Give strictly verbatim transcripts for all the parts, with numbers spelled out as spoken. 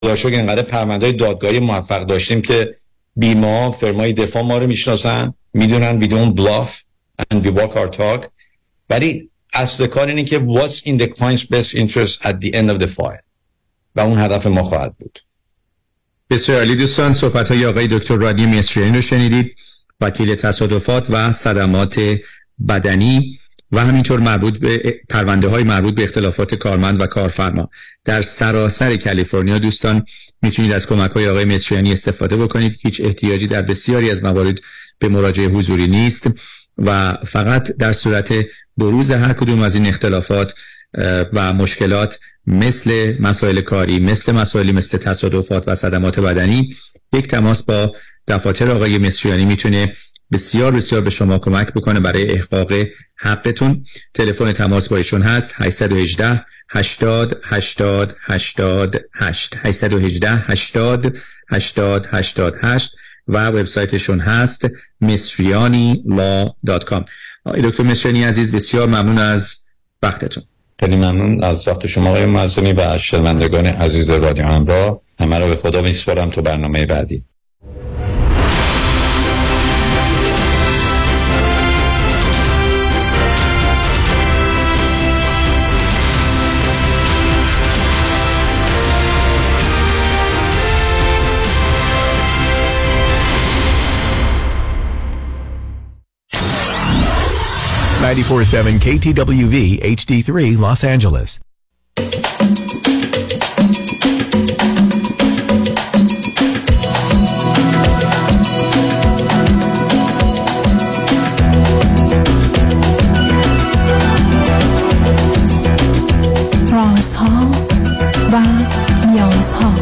خدا شکر اینقدر پرونده‌های دادگاهی موفق داشتیم که بیما فرمای دفاع ما رو میشناسن، میدونن بدون بلاف and we walk our talk. ولی اصل کار اینه که what's in the client's best interest at the end of the file و اون هدف ما خواهد بود. بسیار عالی دوستان، صحبت‌های آقای دکتر رادنی مصریانی رو شنیدید، وکیل تصادفات و صدمات بدنی و همینطور مربوط به پرونده‌های مربوط به اختلافات کارمند و کارفرما در سراسر کالیفرنیا. دوستان میتونید از کمک‌های آقای مصریانی استفاده بکنید. هیچ احتیاجی در بسیاری از موارد به مراجعه حضوری نیست و فقط در صورت بروز هر کدوم از این اختلافات و مشکلات مثل مسائل کاری، مثل مسائلی مثل تصادفات و صدمات بدنی، یک تماس با دفاتر آقای مصریانی میتونه بسیار بسیار به شما کمک بکنه برای احقاق حقتون. تلفن تماس با ایشون هست هشت یک هشت هشتاد هشتاد هشتاد هشت هشت یک هشت هشتاد هشتاد هشتاد هشت و وبسایتشون هست مصریانی لا دات کام. آقای دکتر مصریانی عزیز، بسیار ممنون از وقتتون. خیلی ممنون از وقت شما آقای معظمی و از شنوندگان عزیز رادیو همراه. همه رو به خدا میسپارم تا برنامه بعدی. ninety-four point seven K T W V H D three Los Angeles. رازها و نیازها.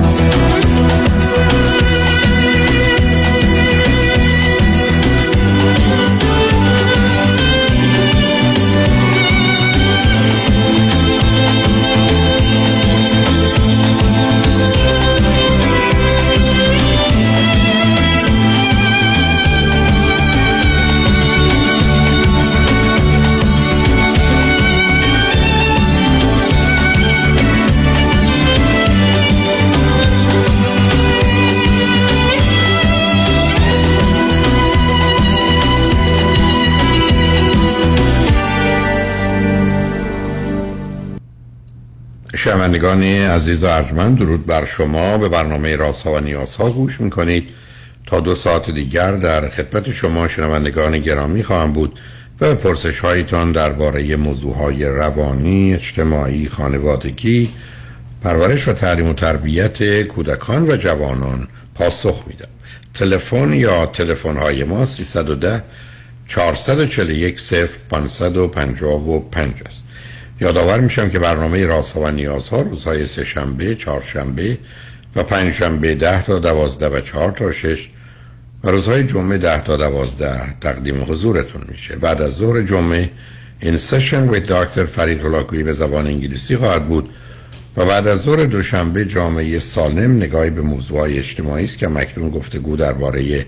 شنوندگان عزیز و ارجمند، درود بر شما. به برنامه رازها و نیازها گوش میکنید. تا دو ساعت دیگر در خدمت شما شنوندگان گرامی خواهم بود و به پرسش هایتان درباره موضوعهای روانی، اجتماعی، خانوادگی، پرورش و تعلیم و تربیت کودکان و جوانان پاسخ میدم. تلفن یا تلفن های ما سیصد و ده چهارصد و چهل و یک صفر پانصد و پنجاه و پنج است. یادآور میشم که برنامه رازها و نیازها روزهای سه شنبه، چهار شنبه و پنج شنبه ده تا دوازده و چهار تا شش و روزهای جمعه ده تا دوازده تقدیم حضورتون میشه. بعد از ظهر جمعه این سشن with دکتر فرید هولاکویی به زبان انگلیسی خواهد بود و بعد از ظهر دوشنبه جامعه سالم نگاهی به موضوعات اجتماعی است که مکنون گفتگو درباره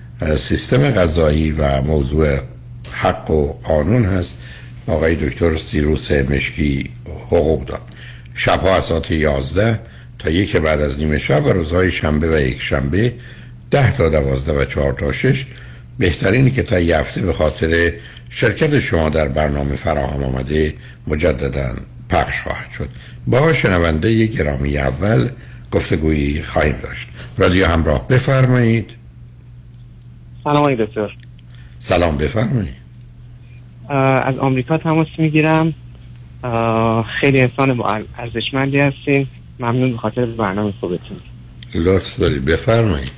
سیستم قضایی و موضوع حق و قانون هست. آقای دکتر سیروس مشکی حقوقدان. شبها از ساعت یازده تا یک بعد از نیمه شب و روزهای شنبه و یک شنبه ده تا دوازده و چهار تا شش. بهترینی که تا یه هفته به خاطر شرکت شما در برنامه فراهم آمده مجددا پخش خواهد شد. با شنونده گرامی اول گفتگویی خواهیم داشت. رادیو همراه، بفرمایید. سلام آقای دکتر. سلام، بفرمایید. از آمریکا تماس میگیرم. خیلی انسان با ارزشمندی هستین. ممنون به خاطر برنامه خوبتون. لطف دارید، بفرمایید.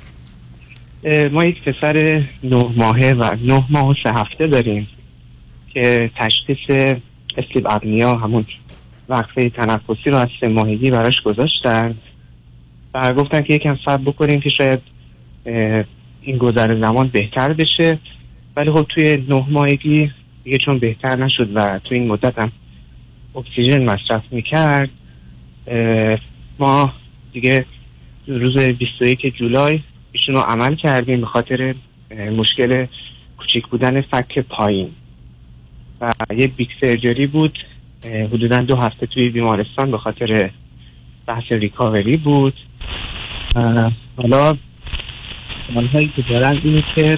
ما یک پسر نه ماهه و نه ماه و سه هفته داریم که تشخیص اسلیپ اپنیا، همون وقفه تنفسی رو از سه ماهگی براش گذاشتن و گفتن که یکم صبر بکنیم که شاید این گذر زمان بهتر بشه. ولی خب توی نه ماهگی دیگه چون بهتر نشد و توی این مدت هم اکسیژن مصرف میکرد، ما دیگه روز بیست و یک جولای ایشون رو عمل کردیم به خاطر مشکل کوچیک بودن فک پایین و یه بیگ سرجری بود. حدودا دو هفته توی بیمارستان به خاطر بحث ریکاوری بود. حالا سوالهایی که دارن اینه که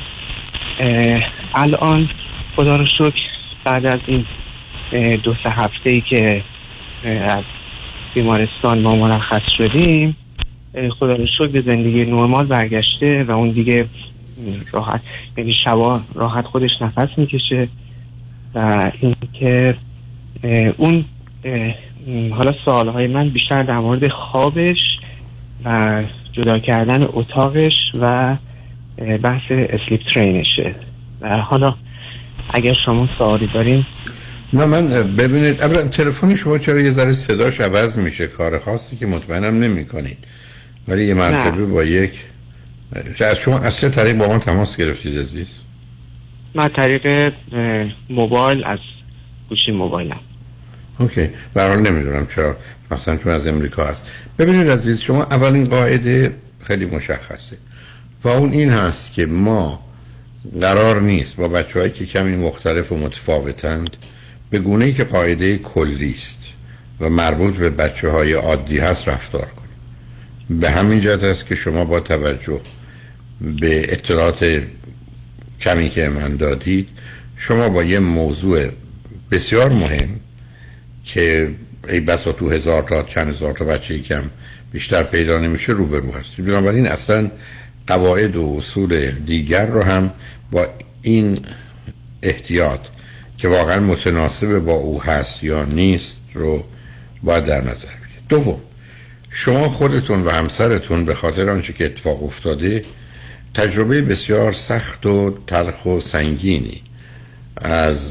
الان خدا رو شکر بعد از این دو سه هفته ای که از بیمارستان ما مرخص شدیم، خدا رو شکر به زندگی نرمال برگشته و اون دیگه راحت، یعنی شبا راحت خودش نفس میکشه. و این که اون حالا سوالهای من بیشتر در مورد خوابش و جدا کردن اتاقش و بحث اسلیپ ترینشه. و حالا اگر شما سوالی دارین. نه من ببینید اولا تلفن شما چرا یه ذره صداش عوض میشه؟ کار خاصی که مطمئنم نمی کنید، ولی یه مرتبه با یک از شما اصلا طریق با من تماس گرفتید عزیز؟ من طریق موبایل از گوشی موبایلم. اوکی، برحال نمیدونم چرا، مثلا چون از امریکا هست. ببینید عزیز، شما اولین قاعده خیلی مشخصه و اون این هست که ما قرار نیست با بچه‌هایی که کمی مختلف و متفاوتند به گونه‌ای که قاعده کلی است و مربوط به بچه‌های عادی هست رفتار کنیم. به همین جهت است که شما با توجه به اطلاعات کمی که من دادید، شما با یه موضوع بسیار مهم که ای بسا تو هزار تا چند هزار تا بچه کم بیشتر پیدا نمیشه روبرو هستید. بنابراین اصلا قواعد و اصول دیگر رو هم با این احتیاط که واقعا متناسب با او هست یا نیست رو باید در نظر بگیرید. دوم، شما خودتون و همسرتون به خاطر آنچه که اتفاق افتاده تجربه بسیار سخت و تلخ و سنگینی از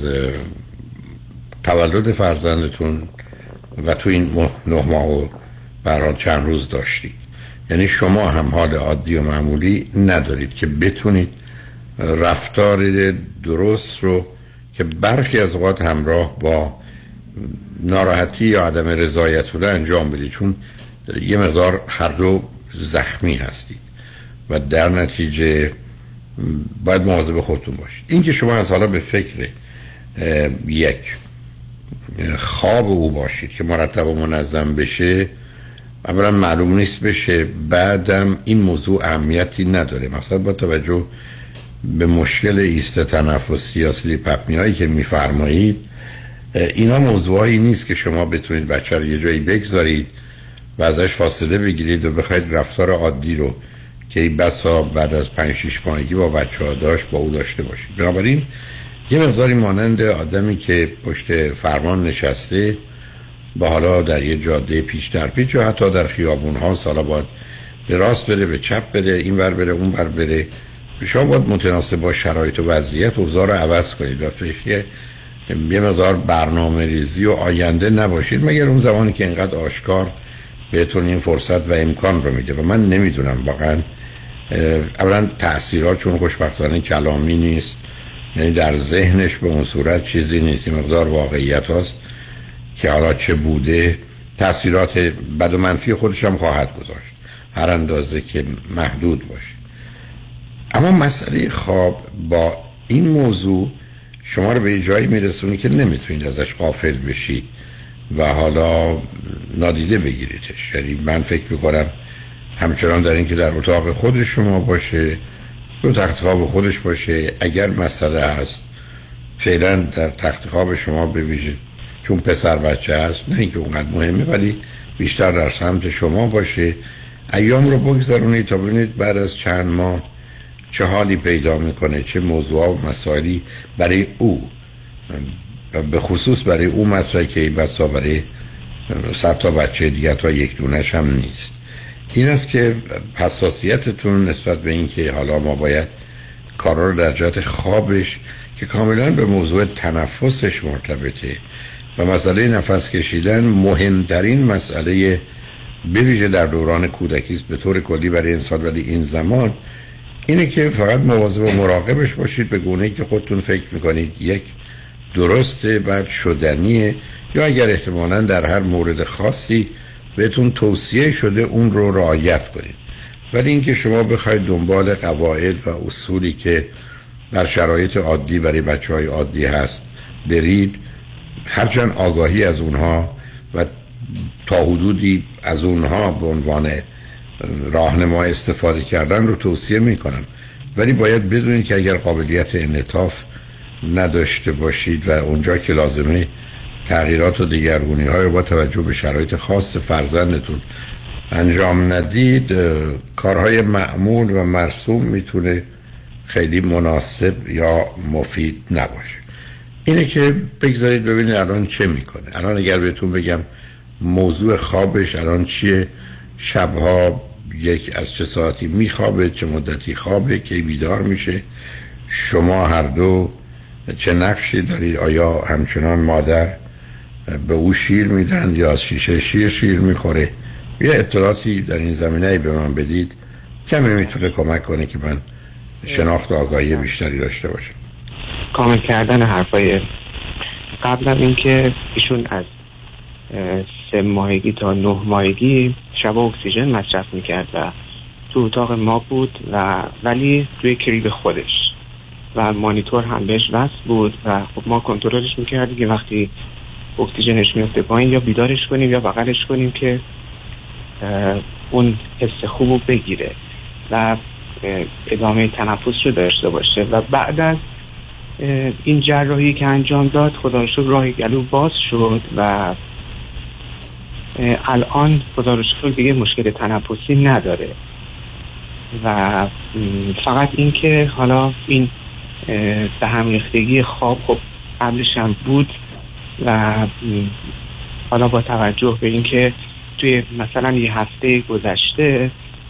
تولد فرزندتون و تو این نه ماه و برای چند روز داشتید. یعنی شما هم حال عادی و معمولی ندارید که بتونید رفتار درست رو که برخی از اوقات همراه با ناراحتی یا عدم رضایت رو انجام بدید، چون یه مقدار هر دو زخمی هستید و در نتیجه باید مواظب خودتون باشید. این که شما از حالا به فکر یک خواب او باشید که مرتب و منظم بشه، اولا معلوم نیست بشه، بعدم این موضوع اهمیتی نداره. مثلا با توجه به مشکل ایست تنفسی یا اسلیپ اپنیایی که میفرمایید، اینا موضوعایی نیست که شما بتونید بچه رو یه جایی بگذارید و ازش فاصله بگیرید و بخواید رفتار عادی رو که این بسا بعد از پنج شیش ماهگی با بچه ها داشت با او داشته باشید. بنابراین یه مقداری مانند آدمی که پشت فرمان نشسته با حالا در یه جاده پیچ در پیچ و حتی در خیابون ها سالا باید به راست بره، به چپ بره، این ور بره، اون ور بره. شما باید متناسب با شرایط و وضعیت اوضاع رو عوض کنید و فکر یه مقدار برنامه ریزی و آینده نباشید، مگر اون زمانی که اینقدر آشکار بهتون این فرصت و امکان رو میده. و من نمیدونم واقعا اولا تأثیرات چون خوشبختانه کلامی نیست، یعنی در ذهنش به اون صورت چیزی نیست، این مقدار واقعیت هاست که حالا چه بوده تأثیرات بد و منفی خودش هم خواهد گذاشت هر اندازه که محدود باشه. اما مسئله خواب با این موضوع شما رو به یه جایی میرسونی که نمیتونید ازش غافل بشید و حالا نادیده بگیریدش. یعنی من فکر میکنم همچنان در این که در اتاق خود شما باشه، رو تخت خواب خودش باشه، اگر مسئله هست فعلا در تخت خواب شما به ویژه چون پسر بچه هست نه اینکه اونقدر مهمه ولی بیشتر در سمت شما باشه، ایام رو بگذارونید تا ببینید بعد از چند ماه چه حالی پیدا میکنه، چه موضوع و مسائلی برای او به خصوص برای او مطرحه که بسا برای صد تا بچه دیگه تا یک دونش هم نیست. این است که حساسیتتون نسبت به این که حالا ما باید کارا رو در جهت خوابش که کاملا به موضوع تنفسش مرتبطه و مسئله نفس کشیدن مهمترین مسئله بویژه در دوران کودکی است به طور کلی برای انسان، ولی این زمان اینه که فقط مواظب و مراقبش باشید به گونه‌ای که خودتون فکر میکنید یک درسته، بعد شدنیه، یا اگر احتمالاً در هر مورد خاصی بهتون توصیه شده اون رو رعایت کنید. ولی اینکه شما بخواید دنبال قواعد و اصولی که در شرایط عادی برای بچه‌های عادی هست برید، هرچند آگاهی از اونها و تا حدودی از اونها به عنوان راهنما استفاده کردن رو توصیه میکنم، ولی باید بدونید که اگر قابلیت انعطاف نداشته باشید و اونجا که لازمه تغییرات و دگرگونی های با توجه به شرایط خاص فرزندتون انجام ندید، کارهای معمول و مرسوم میتونه خیلی مناسب یا مفید نباشه. اینه که بگذارید ببینید الان چه میکنه. الان اگر بهتون بگم موضوع خوابش الان چیه، شبها یک از چه ساعتی میخوابه، چه مدتی خوابه، کی بیدار میشه، شما هر دو چه نقشی دارید، آیا همچنان مادر به او شیر میدن یا از شیشه شیر شیر میخوره، یه اطلاعاتی در این زمینه به من بدید کمی میتونه کمک کنه که من شناخت و آگاهی بیشتری داشته باشم. کامل کردن حرفای قبلا این که ایشون از سه ماهگی تا نه ماهگی شب اکسیژن مصرف میکرد و تو اتاق ما بود و ولی توی کریب خودش و مانیتور هم بهش وصل بود و خب ما کنترلش میکردیم که وقتی اکسیژنش میفته پایین یا بیدارش کنیم یا بغلش کنیم که اون حس خوبو بگیره و ادامه تنفس رو داشته باشه. و بعد از این جراحی که انجام داد خدا رو شکر راه گلو باز شد و الان خدا رو شکر دیگه مشکل تنفسی نداره و فقط این که حالا این به هم ریختگی خواب خب قبلش هم بود و حالا با توجه به این که توی مثلا یه هفته گذشته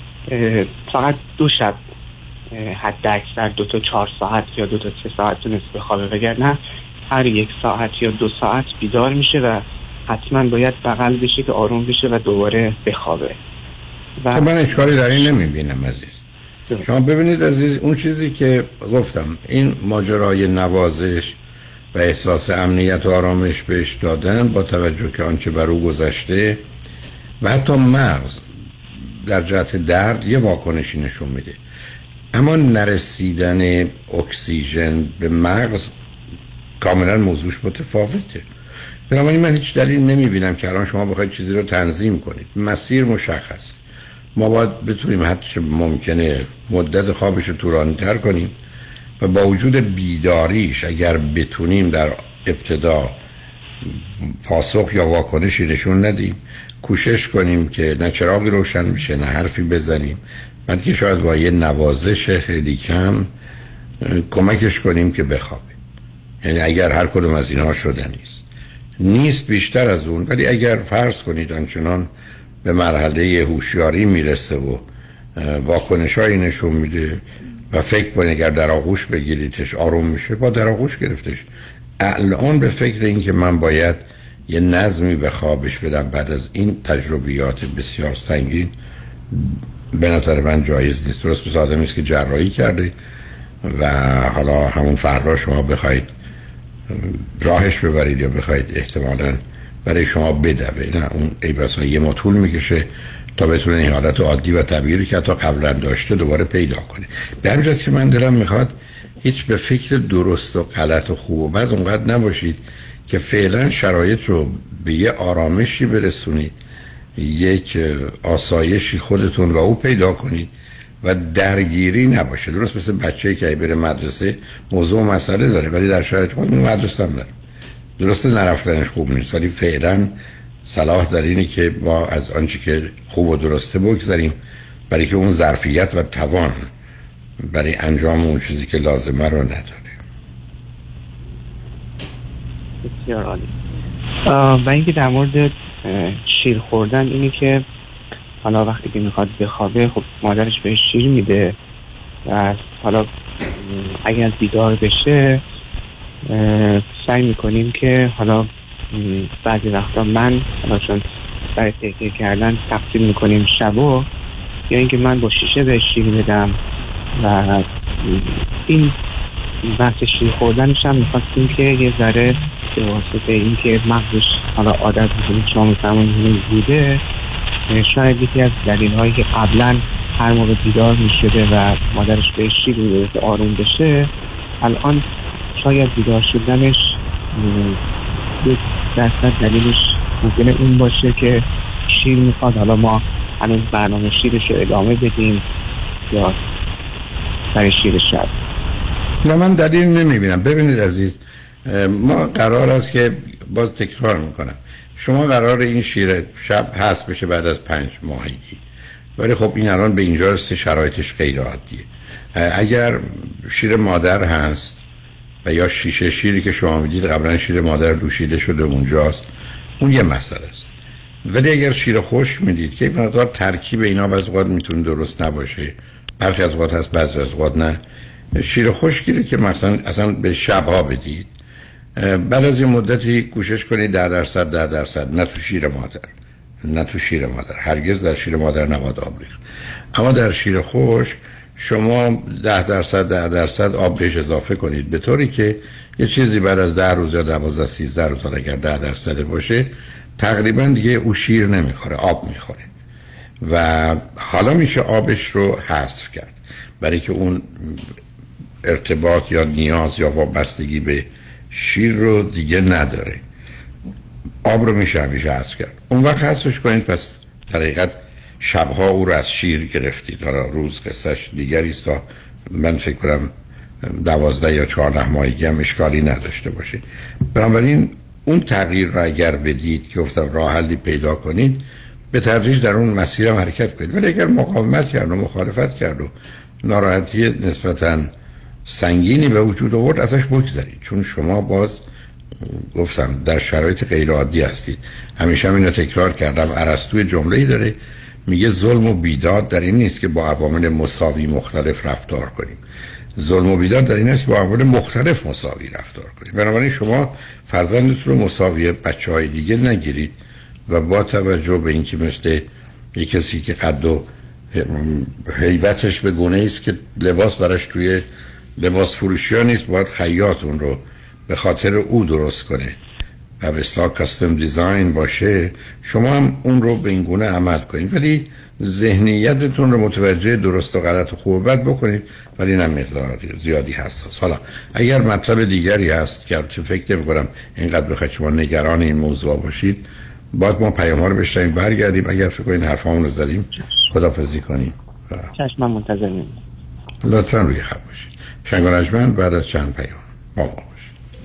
فقط دو شب حد اکثر دو تا چهار ساعت یا دو تا سه ساعت تونست بخوابه، وگرنه هر یک ساعت یا دو ساعت بیدار میشه و حتما باید بغل بشه که آروم بشه و دوباره بخوابه. و من اشکالی در این نمیبینم عزیز. شما ببینید عزیز، اون چیزی که گفتم، این ماجرای نوازش و احساس امنیت و آرامش بهش دادن با توجه که آنچه بر او گذشته و حتی مغز در جهت درد یه واکنشی نشون میده، اما نرسیدن اکسیژن به مغز کاملا موضوعش متفاوته. بنابراین من هیچ دلیل نمیبینم که الان شما بخواید چیزی رو تنظیم کنید. مسیر مشخص، ما باید بتونیم حتی ممکنه مدت خوابش رو طولانی تر کنیم و با وجود بیداریش اگر بتونیم در ابتدا پاسخ یا واکنشی نشون ندیم، کوشش کنیم که نه چراغی روشن بشه نه حرفی بزنیم، بعد که شاید با یه نوازش خیلی کم کمکش کنیم که بخوابه. یعنی اگر هر کدوم از اینها شده نیست نیست بیشتر از اون، ولی اگر فرض کنید آنچنان به مرحله هوشیاری میرسه و واکنش‌هایی نشون میده و فکر کنید اگر در آغوش بگیریدش آروم میشه، با در آغوش گرفتش. الان به فکر این که من باید یه نظمی به خوابش بدم بعد از این تجربیات بسیار سنگین به نظر من جایز نیست. درست مثل آدمی است که جراحی کرده و حالا همون فردا شما بخواید راهش ببرید یا بخواید احتمالاً برای شما بدوه، نه اون ای بسا یه ما طول میکشه تا بتونه این حالت عادی و طبیعی که حتی قبلا داشته دوباره پیدا کنه. به همین جاست که من دلم میخواد هیچ به فکر درست و غلط و خوب و بد اونقدر نباشید که فعلا شرایط رو به یه آرامشی برسونید، یک آسایشی خودتون و او پیدا کنید و درگیری نباشه. درست مثل بچه‌ای که بره مدرسه موضوع و مسئله داره ولی در شرایط خود مدرسه هم داره. درسته نرفتنش خوب نیست ولی فعلا صلاح در اینه که ما از آنچه که خوب و درسته بگذاریم برای که اون ظرفیت و توان برای انجام اون چیزی که لازمه رو نداره. بسیار عالی. و اینکه در مورد شیر خوردن اینی که حالا وقتی که میخواد بخوابه خب مادرش بهش شیر میده و حالا اگر بیدار بشه سعی میکنیم که حالا بعضی وقتا من حالا چون برای تحقیق کردن تقسیم میکنیم شبو، یا اینکه من با شیشه بهش شیر بدم و این بحث شیر خوردنش هم میخواستیم که یه ذره به واسطه این که مغزش حالا عادت میکنیم شما میفرمایید بوده، شاید یکی از دلیل هایی که قبلا هر موقع بیدار میشده و مادرش بهش شیر میده که آروم بشه، الان شاید بیدار شدنش یک درصد دلیلش ممکنه اون باشه که شیر میخواد. حالا ما هنوز برنامه شیرش رو ادامه بدیم یا برای شیر شب؟ نه، من دلیل نمیبینم. ببینید عزیز، ما قرار است که باز تکرار میکنم، شما قرار این شیر شب هست بشه بعد از پنج ماهگی، ولی خب این الان به اینجا رسته شرایطش غیر عادیه. اگر شیر مادر هست و یا شیشه شیری که شما میدید قبلا شیر مادر دوشیده شده اونجاست، اون یه مسئله است. ولی اگر شیر خشک میدید که مقدار ترکیب اینا بعضی وقت میتونه درست نباشه، برخی از اوقات هست بعضی از اوقات نه، شیر خشکی رو که مثلا اصلا به شبها بدید، بعد از یه مدتی کوشش کنید ده درصد ده درصد، نه تو شیر مادر، نه تو شیر مادر، هرگز در شیر مادر نباید آب ریخت، اما در شیر خشک شما ده درصد ده درصد آب بهش اضافه کنید، به طوری که یه چیزی بعد از ده روز یا دوازده سیزده روز، اگر ده درصد باشه تقریبا دیگه او شیر نمیخوره، آب میخوره و حالا میشه آبش رو حذف کرد، برای که اون ارتباط یا نیاز یا وابستگی به شیر رو دیگه نداره. آب رو میشه همیشه حذف کرد. اون وقت حذفش کنید، پس در حقیقت شبها او رو از شیر گرفتید. حالا روز قصهش دیگری است، تا من فکر کنم دوازده یا چهارده ماهگی هم اشکالی نداشته باشه. بنابراین اون تغییر رو اگر بدید که گفتم راه حلی پیدا کنید، به تدریج در اون مسیر هم حرکت کنید. ولی اگر مقاومت کرد و مخالفت کرد و ناراحتی نسبتاً سنگینی به وجود آورد، ازش بگذارید، چون شما باز گفتم در شرایط غیر عادی هستید. همیشه هم اینو تکرار کردم، ارسطو جمله‌ای داره میگه ظلم و بیداد در این نیست که با عوامل مساوی مختلف رفتار کنیم، ظلم و بیداد در این است که با عوامل مختلف مساوی رفتار کنیم. بنابراین شما فرزندتون رو مساوی بچه‌های دیگه نگیرید و با توجه به اینکه مثل یک کسی که قد و هیبتش به گونه‌ای است که لباس براش توی لباس فروشی ها نیست، باید خیاط اون رو به خاطر او درست کنه و به اصطلاح کاستم دیزاین باشه، شما هم اون رو به این گونه عمل کنید، ولی ذهنیتتون رو متوجه درست و غلط و خوب و بد بکنید، ولی نه مقدار زیادی حساس. حالا اگر مطلب دیگری هست که فکر نمی‌کنم اینقدر بخواید شما نگران این موضوع باشید، باید ما پیام‌ها رو بشنویم برگردیم. اگر فکر کنید حرفامون رو زدیم خداحافظی کنیم. چشم، منتظر میمونم. لطفاً روی خط باشید. شنگ و نجمن بعد از چند پیام با ما باشید.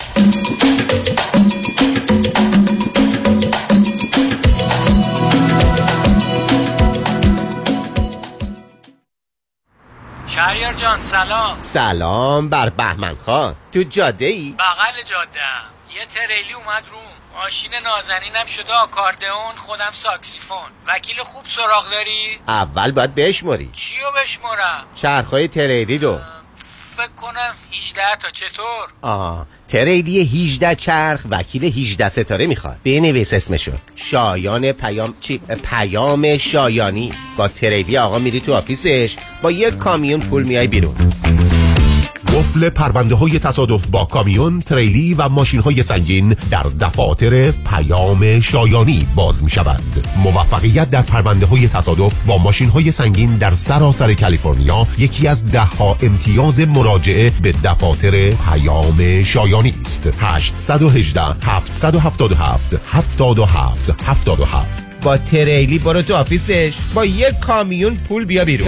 شهریار جان سلام. سلام بر بهمن خان. تو جاده ای؟ بغل جاده یه تریلی اومد روم، ماشین نازنینم شده آکاردئون، خودم ساکسیفون. وکیل خوب سراغ داری؟ اول باید بشماری. چیو بشمارم؟ چرخهای تریلی رو. فکر کنم هجده تا. چطور؟ آه تریلی هجده چرخ وکیل هجده ستاره میخواد. بنویس اسمشو، شایان پیام چی؟ پیام شایانی. با تریلی آقا میری تو آفیسش، با یک کامیون پول میای بیرون. قفل پرونده های تصادف با کامیون، تریلی و ماشین های سنگین در دفاتر پیام شایانی باز می شود. موفقیت در پرونده های تصادف با ماشین های سنگین در سراسر کالیفرنیا یکی از ده ها امتیاز مراجعه به دفاتر پیام شایانی است. هشت یک هشت هفت هفت هفت هفت هفت هفت هفت. با تریلی برو تو آفیسش، با یک کامیون پول بیا بیرون.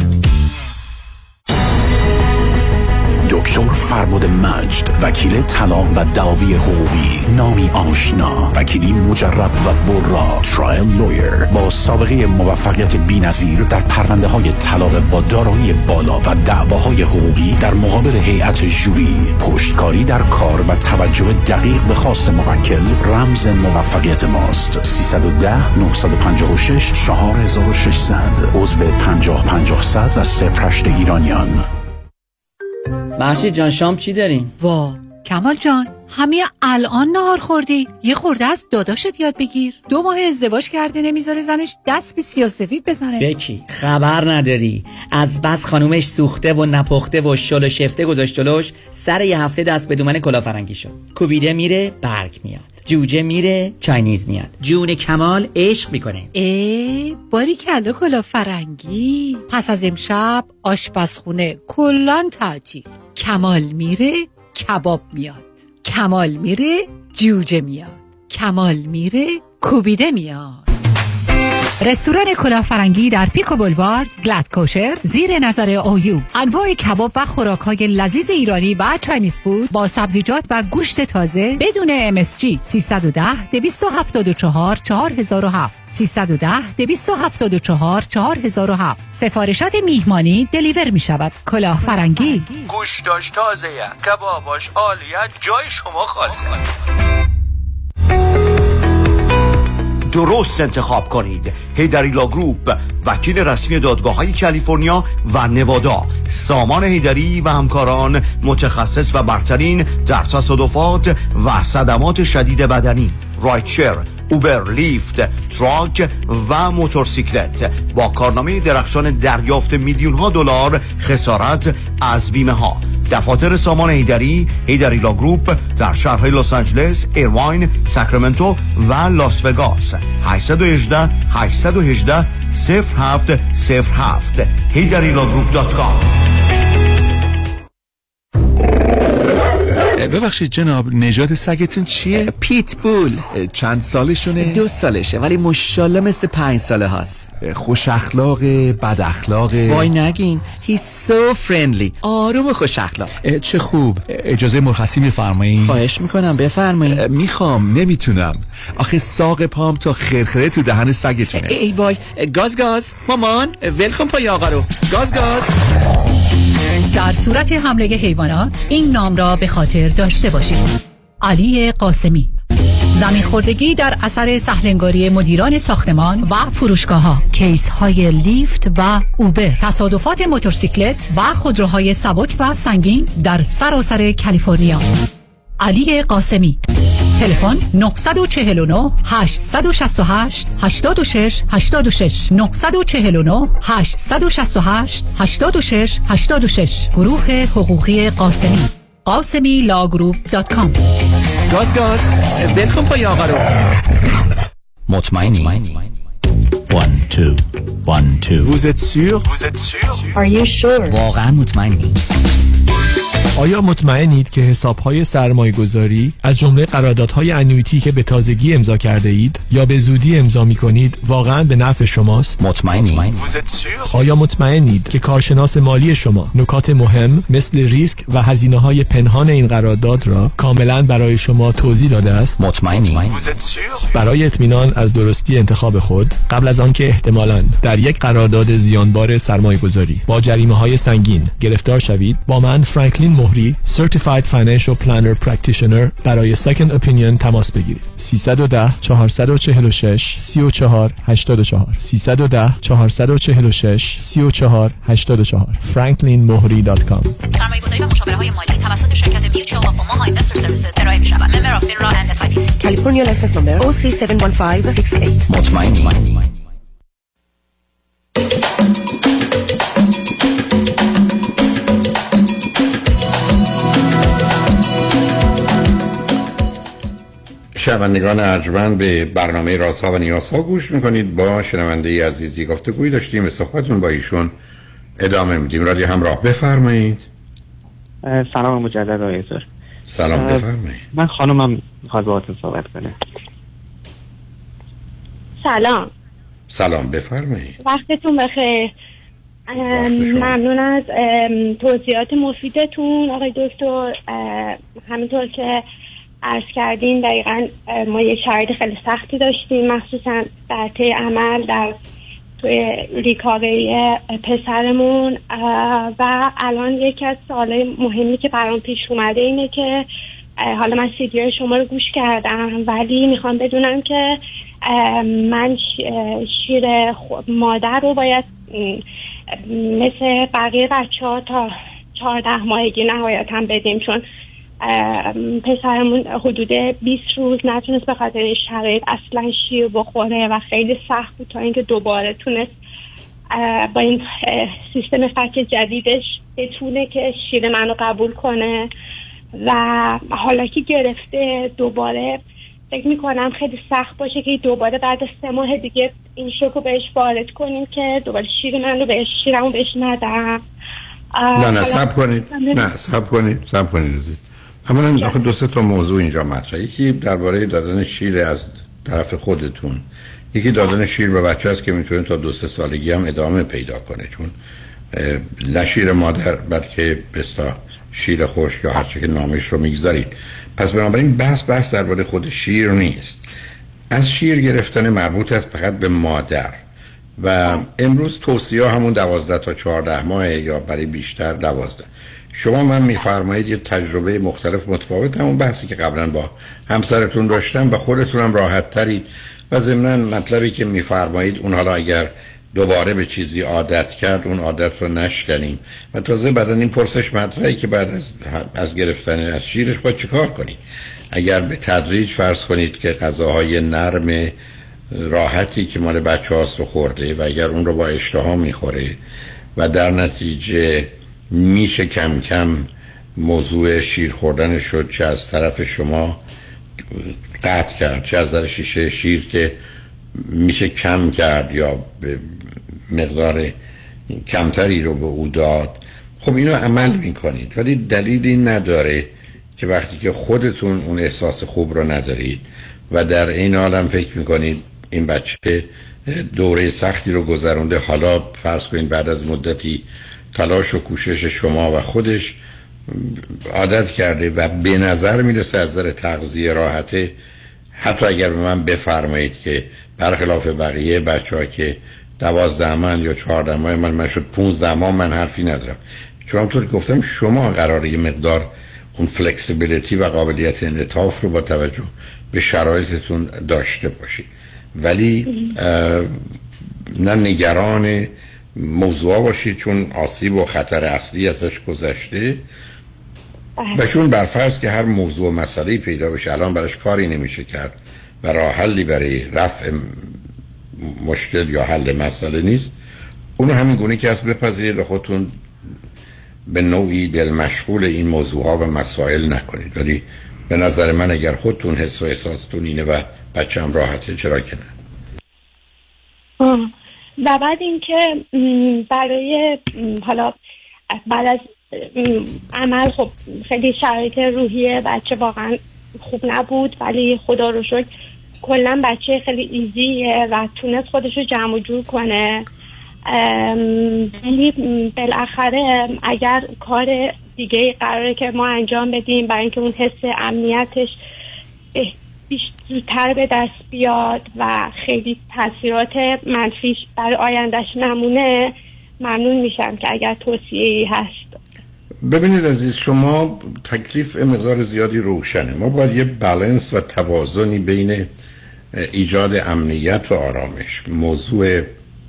دکتر فربد مجد، وکیل طلاق و دعاوی حقوقی، نامی آشنا، وکیلی مجرب و برا، ترایل لویر با سابقه موفقیت بی‌نظیر در پرونده های طلاق با دارایی بالا و دعواهای حقوقی در مقابل هیئت ژوری، پشتکاری در کار و توجه دقیق به خواست موکل رمز موفقیت ماست. سیصد و ده نهصد و پنجاه و شش چهار هزار و ششصد، عضو پنجاه پنجاه صد و صفر هشت ایرانیان. محشید جان شام چی داریم؟ وا کمال جان، همین الان نهار خوردی؟ یه خورده از داداشت یاد بگیر. دو ماه ازدواج کرده نمیذاره زنش دست به سیاه‌سفید بزنه. بکی خبر نداری از بس خانومش سوخته و نپخته و شل و شفته گذاشت جلوش، سر یه هفته دست به دومن کلافرنگی شد. کوبیده میره برگ میاد، جوجه میره چاینیز میاد. جون کمال عشق میکنه. ای باری کلا کلافرنگی. پس از امشب آشپزخونه کلان تعطیل. کمال میره کباب میاد، کمال میره جوجه میاد، کمال میره کوبیده میاد. رستوران کلافرنگی در پیکو بولوارد، گلد کوشر، زیر نظر اویو. انواع کباب و خوراک‌های لذیذ ایرانی و چاینیز فود با سبزیجات و گوشت تازه بدون ام اس جی. سیصد و ده دویست و هفتاد و چهار چهار هزار و هفت سیصد و ده دویست و هفتاد و چهار چهار هزار و هفت. سفارشات میهمانی دلیور می شود. کلافرنگی. گوشتاش تازه، کباباش عالیه، جای شما خالی. درست انتخاب کنید. هیدریلا گروپ، وکیل رسمی دادگاه‌های کالیفرنیا و نوادا. سامان هیدری و همکاران، متخصص و برترین در تصادفات و صدمات شدید بدنی، رایتشر، اوبر، لیفت، تراک و موتورسیکلت، با کارنامه درخشان دریافت میلیون ها دلار خسارت از بیمه ها. دفاتر سامان هیدری، هیدریلا گروپ در شهرهای لس آنجلس، ایرواین، ساکرامنتو و لاس وگاس. هشت یک هشت هشت یک هشت صفر هفت صفر هفت هیدریلا گروپ دات کام. ببخشید جناب، نژاد سگتون چیه؟ پیت بول. چند سالشونه؟ دو سالشه ولی ماشاءالله مثل پنج ساله هست. خوش اخلاق، بد اخلاق؟ وای نگین. He's so friendly. آروم و خوش اخلاق. چه خوب. اجازه مرخصی میفرمایید؟ خواهش میکنم بفرمایید. میخوام، نمیتونم. آخه ساق پام تا خرخره تو دهن سگتونه. ای وای. گاز گاز. مامان ولکن پای آقا رو. گاز گاز. در صورت حمله حیوانات این نام را به خاطر داشته باشید: علی قاسمی. زمین خوردگی در اثر سهلنگاری مدیران ساختمان و فروشگاه ها، کیس های لیفت و اوبر، تصادفات موتورسیکلت و خودروهای سبک و سنگین در سراسر کالیفرنیا. علی قاسمی. تلفن نه چهار نه هشت شش هشت هشت شش هشت شش نه چهار نه هشت شش هشت هشت شش هشت شش. گروه حقوقی قاسمی. قاسمی لاگروپ دات کام. گاز گاز. بلکن پای آقا رو. مطمئنی؟ one two one two. Vous êtes sûr? Vous êtes sûr? Are you sure? واقعا مطمئنی؟ آیا مطمئنید که حساب‌های سرمایه‌گذاری از جمله قراردادهای انویتی که به تازگی امضا کرده اید یا به زودی امضا می‌کنید واقعاً به نفع شماست؟ مطمئنی؟ Vous êtes sûr? آیا مطمئنید که کارشناس مالی شما نکات مهم مثل ریسک و هزینه‌های پنهان این قرارداد را کاملاً برای شما توضیح داده است؟ مطمئنی؟ Vous êtes sûr? برای اطمینان از درستی انتخاب خود قبل از آنکه احتمالاً در یک قرارداد زیانبار سرمایه‌گذاری با جریمه‌های سنگین گرفتار شوید، با من فرانکلین مهری، Certified Financial Planner Practitioner برای Second Opinion تماس بگیرید. سیصد و ده چهارصد و چهل و شش سی و چهار هشتاد و چهار سیصد و ده چهارصد و چهل و شش سی و چهار هشتاد و چهار فرانکلین موهری دات کام. سرمایه‌گذاری و مشاوره مالی توسط شرکت میوچوال آف اوماها اینوستر سرویسز ارائه می‌شود. ممبر اف فینرا اند اس آی پی سی. California license number او سی هفت یک پنج شش هشت. مطمئنی؟ شنوندگان ارجمند، به برنامه رازها و نیازها گوش میکنید. با شنونده عزیزی گفتگویی داشتیم، به صحبتون با ایشون ادامه میدیم. رادیو همراه، بفرمایید. سلام مجدد آقای دکتر. سلام، بفرمایید. من خانمم میخواد باهاتون صحبت کنه. سلام. سلام، بفرمایید. وقتتون بخیر. ممنون از توضیحات مفیدتون آقای دکتر. همینطور که عرض کردین دقیقا ما یه شرایط خیلی سختی داشتیم، مخصوصا در طی عمل در توی ریکاوری پسرمون و الان یکی از سوالای مهمی که برام پیش اومده اینه که حالا من سیدیو شما رو گوش کردم ولی میخوام بدونم که من شیر مادر رو باید مثل بقیه بچه ها تا چهارده ماهگی نهایتا بدیم، چون پسرمون حدود بیست روز نتونست به خاطر این شرایط اصلا شیر بخوره و خیلی سخت بود تا اینکه دوباره تونست با این سیستم فک جدیدش بتونه که شیر منو قبول کنه و حالا که گرفته دوباره فکر میکنم خیلی سخت باشه که دوباره بعد سه ماه دیگه این شوکو بهش وارد کنیم که دوباره شیر منو بهش شیرمو بهش ندم. نه نه سب کنید نه سب کنید سب کنید عزیز. اولا آخه دو سه تا موضوع اینجا مطرحه. یکی درباره دادن شیر از طرف خودتون. یکی دادن شیر به بچه است که میتونه تا دو سه سالگی هم ادامه پیدا کنه، چون نه شیر مادر بلکه بستا شیر خشک یا هر چه که نامش رو میگذارید. پس بنابراین بحث بحث درباره خود شیر نیست. از شیر گرفتن مربوط است فقط به مادر و امروز توصیه همون دوازده تا چهارده ماه یا برای بیشتر دوازده. شما من میفرمایید یه تجربه مختلف متفاوت، همون بحثی که قبلا با همسرتون داشتم و خودتون هم راحت ترید و ضمناً مطلبی که میفرمایید اون حالا اگر دوباره به چیزی عادت کرد اون عادت رو نشکنیم و تازه بعد این پرسش مطرحی که بعد از از گرفتن از شیرش باید چیکار کنید. اگر به تدریج فرض کنید که غذاهای نرم راحتی که مال بچه هاست رو خورده و اگر اون رو با اشتها میخوره و در نتیجه میشه کم کم موضوع شیر خوردن شد چه از طرف شما قطع کرد چه از در شیشه شیر که میشه کم کرد یا به مقدار کمتری رو به او داد، خب اینو عمل میکنید، ولی دلیلی نداره که وقتی که خودتون اون احساس خوب رو ندارید و در این حال هم فکر میکنید این بچه دوره سختی رو گذرونده، حالا فرض کنید بعد از مدتی تلاش و کوشش شما و خودش عادت کرده و به نظر میرسه از نظر تغذیه راحته، حتی اگر به من بفرمایید که برخلاف بقیه بچه‌ها که دوازده من یا چهارده ماه من من شد پونزده ماه، من حرفی ندارم، چون همونطور که گفتم شما قراره یه مقدار اون فلکسیبیلیتی و قابلیت انعطاف رو با توجه به شرایطتون داشته باشید، ولی نه نگران موضوع باشید چون آسیب و خطر اصلی ازش گذشته و چون برفرض که هر موضوع مسئله پیدا بشه الان براش کاری نمیشه کرد و راه حلی برای رفع مشکل یا حل مسئله نیست، اونو همین گونه که از بپذیرید و خودتون به نوعی دل مشغول این موضوع ها و مسائل نکنید. ولی به نظر من اگر خودتون حس و احساستون اینه و بچه‌م راحته چرا که نه. و بعد اینکه برای حالا بعد از عمل خب خیلی شرایط روحی بچه واقعا خوب نبود، ولی خدا رو شکر کلا بچه خیلی ایزیه و تونست خودش رو جمع و جور کنه، ولی بالاخره اگر کار دیگه قراره که ما انجام بدیم برای اینکه اون حس امنیتش زودتر به دست بیاد و خیلی تاثیرات منفیش برای آیندهش نمونه، ممنون میشم که اگر توصیه‌ای هست. ببینید عزیز، شما تکلیف مقدار زیادی روشنه. ما باید یه بالانس و توازنی بین ایجاد امنیت و آرامش، موضوع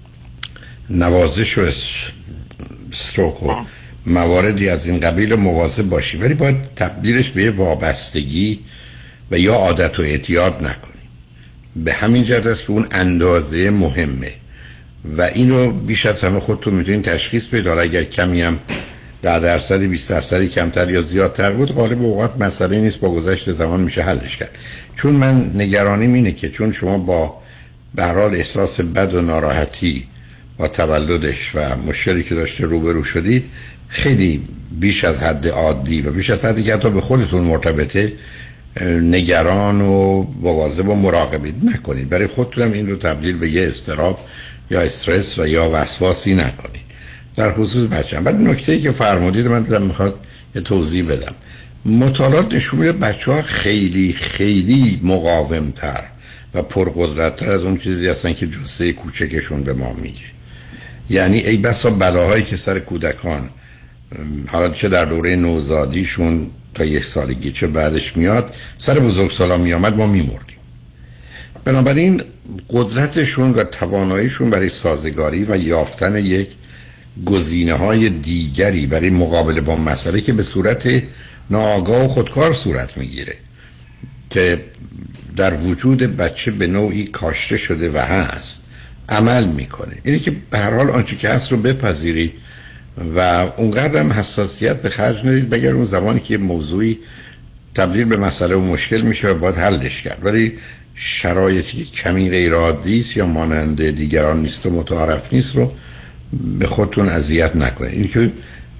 نوازش و استروک و مواردی از این قبیل مواظب باشی، ولی باید تبدیلش به وابستگی و یا عادت و اعتیاد نکنی. به همین جهت است که اون اندازه مهمه و اینو بیش از همه خودتون میتونین تشخیص بدید. اگر کمی هم ده درصد بیست درصدی کمتر یا زیادتر بود، غالب اوقات مسئله نیست، با گذشت زمان میشه حلش کرد. چون من نگرانیم اینه که چون شما با به هر حال احساس بد و ناراحتی با تولدش و مشکلی که داشته روبرو شدید، خیلی بیش از حد عادی و بیش از حدی که حتی به خودتون مرتبطه نگران و مواظب و مراقبت نکنید. برای خودتون هم این رو تبدیل به یه اضطراب یا استرس و یا وسواسی نکنید. در خصوص بچه‌ام. بعد نکته‌ای که فرمودید من دلم میخواد یه توضیح بدم. مطالعات نشون میده بچه‌ها خیلی خیلی مقاوم‌تر و پرقدرت‌تر از اون چیزی هستن که جثه کوچکشون به ما میگه. یعنی ای بسا بلاهایی که سر کودکان حالا چه در دوره نوزادیشون تا یک سالگی چه بعدش میاد، سر بزرگسالا میامد ما میمردیم. بنابراین قدرتشون و تواناییشون برای سازگاری و یافتن یک گزینه‌های دیگری برای مقابله با مسئله که به صورت ناآگاه و خودکار صورت میگیره که در وجود بچه به نوعی کاشته شده و هست عمل میکنه. اینه که به هر حال آنچه که هست رو بپذیرید و اونقدر هم حساسیت به خرج ندید مگر اون زمانی که موضوعی تبدیل به مسئله و مشکل میشه و باید حلش کرد. ولی شرایطی که کمی غیر عادی است یا مانند دیگران نیست و متعارف نیست رو به خودتون اذیت نکنید. این که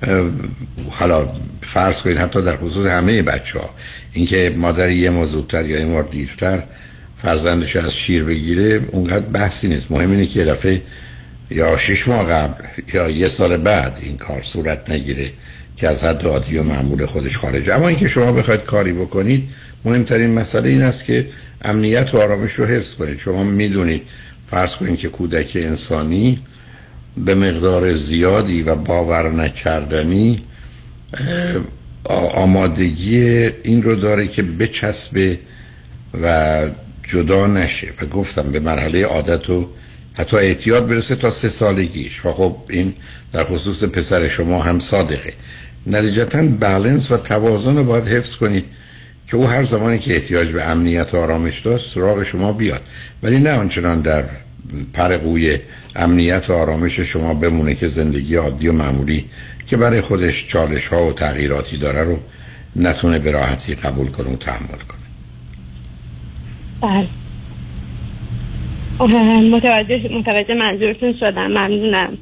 حالا فرض کنید حتی در خصوص همه بچه‌ها اینکه مادر یه ما زودتر یا یه ما دیرتر فرزندش از شیر بگیره اونقدر بحثی نیست. مهم اینه که یه دفعه یا شش ماه قبل یا یه سال بعد این کار صورت نگیره که از حد عادی و معمول خودش خارجه. اما اینکه شما بخواید کاری بکنید، مهمترین مسئله این است که امنیت و آرامش رو حفظ کنید. شما میدونید فرض کنید که کودک انسانی به مقدار زیادی و باور نکردنی آمادگی این رو داره که بچسبه و جدا نشه و گفتم به مرحله عادت و حتی اعتیاد برسه تا سه سالگیش. و خب این در خصوص پسر شما هم صادقه. نتیجتاً بالانس و توازن رو باید حفظ کنید که او هر زمانی که احتیاج به امنیت و آرامش داشت سراغ شما بیاد، ولی نه آنچنان در پر قوی امنیت و آرامش شما بمونه که زندگی عادی و معمولی که برای خودش چالش ها و تغییراتی داره رو نتونه به راحتی قبول کنه و تحمل کنه. بله متوجه متوجه منظورتون شدم، ممنونم.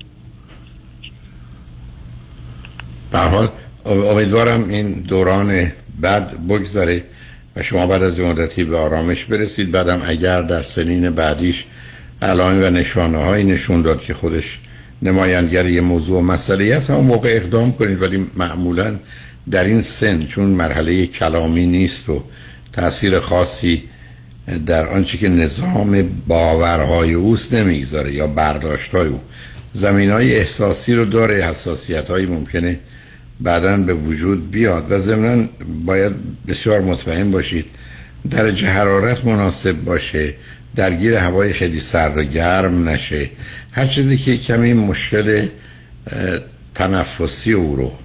به هر حال امیدوارم این دوران بعد بگذره و شما بعد از مدتی به آرامش برسید. بعدم اگر در سنین بعدیش علائم و نشانه هایی نشون داد که خودش نمایانگر یه موضوع و مسئله است، همون موقع اقدام کنید. ولی معمولا در این سن چون مرحله کلامی نیست و تأثیر خاصی در آنچه که نظام باورهای اوست نمیگذاره یا برداشت‌های او، زمینهای احساسی رو داره، حساسیت‌هایی ممکنه بعداً به وجود بیاد و ضمناً باید بسیار مطمئن باشید درجه حرارت مناسب باشه، درگیر هوای خیلی سرد و گرم نشه. هر چیزی که کمی مشکل تنفسی او رو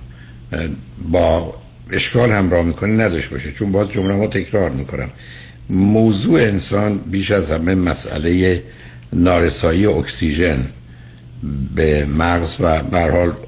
با اشکال همراه میکنه نداشته باشه. چون باز جمله ما تکرار میکنم، موضوع انسان بیش از همه مسئله نارسایی اکسیژن به مغز و به هر حال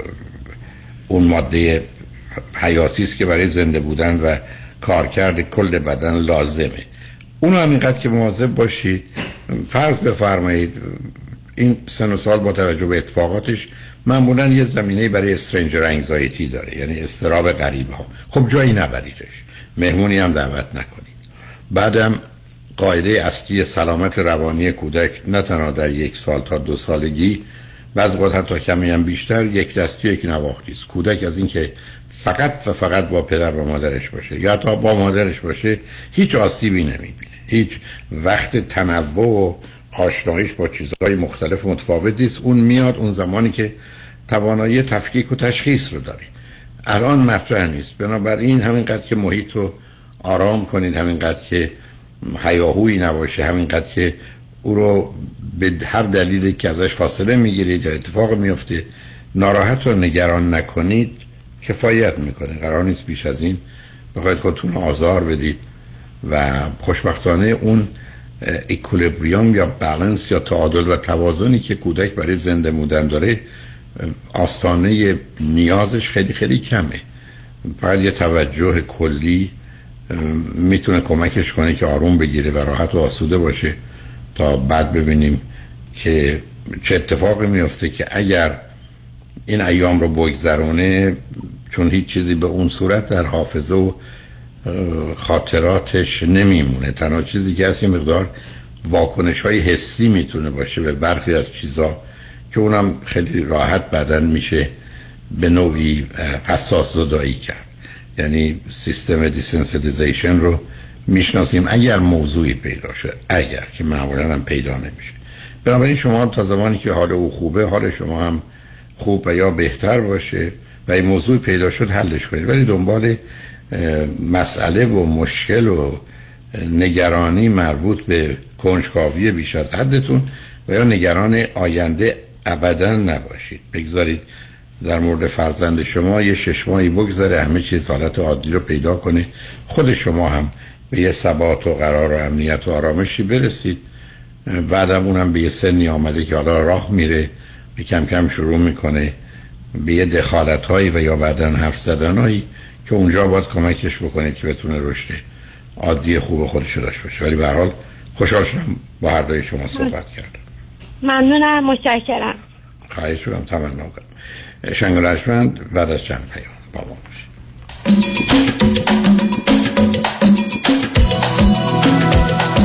اون ماده حیاتی است که برای زنده بودن و کارکرد کل بدن لازمه. اونو همینقدر که مواظب باشید. فرض بفرمایید این سن و سال با توجه به اتفاقاتش معمولا یه زمینه برای استرنجر انگزایتی داره، یعنی اضطراب غریب ها. خب جایی نبریدش، مهمونی هم دعوت نکنید. بعدم قاعده اصلی سلامت روانی کودک نه تنها در یک سال تا دو سالگی، بعض وقت حتی کمی هم بیشتر، یک دستی یک نواختی است. کودک از این که فقط و فقط با پدر و مادرش باشه یا تا با مادرش باشه هیچ آسیبی نمیبینه. هیچ وقت تنوع و آشناییش با چیزهای مختلف متفاوت است. اون میاد اون زمانی که توانایی تفکیک و تشخیص رو داره. الان مطرح نیست. بنابراین همینقدر که محیط رو آرام کنید، همینقدر که هیاهویی نباشه، همینقدر که او رو به هر دلیلی که ازش فاصله میگیرید یا اتفاق میفته ناراحت و نگران نکنید کفایت میکنه. قرار نیست بیش از این بخواید خودتون آزار بدید و خوشبختانه اون اکولیبریوم یا بالانس یا تعادل و توازنی که کودک برای زنده موندن داره آستانه نیازش خیلی خیلی کمه. فقط یه توجه کلی میتونه کمکش کنه که آروم بگیره و راحت و آسوده باشه تا بعد ببینیم که چه اتفاقی میفته که اگر این ایام رو بگذرونه، چون هیچ چیزی به اون صورت در حافظه و خاطراتش نمیمونه. تنها چیزی که هست یه مقدار واکنش های حسی میتونه باشه به برخی از چیزا که اونم خیلی راحت بعدن میشه به نوعی حساس زدایی کرد. یعنی سیستم دیسنسیتیزیشن رو میشناسیم اگر موضوعی پیدا شد، اگر که معمولا هم پیدا نمیشه. بنابراین شما تا زمانی که حال او خوبه حال شما هم خوب و یا بهتر باشه و این موضوع پیدا شد حلش کنید. ولی دنبال مسئله و مشکل و نگرانی مربوط به کنجکاوی بیش از حدتون و یا نگران آینده ابدا نباشید. بگذارید در مورد فرزند شما یه شش ماهی بگذاره، همه چیز حالت عادی رو پیدا کنه، خود شما هم به یه ثبات و قرار و امنیت و آرامشی برسید. بعدم اونم به یه سنی آمده که حالا راه میره، به کم کم شروع میکنه به یه دخالت هایی و یا بعدن حرف زدن هایی که اونجا باید کمکش بکنید که بتونه رشد عادی خوب خودش داشته باشه. ولی به هر حال خوشحال شدم با هر دوی شما صحبت کردم. ممنونم، متشکرم. خواهش می‌کنم، تمنا کنم. شنگ رجمند بعد از چند پیام با ما باشید.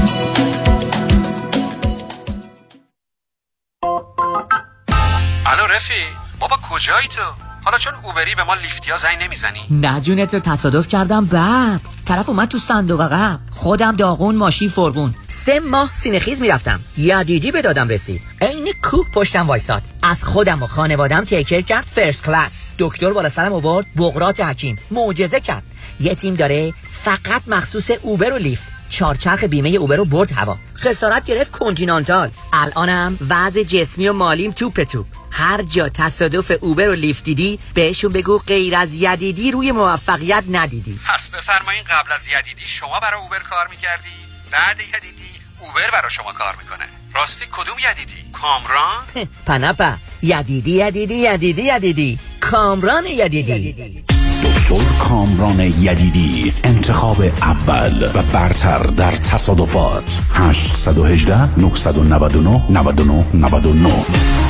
بابا کجایی تو؟ حالا چون اوبری به ما لیفتیا زنگ نمیزنی؟ نه جونت رو تصادف کردم بعد طرف اومد تو صندوق عقب، خودم داغون ماشین فروون. سه ماه سینه‌خیز میرفتم، یدیدی به دادم رسید، عین کوه پشتم وایساد. از خودم و خانوادم تیکر کرد فرست کلاس. دکتر بالا سرم آورد، بقراط حکیم معجزه کرد. یه تیم داره فقط مخصوص اوبر و لیفت. چارچرخ بیمه اوبر رو برد هوا، خسارت گرفت کنتینانتال. الانم وضع جسمی و مالیم توپ توپ. هر جا تصادف اوبر و لیفت دیدی بهشون بگو غیر از یدیدی روی موفقیت ندیدی. پس بفرمایین قبل از یدیدی شما برای اوبر کار میکردی، بعد یدیدی اوبر برای شما کار میکنه. راستی کدوم یدیدی؟ کامران؟ پنپا یدیدی یدیدی یدیدی یدیدی کامران یدیدی. دکتر کامران یدیدی، انتخاب اول و برتر در تصادفات. هشت یک هشت نه نه نه نه نه نه نه.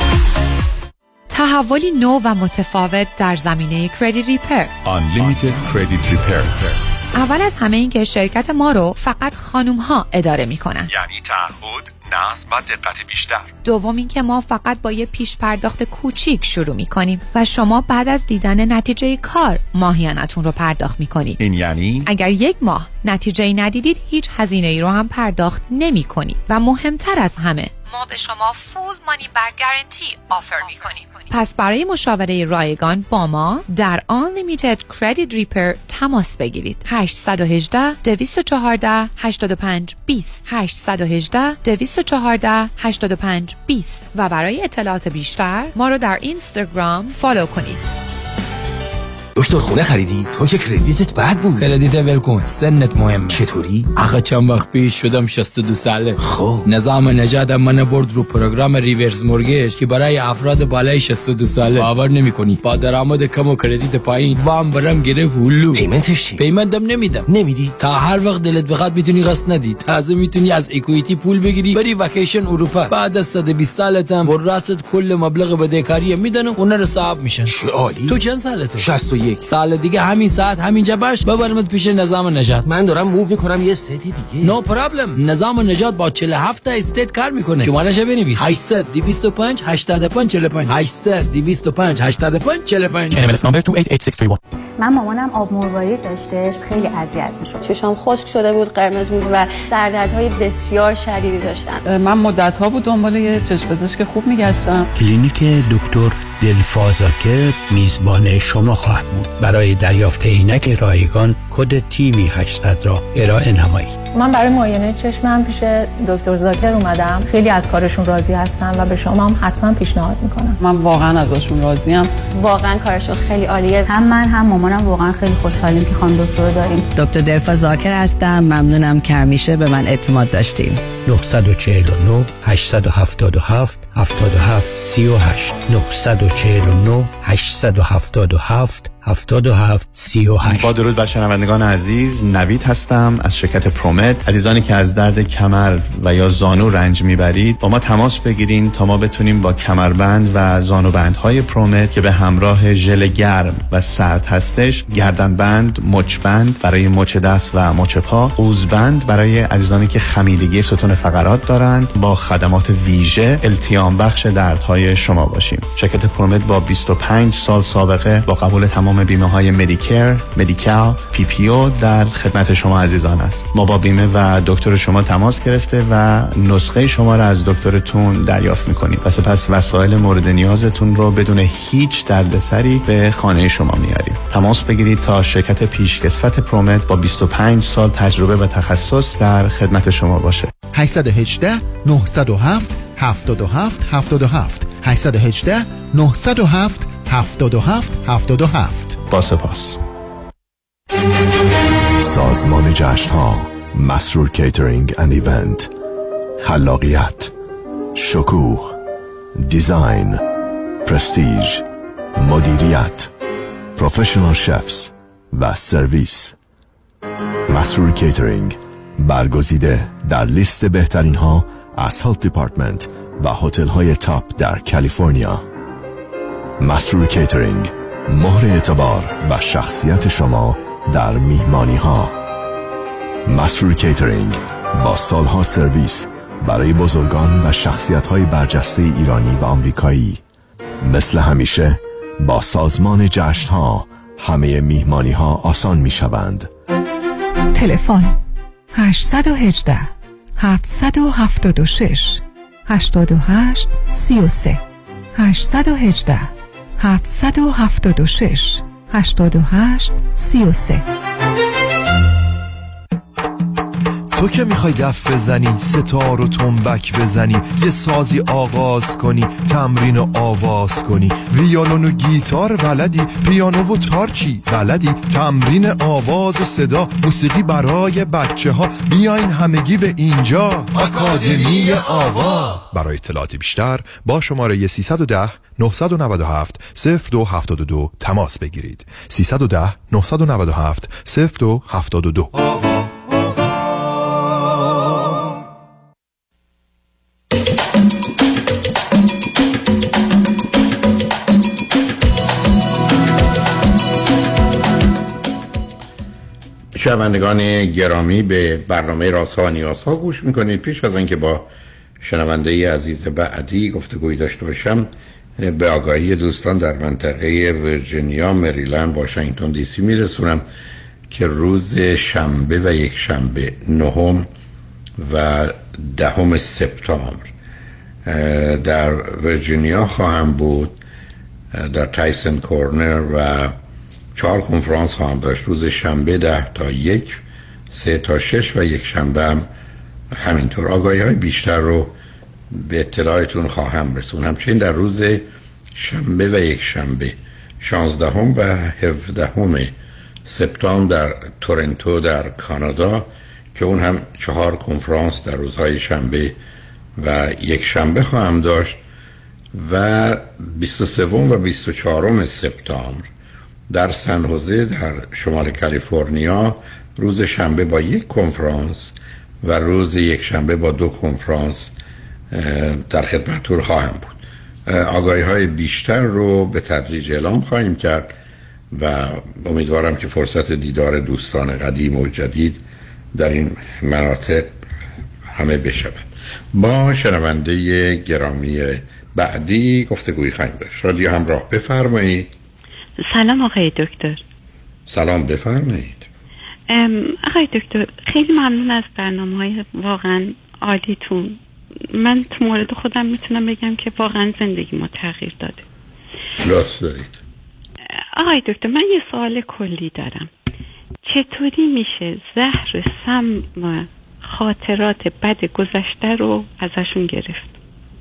تحولی نو و متفاوت در زمینه کردیت ریپر. Unlimited Credit Repair. اول از همه این که شرکت ما رو فقط خانوم ها اداره می کنن. یعنی تعهد، نظم و دقت بیشتر. دوم این که ما فقط با یه پیش پرداخت کوچیک شروع می کنیم و شما بعد از دیدن نتیجه کار ماهیانتون رو پرداخت می کنید. این یعنی اگر یک ماه نتیجه ندیدید هیچ هزینه ای رو هم پرداخت نمی کنید و مهمتر از همه ما به شما فول مانی بک گارانتی آفر می کنیم. پس برای مشاوره رایگان با ما در Unlimited Credit Repair تماس بگیرید. هشت یک هشت دو یک چهار هشت پنج دو صفر هشت یک هشت دو یک چهار هشت پنج دو صفر و برای اطلاعات بیشتر ما رو در اینستاگرام فالو کنید. دکتر خونه خریدی؟ تو که کردیتت بد بود. کردیت ولکن، سنت مهم. چطوری؟ آخه چند وقت پیش شدم شصت و دو ساله. خب نظام نجات من برد رو پروگرام ریورس مورگیج که برای افراد بالای شصت و دو ساله. باور نمی‌کنی با درآمد کم و کردیت پایین وام برام گرفت هلو. پیمنتش چی؟ پیمنتم نمیدم. نمیدی؟ تا هر وقت دلت بخواد میتونی قسط ندی. تازه میتونی از اکوئیتی پول بگیری بری وکیشن اروپا. بعد از صد و بیست سالتم بر راست کل مبلغ بدهکاری میدن و اون رو صاحب میشن. چه عالی. تو چند سالته؟ شصت و یک. سال دیگه همین ساعت همینجا باش ببرمت پیش نظام نجات. من دارم موو میکنم یه استیت دیگه. نو no پرابلم. نظام نجات با چهل و هفت تا استیت کار میکنه. شمارهش بنویس. هشتصد دویست و پنج هشتاد و پنج چهل و پنج هشتصد دویست و پنج هشتاد و پنج چهل و پنج. کنملس نمبر دو هشت هشت شش سه یک. من مامانم آب مروارید داشتش، خیلی اذیت میشد. چشام خشک شده بود، قرمز بود و سردردهای بسیار شدیدی داشتم. من مدت‌ها بود دنبال یه چشم پزشک خوب میگشتم. کلینیک دکتر دلفازاکر میزبان شما خواهد بود. برای دریافت عینک رایگان کد تیوی هشتصد را ارائه نمایید. من برای معاینه چشمم پیش دکتر زاکر اومدم. خیلی از کارشون راضی هستم و به شما هم حتما پیشنهاد میکنم. من واقعا ازشون راضیم. واقعا کارشون خیلی عالیه. هم من هم مامانم واقعا خیلی خوشحالیم که خانم دکتر رو داریم. دکتر دلفازاکر هستم. ممنونم که همیشه به من اعتماد داشتین. نه چهار نه هشت هفت هفت هفت هفت سه هشت نه چهار نه هشت هفت هفت هفت هفت سه هشت. با درود بر شنوندگان عزیز، نوید هستم از شرکت پرومت. عزیزانی که از درد کمر و یا زانو رنج میبرید با ما تماس بگیرین تا ما بتونیم با کمربند و زانوبندهای پرومت که به همراه ژل گرم و سرد هستش، گردنبند، مچبند برای مچ دست و مچ پا، قوزبند برای عزیزانی که خمیدگی ستون فقرات دارند، با خدمات ویژه التیام بخش دردهای شما باشیم. شرکت پرومت با بیست و پنج سال سابقه با قبول تمام بیمه های مدیکر، مدیکال، پی پی او در خدمت شما عزیزان است. ما با بیمه و دکتر شما تماس گرفته و نسخه شما را از دکترتون دریافت می‌کنیم و سپس وسایل مورد نیازتون رو بدون هیچ دردسری به خانه شما میاریم. تماس بگیرید تا شرکت پیشکسوت پرومت با بیست و پنج سال تجربه و تخصص در خدمت شما باشه. هشت یک هشت نه صفر هفت هفت هفت هفت هفت هشت یک هشت نه صفر هفت هفت هفت هفت هفت. با سپاس. سازمان جشن‌ها، مسرور کیترینگ اند ایونت، خلاقیت، شکوه، دیزاین، پرستیژ، مدیریت، پروفشنال شفز و سرویس. مسرور کیترینگ برگزیده در لیست بهترین ها از هلت دیپارتمنت و هتل های تاپ در کالیفرنیا. مسرور کیترینگ، مهر اعتبار و شخصیت شما در میهمانی ها. مسرور کیترینگ با سالها سرویس برای بزرگان و شخصیت های برجسته ایرانی و آمریکایی. مثل همیشه با سازمان جشن ها همه میهمانی ها آسان می شوند. تلفن هشت یک هشت هفت هفت شش هشت هشت سه سه هشت یک هشت هفت هفت شش هشت هشت سه سه. تو که میخوای دف بزنی، ستار و تنبک بزنی، یه سازی آغاز کنی، تمرین و آواز کنی، ویولون و گیتار بلدی، پیانو و تارچی بلدی، تمرین آواز و صدا، موسیقی برای بچه ها، بیاین همگی به اینجا آکادمی آوا. برای اطلاعات بیشتر با شماره سیصد و ده نهصد و نود و هفت صفر دو هفتاد و دو تماس بگیرید. سیصد و ده نهصد و نود و هفت صفر دو هفتاد و دو. شنوندگان گرامی، به برنامه رازها و نیازها گوش میکنید. پیش از اینکه با شنونده عزیز بعدی گفتگوی داشته باشم، به آگاهی دوستان در منطقه ویرجینیا، مریلند، واشنگتن دی سی میرسونم که روز شنبه و یک شنبه نهم و دهم سپتامبر در ویرجینیا خواهم بود، در تایسن کورنر، و چهار کنفرانس خواهم داشت. روز شنبه ده تا یک، سه تا شش و یک شنبه هم همینطور. آگاهی های بیشتر رو به اطلاعتون خواهم رسون. همچنین در روز شنبه و یک شنبه شانزدهم و هفدهم سپتامبر در تورنتو در کانادا که اون هم چهار کنفرانس در روزهای شنبه و یک شنبه خواهم داشت، و بیست و سوم و بیست و چهارم سپتامبر در سن هوزه در شمال کالیفرنیا روز شنبه با یک کنفرانس و روز یک شنبه با دو کنفرانس در خدمتتون خواهم بود. آگاهی های بیشتر رو به تدریج اعلام خواهیم کرد و امیدوارم که فرصت دیدار دوستان قدیم و جدید در این مناطق همه بشود. با شنونده گرامی بعدی گفتگوی خواهیم داشت. رادیو همراه، بفرمایید. سلام آقای دکتر. سلام، بفرمایید. آقای دکتر، خیلی ممنون از برنامه‌های واقعا عالیتون. من تو مورد خودم میتونم بگم که واقعا زندگی ما تغییر داده. لطف دارید. آقای دکتر، من یه سوال کلی دارم. چطوری میشه زهر سم خاطرات بد گذشته رو ازشون گرفت؟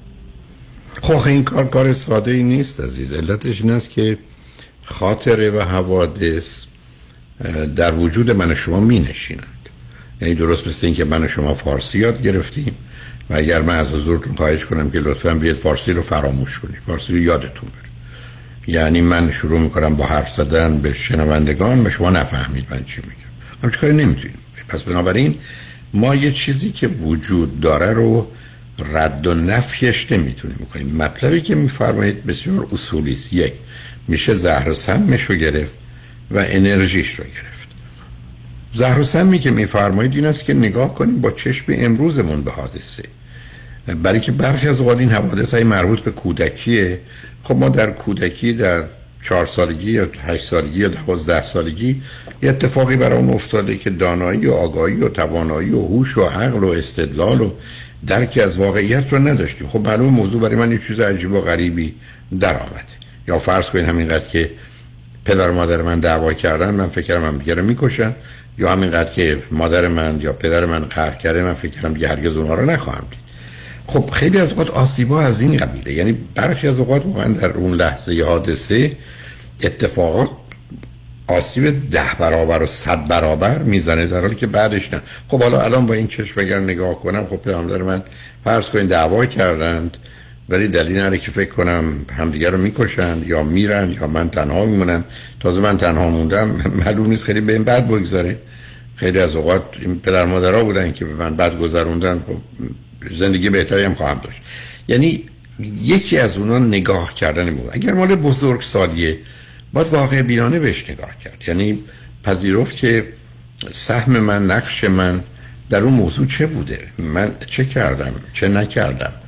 خب این کار کار ساده ای نیست عزیز. علتش این است که خاطره و حوادث در وجود من و شما می نشینند. یعنی درست مثل این که من و شما فارسی یاد گرفتیم و اگر من از حضورتون خواهش کنم که لطفاً بیاید فارسی رو فراموش کنید، فارسی رو یادتون بره، یعنی من شروع میکنم با حرف زدن به شنوندگان و شما نفهمید من چی میگم، همچه کاری نمیتونید. پس بنابراین ما یه چیزی که وجود داره رو رد و نفیش نمیتونیم بکنیم. مطلبی که میفرمایید بسیار اصولی است. یک، میشه زهر و سمش رو گرفت و انرژیش رو گرفت. زهر و سمی که میفرمایید این است که نگاه کنیم با چشم امروزمون به حادثه، برای که برخی از اوقات این حوادث های مربوط به کودکیه. خب ما در کودکی، در چهار سالگی یا هشت سالگی یا دوازده سالگی یه اتفاقی برای اون افتاده که دانایی و آگاهی و توانایی و هوش و عقل و استدلال و درکی از واقعیت رو نداشتیم. خب معلوم موضوع برای من یه چیز عجیب و غریبی در آمده. یا فرض کنید همینقدر که پدر و مادر من دعوا کردن من فکر کردم هم دیگه رو میکشن، یا همینقدر که مادر من یا پدر من قهر کرده من فکر کردم دیگه هرگز اونها رو نخواهم دید. خب خیلی از اوقات آسیبا از این قبیله، یعنی برخی از اوقات واقعا در اون لحظه ی حادثه اتفاقات آسیب ده برابر و صد برابر میزنه در حالی که بعدش نه. خب حالا الان با این چشم اگر نگاه کنم، خب پدر مادر من فرض کنید دعوا کردند ولی دلیل نداره که فکر کنم همدیگه رو میکشن یا میرن یا من تنها میمونم. تازه من تنها موندم معلوم نیست خیلی به این بد بگذاره. خیلی از اوقات این پدر مادرها بودن که به من بد گذروندن، خب زندگی بهتری هم خواهم داشت. یعنی یکی از اونا نگاه کردن بود. اگر مال بزرگ سالیه باید واقع بینانه بهش نگاه کرد، یعنی پذیرفت که سهم من، نقش من در اون موضوع چه بوده، من چه کردم چه نکردم.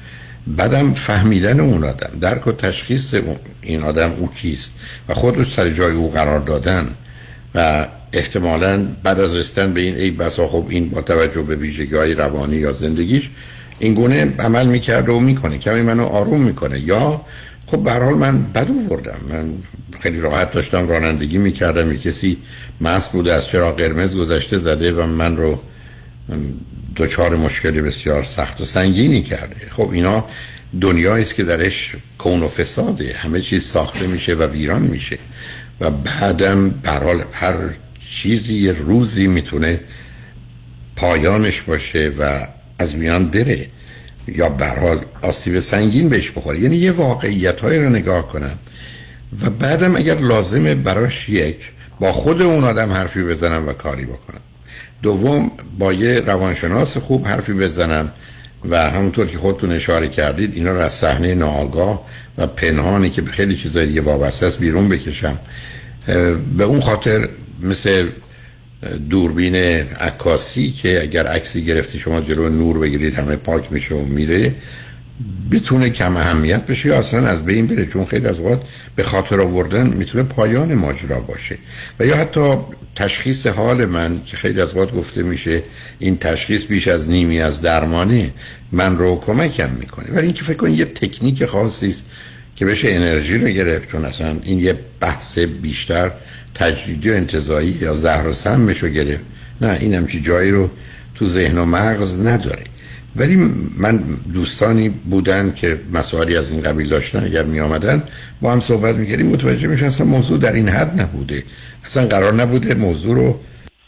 بعدم فهمیدن اون آدم، درک و تشخیص اون این آدم او کیست و خود رو سر جای او قرار دادن و احتمالاً بعد از رسیدن به این ای بسا خب این با توجه به ویژگی‌های روانی یا زندگیش این گونه عمل میکرده و میکنه، کمی منو آروم میکنه. یا خب به هر حال من بد آوردم، من خیلی راحت داشتم رانندگی میکردم، یک کسی مست بوده از چراغ قرمز گذشته زده و من رو دوچار مشکلی بسیار سخت و سنگینی کرده. خب اینا دنیایی است که درش کون و فساده، همه چیز ساخته میشه و ویران میشه و بعدم به هر حال هر چیزی یه روزی میتونه پایانش باشه و از میان بره یا به هر حال آسیب سنگین بهش بخوره. یعنی یه واقعیت‌هایی رو نگاه کنم و بعدم اگر لازمه براش یک با خود اون آدم حرفی بزنم و کاری بکنم، دوم با یه روانشناس خوب حرفی بزنم و همونطور که خودتون اشاره کردید اینا رو از صحنه ناآگاه و پنهانی که به خیلی چیزای دیگه وابسته است بیرون بکشم. به اون خاطر مثل دوربین عکاسی که اگر عکسی گرفتی شما جلو نور بگیرید همه پاک میشه و میره، بتونه کم اهمیت بشه یا اصلا از بین بره، چون خیلی از اوقات به خاطر آوردن میتونه پایان ماجرا باشه. و یا حتی تشخیص حال من که خیلی از اوقات گفته میشه این تشخیص بیش از نیمی از درمانه، من رو کمکم میکنه. ولی اینکه فکر کنید یه تکنیک خاصی است که بشه انرژی رو گرفت، چون اصلا این یه بحث بیشتر تجدیدی و انتزاعی یا زهر و سمش رو گرفت، نه این همچی جایی رو تو ذهن و مغز نداره. ولی من دوستانی بودن که مسائلی از این قبیل داشتن، اگر می آمدن با هم صحبت می کردیم متوجه میشن اصلا موضوع در این حد نبوده، اصلا قرار نبوده موضوع رو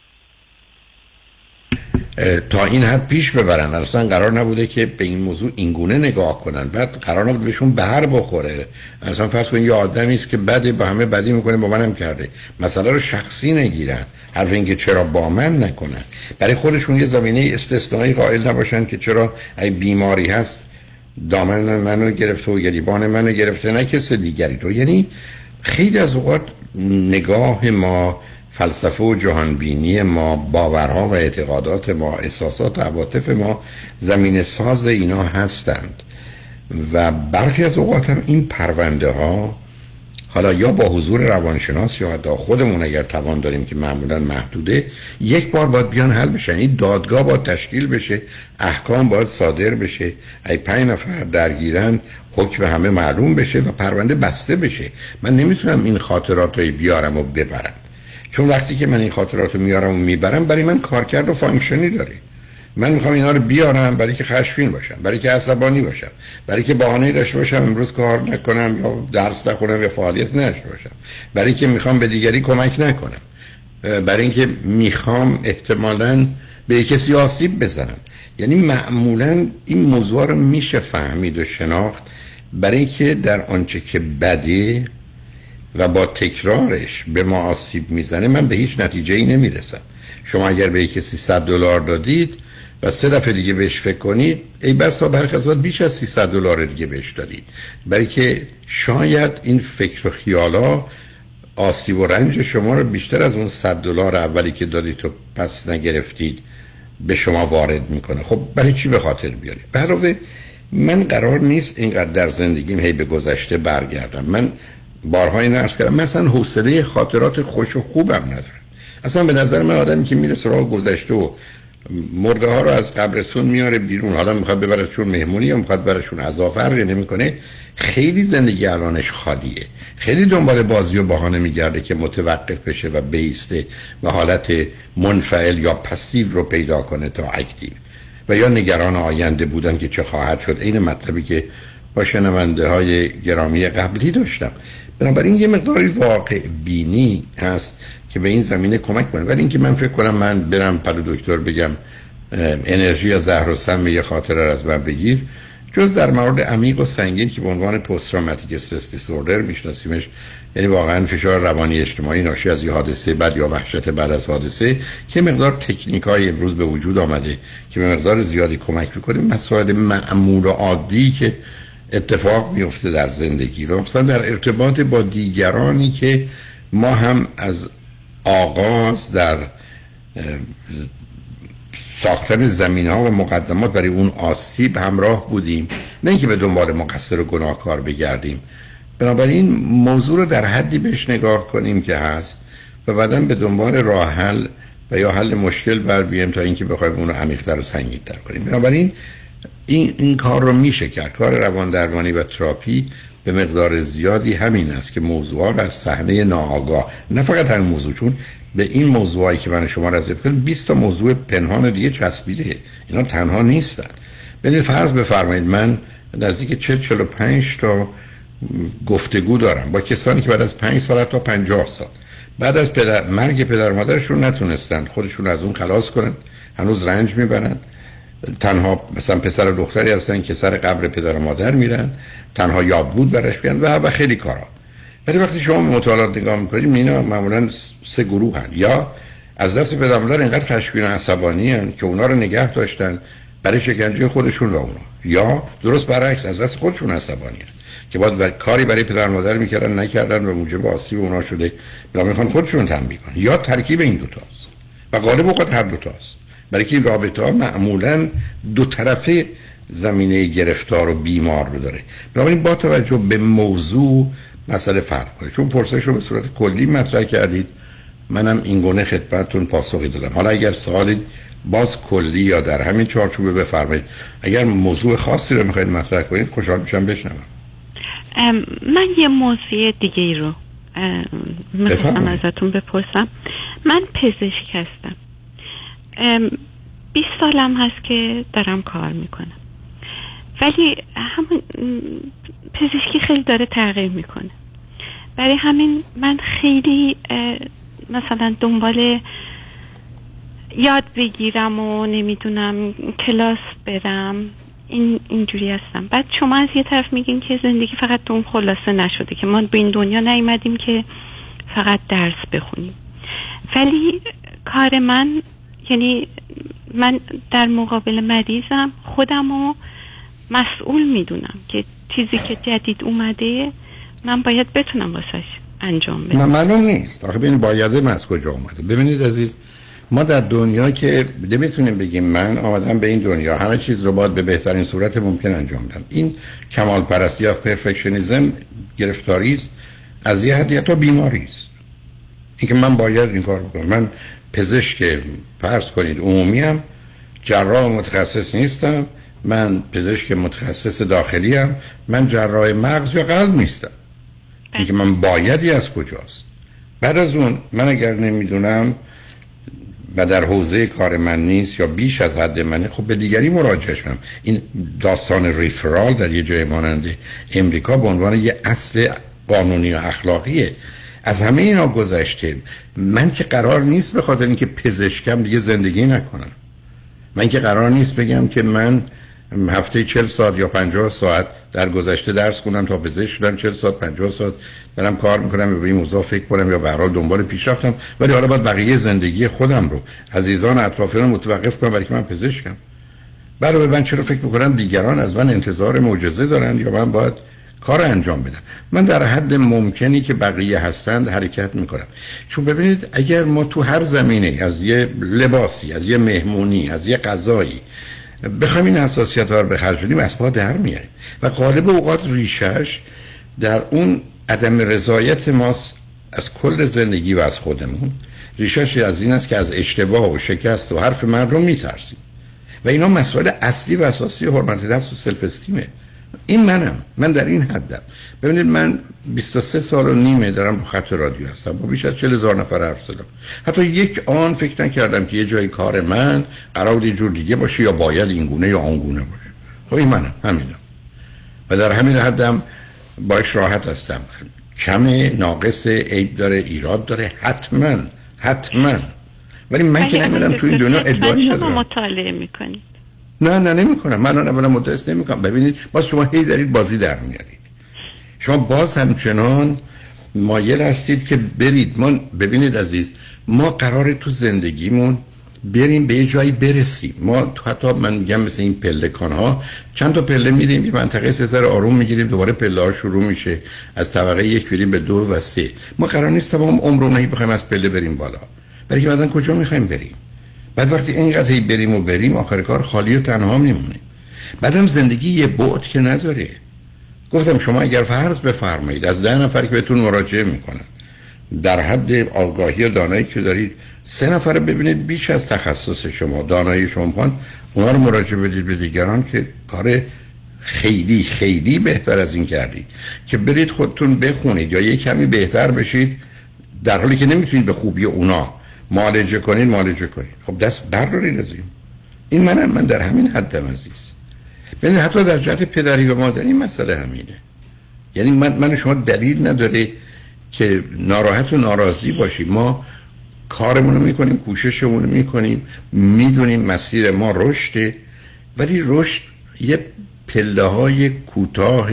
تا این حد پیش ببرن، اصلا قرار نبوده که به این موضوع اینگونه نگاه کنن، بعد قرار نبوده بهشون بهر بخوره. اصلا فرض کنید یه آدمی است که بده با همه بدی میکنه، با منم کرده، مسئله رو شخصی نگیرن، حرف این که چرا با من نکنن، برای خودشون یه زمینه استثنایی قائل نباشن که چرا ای بیماری هست دامن منو گرفته و گریبان منو گرفته نه کس دیگری رو. یعنی خیلی از اوقات نگاه ما، فلسفه و جهانبینی ما، باورها و اعتقادات ما، احساسات و عواطف ما زمین ساز اینا هستند و برخی از اوقات هم این پرونده ها حالا یا با حضور روانشناس یا حتی خودمون اگر توان داریم که معمولا محدوده، یک بار باید بیان حل بشن. این دادگاه باید تشکیل بشه، احکام باید صادر بشه، ای پنج نفر درگیرن حکم همه معلوم بشه و پرونده بسته بشه. من نمیتونم این خاطرات رو بیارم و ببرم، چون وقتی که من این خاطرات رو میارم و میبرم برای من کارکرد و فانکشنی داره. من میخوام اینا رو بیارم برای که خشمگین باشم، برای که عصبانی باشم، برای که بهانه‌ای داشته باشم امروز کار نکنم یا درس نخونم یا فعالیت نشته باشم، برای که میخوام به دیگری کمک نکنم، برای اینکه میخوام احتمالاً به کسی آسیب بزنم. یعنی معمولاً این موضوع رو میشه فهمید و شناخت برای اینکه در آنچه که بده و با تکرارش به ما آسیب میزنه من به هیچ نتیجه‌ای نمیرسم. شما اگر به کسی صد دلار دادید و سه دفعه دیگه بهش فکر کنید، ای بسا برخی از وقت بیش از سیصد دلار دیگه بهش دادید، برای که شاید این فکر و خیالا آسیب و رنج شما رو بیشتر از اون صد دلار اولی که دادید تو پس نگرفتید به شما وارد میکنه. خب برای چی به خاطر بیارید؟ به علاوه من قرار نیست اینقدر در زندگیم هی به گذشته برگردم. من بارها این عرض کردم مثلا حوصله خاطرات خوش و خوبم ندارم. اصلا به نظر من آدمی که میره سراغ گذشته و مرده ها رو از قبرستون میاره بیرون، حالا میخواد ببرشون مهمونی یا میخواد ببرشون عزا، فرقی نمیکنه، خیلی زندگی الانش خالیه، خیلی دنبال بازی و بهانه میگرده که متوقف بشه و بیسته و حالت منفعل یا پسیو رو پیدا کنه تا اکتیو، و یا نگران آینده بودن که چه خواهد شد. این مطلبی که با شنونده های گرامی قبلی داشتم. بنابراین یه مقداری واقع بینی هست که به این زمینه کمک کنه. ولی اینکه من فکر کنم من برم پلو دکتر بگم انرژی از زهر و سم یه خاطره از من بگیر، جز در مورد عمیق و سنگین که به عنوان پست تروماتیک استرس دیسوردر میشناسیمش، یعنی واقعا فشار روانی اجتماعی ناشی از یه حادثه بعد یا وحشت بعد از حادثه که مقدار تکنیکای امروز به وجود آمده که به مقدار زیادی کمک میکنه، مسائل معمول و عادی که اتفاق میفته در زندگی و مثلا در ارتباط با دیگرانی که ما هم از آغاز در ساختن زمینه‌ها و مقدمات برای اون آسیب همراه بودیم، نه اینکه به دنبال مقصر و گناهکار بگردیم. بنابراین موضوع رو در حدی بهش نگاه کنیم که هست و بعداً به دنبال راه حل و یا حل مشکل بر بیایم تا اینکه بخوایم اون رو عمیق‌تر و سنگین‌تر کنیم. بنابراین این این کار رو میشه کرد. کار روان درمانی و تراپی به مقدار زیادی همین است که موضوعا رو از صحنه ناآگاه، نه فقط همین موضوع، چون به این موضوعایی که من شما رسید کردم بیست تا موضوع پنهان دیگه چسبیده، اینا تنها نیستن. ببینید فرض بفرمایید من نزدیک چهل چهل و پنج تا گفتگو دارم با کسانی که بعد از پنج سال تا پنجاه سال بعد از پدر مرگ پدر مادرشون نتونستن خودشون از اون خلاص کنن، هنوز رنج میبرن، تنها مثلا پسر و دختری هستن که سر قبر پدر و مادر میرن، تنها یادبود برش بیان و و خیلی کارا. ولی وقتی شما مطالعات نگاه میکنید اینا معمولا سه گروه هن. یا از دست پدر و مادر اینقدر خشمگین و عصبانی هن که اونا رو نگه داشتن برای شکنجه خودشون و اونا، یا درست برعکس از دست خودشون عصبانی هن که باید بر کاری برای پدر و مادر میکردن نکردن و موجب آسیب اونا شده، برای میخوان خودشون تنبیه کنن. یا ترکیب این دو تاست و غالب اوقات هر دو تاست، برای که این رابطه ها معمولا دو طرفه زمینه گرفتار و بیمار رو داره. بنابراین با توجه به موضوع مسئله فرق کنه. چون پرسش رو به صورت کلی مطرح کردید، منم این گونه خدمتتون پاسخی دادم. حالا اگر سوالی باز کلی یا در همین چارچوبه بفرمایید. اگر موضوع خاصی رو میخواید مطرح کنید خوشحال میشم بشنوم. من یه موضوع دیگه ای رو میخواستم ازتون بپرسم. من پزشک هستم، بیست سالم هست که دارم کار میکنم، ولی همون پزشکی خیلی داره تغییر میکنه. برای همین من خیلی مثلا دنبال یاد بگیرم و نمیدونم کلاس برم، این اینجوری هستم. بعد شما از یه طرف میگین که زندگی فقط تو اون خلاصه نشده، که ما به این دنیا نیومدیم که فقط درس بخونیم. ولی کار من، یعنی من در مقابل مریضم خودمو مسئول میدونم که چیزی که جدید اومده من باید بتونم واسش انجام بدم. نه معلوم نیست. آخه ببین بایده من از کجا اومده. ببینید عزیز، ما در دنیا که نمیتونیم بگیم من آمدم به این دنیا همه چیز رو باید به بهترین صورت ممکن انجام بدم. این کمال پرستی یا پرفکشنیسم گرفتاری است، از یه حدی تا بیماری است. اینکه من باید این کار بکنم. من پزشک فرض کنید عمومی ام، جراح متخصص نیستم، من پزشک متخصص داخلی ام، من جراح مغز یا قلب نیستم. اینکه من بایدی از کجاست؟ بعد از اون من اگر نمیدونم و در حوزه کار من نیست یا بیش از حد منه، خب به دیگری مراجعه کنم. این داستان ریفرال در یه جای مانند امریکا به عنوان یه اصل قانونی و اخلاقیه. از همه اینا گذشته من که قرار نیست به خاطر اینکه پزشکم دیگه زندگی نکنم. من که قرار نیست بگم که من هفته چهل ساعت یا پنجاه ساعت در گذشته درس خوندم تا پزشک شدم، چهل ساعت پنجاه ساعت دارم کار میکنم و به این موضوع فکر کنم یا به هر حال دنبال پیشرفتم، ولی حالا باید بقیه زندگی خودم رو عزیزان اطرافیان متوقف کنم برای که من پزشکم. برای من چرا فکر میکنم دیگران از من انتظار معجزه دارن یا من باید کار انجام بدم؟ من در حد ممکنی که بقیه هستند حرکت میکنم. چون ببینید اگر ما تو هر زمینه، از یه لباسی، از یه مهمونی، از یه غذایی بخوایم این حساسیت ها رو به خرج بدیم، از پا در میاریم و غالب اوقات ریشش در اون عدم رضایت ماست از کل زندگی و از خودمون. ریشش از این است که از اشتباه و شکست و حرف مردم میترسیم و اینا مسئله اصلی و اساسی حرمت نفس و سلف استیمه. این منم، من در این حدم. ببینید من بیست و سه سال و نیمه دارم رو خط رادیو هستم، با بیش از چهل هزار نفر حرف زدم. حتی یک آن فکر نکردم که یه جای کار من قرار یه جور دیگه باشه یا باید این گونه یا آن گونه باشه. خب این منم، همینم و در همین حدم باش راحت هستم. کم، ناقص، عیب داره، ایراد داره، حتما حتما. ولی من که نمیدونم تو این دنیا ادعایی ندارم. مطالعه میکنید؟ نه نه نمی کنم. من الان اولا مدرس نمی کنم. ببینید باز شما هی دارید بازی در میارید. شما باز همچنان مایل هستید که برید. ما ببینید عزیز، ما قراره تو زندگیمون بریم به یه جایی برسیم. ما تو حتی من میگم مثل این پلکان ها چند تا پله میریم، یه منطقه سه ذره آروم میگیریم، دوباره پله ها شروع میشه، از طبقه یک بریم به دو و سه. ما قرار نیست تمام عمرمون بخوایم از پله بریم بالا. برای که بعدن کجا میخوایم بریم؟ بعد وقتی اینقدر هی بریم و بریم آخر کار خالی و تنها میمونیم. بعدم زندگی یه بعد که نداره. گفتم شما اگر فرض بفرمایید از ده نفر که بهتون مراجعه میکنن در حد آگاهی و دانایی که دارید سه نفر ببینید بیش از تخصص شما دانایی شما میخوان اونا رو مراجعه بدید به دیگران که کار خیلی خیلی بهتر از این کردید که برید خودتون بخونید یا یه کمی بهتر بشید در حالی که نمیتونید به خوبی اونا معالجه کنید معالجه کنید. خب دست بردارید از این. این منم من در همین حدم عزیز. ببین حتی در جهت پدری و مادری مسئله همینه. یعنی من من شما دلیل نداره که ناراحت و ناراضی باشیم. ما کارمون رو میکنیم، کوششمون رو میکنیم، میدونیم مسیر ما رشده، ولی رشد یه پله های کوتاه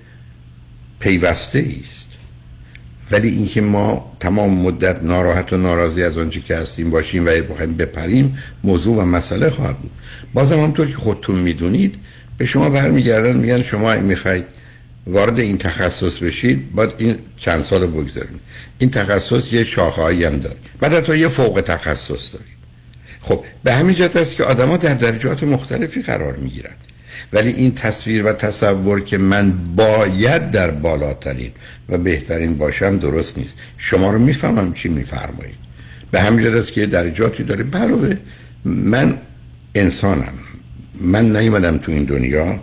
پیوسته است. ولی اینکه ما تمام مدت ناراحت و ناراضی از آنچه که هستیم باشیم و بخوایم بپریم موضوع و مسئله خواهد بود. بازم همونطور که خودتون میدونید به شما برمیگردن میگن شما میخواید وارد این تخصص بشید باید این چند سال بگذارید. این تخصص یه شاخه‌ای هم داره. بعد حتی یه فوق تخصص داره. خب به همین جهت است که آدما در درجات مختلفی قرار میگیرن. ولی این تصویر و تصور که من باید در بالاترین و بهترین باشم درست نیست. شما رو میفهمم چی میفرمایید. به همین جهت است که درجاتی داره. علاوه من انسانم. من نیومدم تو این دنیا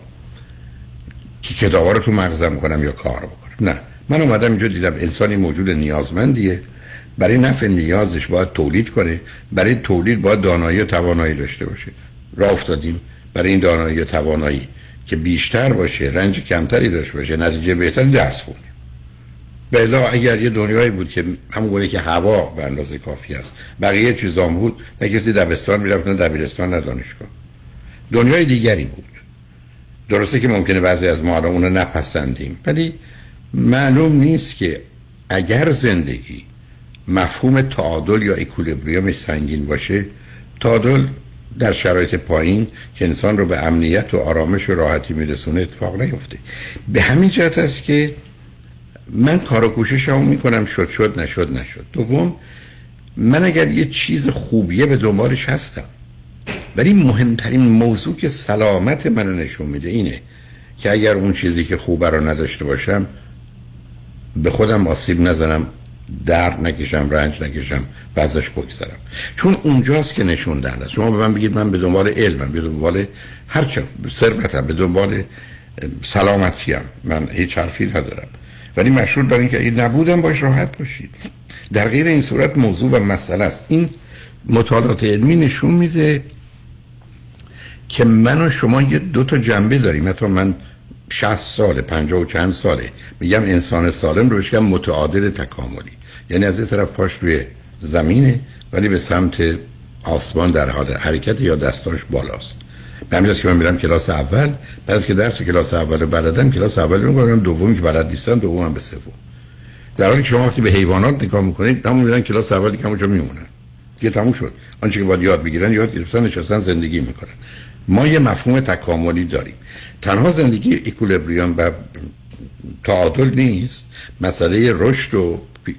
که کتابا رو تو مغزم کنم یا کار بکنم. نه، من اومدم اینجا دیدم انسانی موجود نیازمندیه. برای نفع نیازش باید تولید کنه. برای تولید باید دانایی و توانایی داشته باشه. راه افتادیم برای این دانایی و توانایی که بیشتر باشه، رنج کمتری داشته باشه، نتیجه بهتری درس خونیم. بلا اگر یه دنیایی بود که همونگونه که هوا به اندازه کافی است، بقیه چیزام بود، نه کسی دبستان میرفت نه دبیرستان نه دانشگاه. دنیای دیگری بود. درسته که ممکنه بعضی از ما اون رو نپسندیم، ولی معلوم نیست که اگر زندگی مفهوم تعادل یا اکولیبریومش سنگین باشه، تعادل در شرایط پایین که انسان رو به امنیت و آرامش و راحتی میرسونه اتفاق نیفته. به همین جهت است که من کار و کوششمو میکنم، شد شد نشد نشد. دوم، من اگر یه چیز خوبیه به دنبالش هستم، ولی مهمترین موضوع که سلامت من نشون میده اینه که اگر اون چیزی که خوبه رو نداشته باشم به خودم آسیب نزنم، درد نکشم، رنج نکشم و ازش بگذرم. چون اونجاست که نشون دهنده. شما به من بگید من به دنبال علمم، به دنبال هر چه ثروتم، به دنبال سلامتیم، من هیچ حرفی ندارم، ولی مشروط بر این که اگه نبودم باش راحت باشید. در غیر این صورت موضوع و مسئله است. این مطالعات علمی نشون میده که من و شما یه دو تا جنبه داریم. حتی من شصت ساله، پنجاه و چند ساله میگم انسان سالم رو بشکم متعادل تکاملی. یعنی از یه طرف پاش روی زمینه ولی به سمت آسمان در حال حرکت یا دستاش بالاست. به همین جاست که من میرم کلاس اول، بعد از که درس کلاس اول بلدم، کلاس اول رو میگم دومی که بلد نیستم دومم به سوم. در حالی که شما وقتی به حیوانات نگاه میکنید همون میرن کلاس اول دیگه همونجا میمونن. دیگه تموم شد. آنچه که باید یاد بگیرن یاد گرفتن، نشستن زندگی میکنن. ما یه مفهوم تکاملی داریم. تنها زندگی اکولیبریوم و تعادل نیست، مسئله رشد و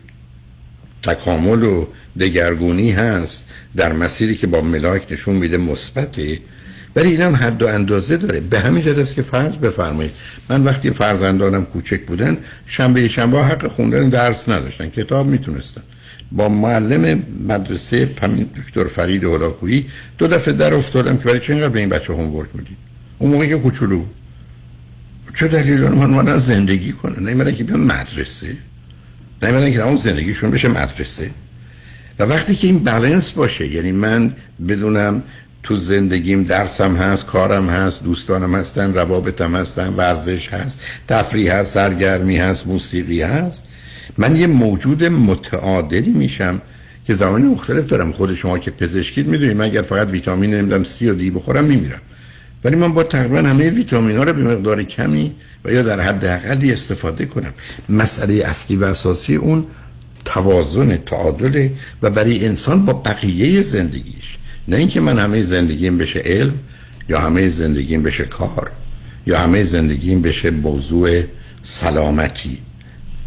تکامل و دگرگونی هست در مسیری که با ملاک نشون میده مثبته، ولی اینم حد و اندازه داره. به همین جهت است که فرض بفرمایید من وقتی فرزندانم کوچک بودن شنبه شنبه حق خوندن درس نداشتن، کتاب میتونستن. با معلم مدرسه همین دکتر فرید هولاکویی دو دفعه در افتادم که برای چه اینقدر به این بچه هومورک میدید؟ اون موقعی که کوچولو چه دلیل من من زندگی کنه؟ نمیدونم که بیان مدرسه، نمیدونم که اون زندگیشون بشه مدرسه. و وقتی که این بالانس باشه، یعنی من بدونم تو زندگیم درسم هست، کارم هست، دوستانم هستن، روابطم هستن، ورزش هست، تفریح هست، سرگرمی هست، موسیقی هست، من یه موجود متعادلی میشم که زمان مختلف دارم. خود شما که پزشکید میدونید من اگر فقط ویتامین نمیدم سی و دی بخورم میمیرم، ولی من با تقریبا همه ویتامین ها رو به مقدار کمی و یا در حد اقلی استفاده کنم. مسئله اصلی و اساسی اون توازن، تعادل و برای انسان با بقیه زندگیش، نه اینکه من همه زندگیم بشه علم یا همه زندگیم بشه کار یا همه زندگیم بشه موضوع سلامتی.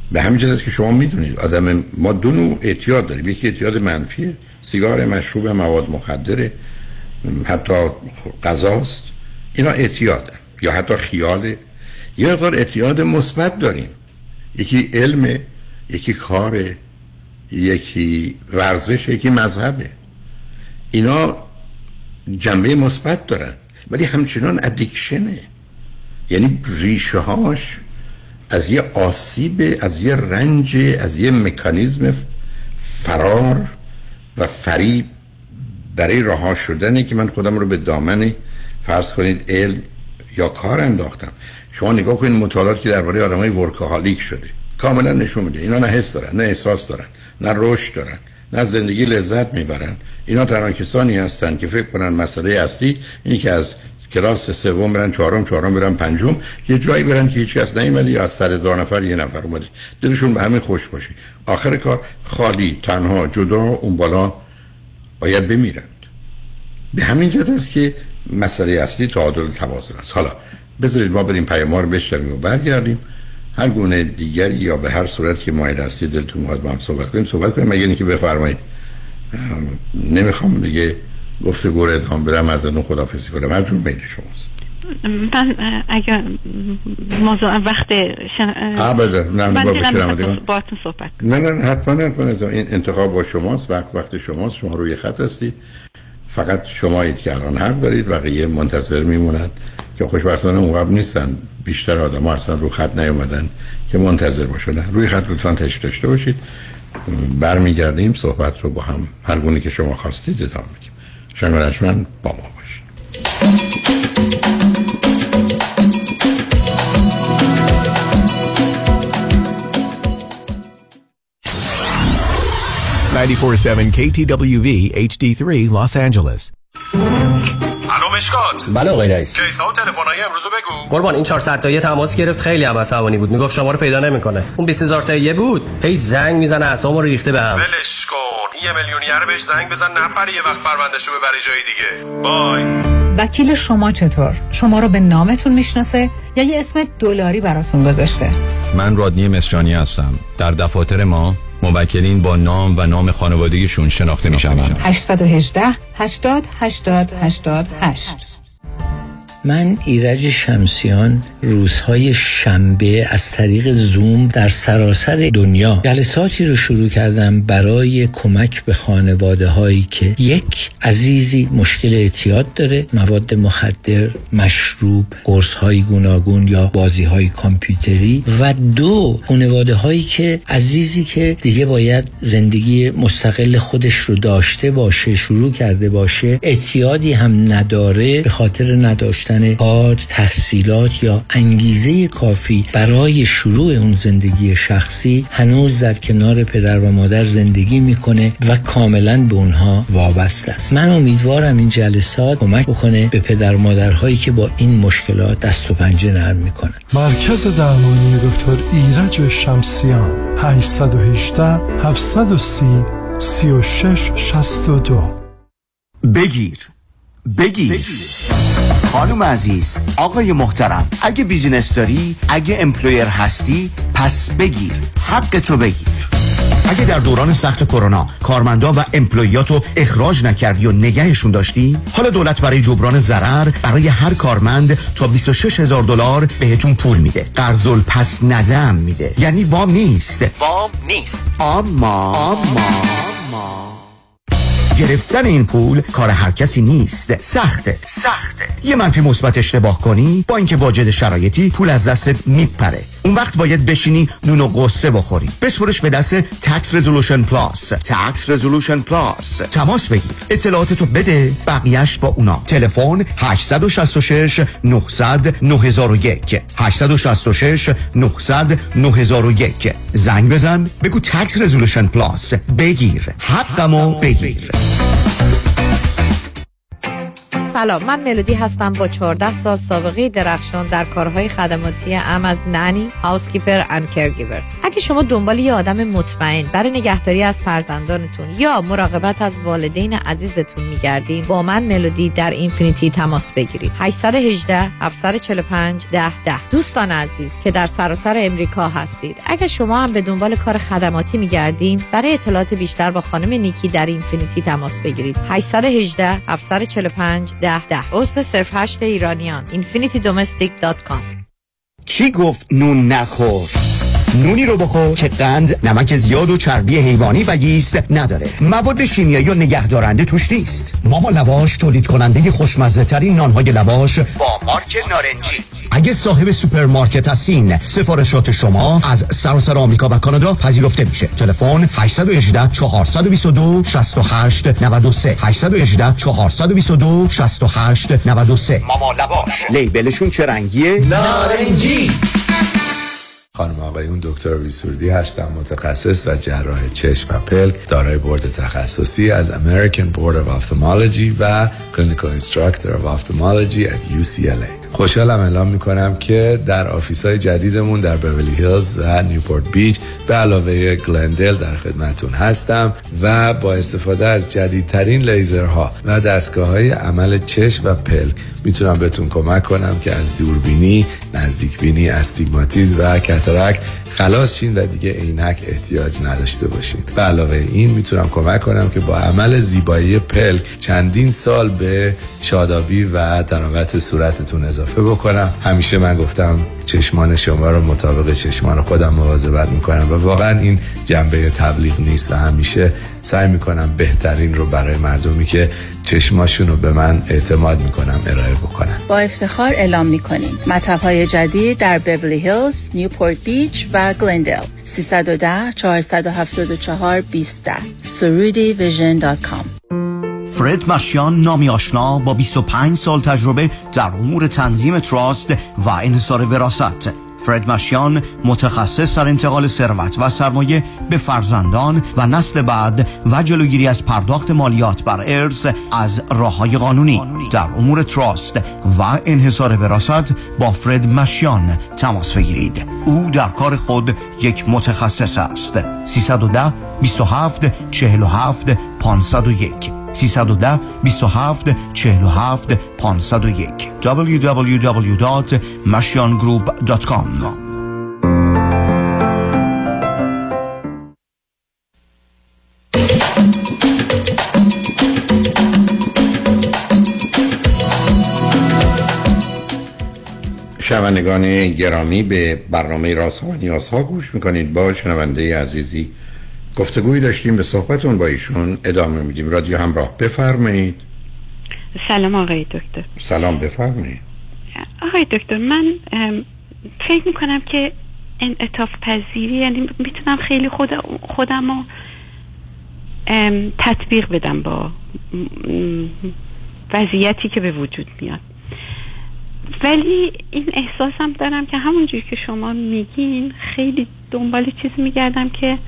به همین جهت که شما میدونید آدم ما دو نوع اعتیاد داریم. یکی اعتیاد منفی، سیگار، مشروب، مواد مخدر، حتی غذاست، اینا اعتیاده یا حتی خیاله. یه مقدار اعتیاد مثبت داریم، یکی علم، یکی کار، یکی ورزش، یکی مذهبه. اینا جنبه مثبت دارن ولی همچنان ادیکشنه، یعنی ریشه هاش از یه آسیب، از یه رنج، از یه مکانیزم فرار و فریب برای رها شدنه که من خودم رو به دامن فرض کنید علم یا کار انداختم. شما نگاه کنید مطالعاتی که درباره آدمای ورکاهالیک شده کاملا نشون میده اینا نه حس دارن، نه احساس دارن، نه رشد دارن، نه زندگی لذت میبرن. اینا تنها کسانی هستن که فکر کنن مسئله اصلی اینی که از کلاس سوم برن چهارم، چهارم برن پنجم، یه جایی برن که هیچ کس نیومده یا از سر هزار نفر یه نفر اومده، دلشون به همین خوش باشه. آخر کار خالی، تنها، جدا، اون بالا باید بمیرند. به همین جهت است که مسئله اصلی تعادل و توازن است. حالا بذارید ما بریم پیام رو بشنویم و برگردیم. هر گونه دیگری یا به هر صورت که مایل هستید دلتون میخواد با هم صحبت کنیم صحبت کنیم. مگه اینکه بفرمایید نمیخوام دیگه گفتگو رو ادامه بدم، از اون خداحافظی کنم. هر جور میل شماست. من اگر موضوع وقت ابدا نه من با بشم دیگه باهاتون صحبت نه نه حتما حتما این انتخاب با شماست، وقت وقت شماست، شما روی خط هستید، فقط شمایید که الان حق دارید، بقیه منتظر میمونن که خوشبختانه موقع نیستن. بیشتر آدم‌ها اصلا رو خط نیومدن که منتظر باشن. روی خط لطفاً تشریف داشته باشید. برمیگردیم صحبت رو با هم هر گونه که شما خواستید ادامه میدیم. شنگرشمن با ما باشید. نود و چهار ممیز هفت کی تی دبلیو وی اچ دی سه Los Angeles. الو مشکات. بله آقای رئیس. کیسا و تلفن‌های امروزو بگو. قربان این چهارصد تایی تماس گرفت، خیلی هم عصبانی بود، میگفت شما رو پیدا نمیکنه. اون بیست هزار تایی بود، هی زنگ میزنه اعصابمو رو ریخته بهم. ولش کن. یه میلیونیر بهش زنگ بزن نپره یه وقت پروندهشو ببری جای دیگه. بای. وکیل شما چطور؟ شما رو به نامتون میشناسه یا یه اسم دلاری براتون گذاشته؟ من رادنی مصریانی هستم. در دفاتر ما موکلین با نام و نام خانوادگیشون شناخته میشن. هشت یک هشت هشتاد هشتاد هشتاد هشت. من ایرج شمسیان روزهای شنبه از طریق زوم در سراسر دنیا جلساتی رو شروع کردم برای کمک به خانواده هایی که یک عزیزی مشکل اعتیاد داره، مواد مخدر، مشروب، قرص های گوناگون یا بازی های کامپیوتری، و دو خانواده هایی که عزیزی که دیگه باید زندگی مستقل خودش رو داشته باشه، شروع کرده باشه، اعتیادی هم نداره به خاطر نداشتن کار، تحصیلات یا انگیزه کافی برای شروع اون زندگی شخصی، هنوز در کنار پدر و مادر زندگی میکنه و کاملا به اونها وابسته است. من امیدوارم این جلسات کمک بکنه به پدر و مادرهایی که با این مشکلات دست و پنجه نرم میکنن. مرکز درمانی دکتر ایرج شمسیان هشت یک هشت هفت سه صفر سه و شش شصت و دو. بگیر بگیر, بگیر. خانم عزیز، آقای محترم، اگه بیزینس داری، اگه امپلویر هستی، پس بگیر، حق تو بگیر. اگه در دوران سخت کرونا کارمندا و امپلویاتو اخراج نکردی و نگهشون داشتی، حالا دولت برای جبران ضرر برای هر کارمند تا بیست و شش هزار دلار بهتون پول میده. قرض الپس ندم میده، یعنی وام نیست. وام نیست اما اما گرفتن این پول کار هر کسی نیست. سخته سخته یه منفی مثبت اشتباه کنی، با اینکه واجد شرایطی، پول از دستت میپره. اون وقت باید بشینی نون و قصه بخوری. بسپرش به دست Tax Resolution Plus. Tax Resolution Plus. تماس بگیر، اطلاعاتتو بده، بقیهش با اونا. تلفن هشت شش شش نه صفر صفر نه صفر یک هشت شش شش نه صفر صفر نه صفر یک. زنگ بزن بگو Tax Resolution Plus. بگیر، حقمو بگیر. سلام، من ملودی هستم با چهارده سال سابقه درخشان در کارهای خدماتی ام از نانی، هاوسکیپر اند کرگیور. اگه شما دنبال یه آدم مطمئن برای نگهداری از فرزندانتون یا مراقبت از والدین عزیزتون میگردین، با من ملودی در اینفینیتی تماس بگیرید. هشت یک هشت، هفت چهار پنج، ده ده. دوستان عزیز که در سراسر امریکا هستید، اگه شما هم به دنبال کار خدماتی میگردین، برای اطلاعات بیشتر با خانم نیکی در اینفینیتی تماس بگیرید. هشت یک هشت، هفت چهار پنج، ده ده. عضو صرف هشت ایرانیان. اینفینیتی دومستیک دات کام. چی گفت نون نخور؟ نونی رو بخور که قند، نمک زیاد و چربی حیوانی و ییست نداره. مواد شیمیایی و نگهدارنده توش نیست. ماما لواش تولید کننده خوشمزه ترین نانهای لواش با مارک نارنجی. اگه صاحب سوپرمارکت هستین، سفارشات شما از سراسر آمریکا و کانادا پذیرفته میشه. تلفن هشت یک هشت، چهار دو دو، شش هشت نه سه هشت یک هشت، چهار دو دو، شش هشت نه سه. ماما لواش. لیبلشون چه رنگیه؟ نارنجی. خانم آقایون، دکتر ویسوردی هستم، متخصص و جراح چشم و پلک، دارای بورد تخصصی از American Board of Ophthalmology و Clinical Instructor of Ophthalmology at یو سی ال ای. خوشحالم اعلام میکنم که در آفیس‌های جدیدمون در بیولی هیلز و نیوپورت بیچ به علاوه گلندل در خدمتون هستم و با استفاده از جدیدترین لیزرها و دستگاه‌های عمل چشم و پلک میتونم بهتون کمک کنم که از دوربینی، نزدیکبینی، استیگماتیسم و کاتاراکت خلاص شین و دیگه عینک احتیاج نداشته باشین. به علاوه این میتونم کمک کنم که با عمل زیبایی پلک چندین سال به شادابی و تناوت صورتتون اضافه بکنم. همیشه من گفتم چشمان شما رو مطابق چشمان خودم مواظبت میکنم و واقعا این جنبه تبلیغ نیست و همیشه سعی میکنم بهترین رو برای مردمی که چشماشون رو به من اعتماد میکنم ارائه بکنم. با افتخار اعلام میکنیم مطب‌های جدید در بیولی هیلز، نیوپورت بیچ و گلندل. سه یک صفر، چهار هفت چهار، دو صفر سرودی ویژن دات کام. فرد مشیان، نامی آشنا با بیست و پنج سال تجربه در امور تنظیم تراست و انحصار وراثت. فرد مشیان متخصص در انتقال ثروت و سرمایه به فرزندان و نسل بعد و جلوگیری از پرداخت مالیات بر ارث از راه‌های قانونی. در امور تراست و انحصار وراثت با فرد مشیان تماس بگیرید. او در کار خود یک متخصص است. سیصد و ده، بیست و هفت، چهل و هفت، پانصد و یک سیصد و ده، بیست و هفت، چهل و هفت، پانصد و یک دبلیو دبلیو دبلیو دات مشیان گروپ دات کام. شنوندگان گرامی، به برنامه رازها و نیازها گوش میکنید. با شنونده عزیزی گفتگوی داشتیم، به صحبتون با ایشون ادامه میدیم. رادیو همراه، بفرمایید. سلام آقای دکتر. سلام، بفرمایید. آقای دکتر، من فکر میکنم که انعطاف پذیری، یعنی میتونم خیلی خود خودم رو تطبیق بدم با وضعیتی که به وجود میاد، ولی این احساسم دارم که همونجوری که شما میگین خیلی دنبال چیز میگردم که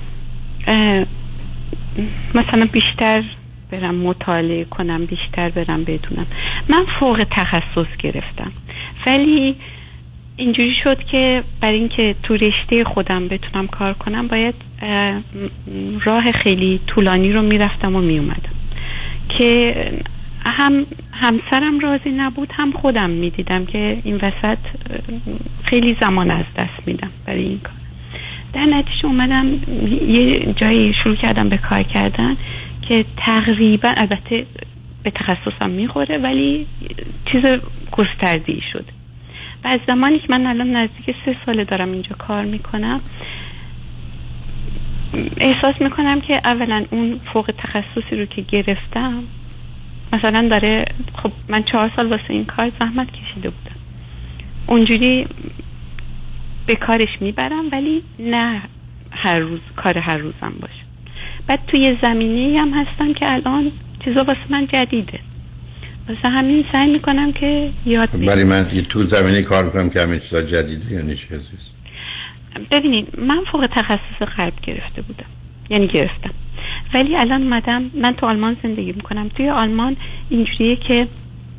مثلا بیشتر برم مطالعه کنم، بیشتر برم بدونم. من فوق تخصص گرفتم، ولی اینجوری شد که برای اینکه تو رشته خودم بتونم کار کنم باید راه خیلی طولانی رو میرفتم و میومدم که هم همسرم راضی نبود، هم خودم میدیدم که این وسط خیلی زمان از دست میدم برای این کار. در نتیجه اومدم یه جایی شروع کردم به کار کردن که تقریبا، البته به تخصصم میخوره، ولی چیز گسترده‌ای شد. و از زمانی که من الان نزدیک سه ساله دارم اینجا کار میکنم، احساس میکنم که اولا اون فوق تخصصی رو که گرفتم مثلا داره، خب من چهار سال واسه این کار زحمت کشیده بودم، اونجوری به کارش میبرم، ولی نه هر روز کار هر روزم باشه. بعد توی زمینه‌ای هم هستم که الان چیزا واسه من جدیده، واسه همین سعی میکنم که یاد بگیرم. ولی من تو زمینه کار میکنم که همین چیزا جدیده، یعنی چی عزیز؟ ببینید، من فوق تخصص قلب گرفته بودم، یعنی گرفتم، ولی الان مدام من تو آلمان زندگی میکنم. توی آلمان اینجوریه که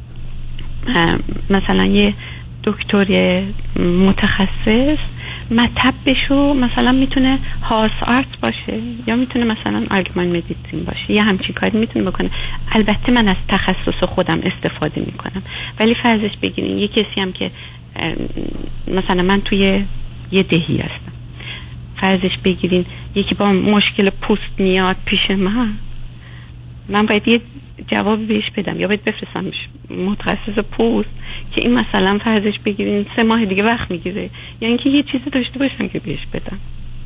مثلا یه دکتر متخصص مطبشو مثلا میتونه هارس آرت باشه یا میتونه مثلا آلگمان مدیسین باشه یا همچین کاری میتونه بکنه. البته من از تخصص خودم استفاده میکنم، ولی فرضش بگیرین یه کسی هم که مثلا من توی یه دهی هستم، فرضش بگیرین یکی با مشکل پوست میاد پیش من، من باید یه جواب بهش بدم یا باید بفرستم متخصص پوست که این مثلا فرضش بگیرین سه ماه دیگه وقت میگیره، یا اینکه یه چیزی داشته باشم که بهش بدم.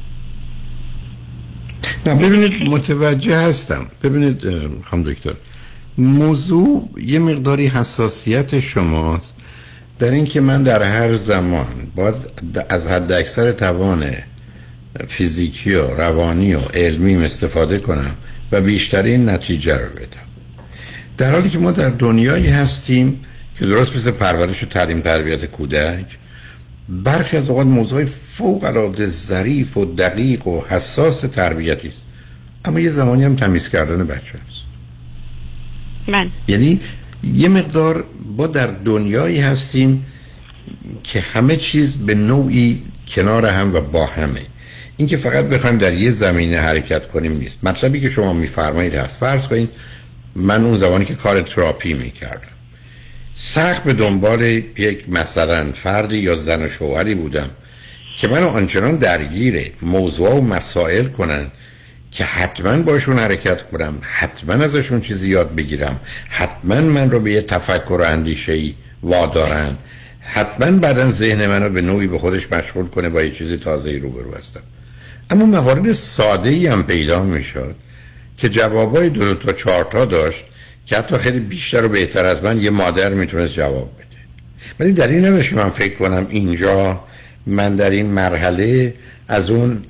نه ببینید متوجه هستم. ببینید خانم دکتر، موضوع یه مقداری حساسیت شماست در این که من در هر زمان باید از حد اکثر توان فیزیکی و روانی و علمی استفاده کنم و بیشترین نتیجه رو بدم، در حالی که ما در دنیایی هستیم که درست مثل پرورش و تعلیم تربیت کودک برخی از اوقات موضوع فوق العاده ظریف و دقیق و حساس تربیتی است، اما یه زمانی هم تمیز کردن بچه است. من یعنی یه مقدار با در دنیایی هستیم که همه چیز به نوعی کنار هم و با همه. این که فقط بخوایم در یه زمینه حرکت کنیم نیست. مطلبی که شما میفرمایید هست. فرض کنید من اون زمانی که کار تراپی میکردم سخت به دنبال یک مثلا فردی یا زن و شوهری بودم که منو آنچنان درگیر موضوع و مسائل کنن که حتما باشون حرکت کنم، حتما ازشون چیزی یاد بگیرم، حتما من رو به یه تفکر و اندیشه‌ای وادارن، حتما بعدن ذهن منو به نوعی به خودش مشغول کنه با یه چیزی تازه‌ای روبرو هستم. اما موارد ساده‌ای هم پیدا میشد که جوابای دو تا چهار تا داشت که حتی خیلی بیشتر و بهتر از من یه مادر میتونست جواب بده. ولی در این نداشت من فکر کنم اینجا من در این مرحله از اون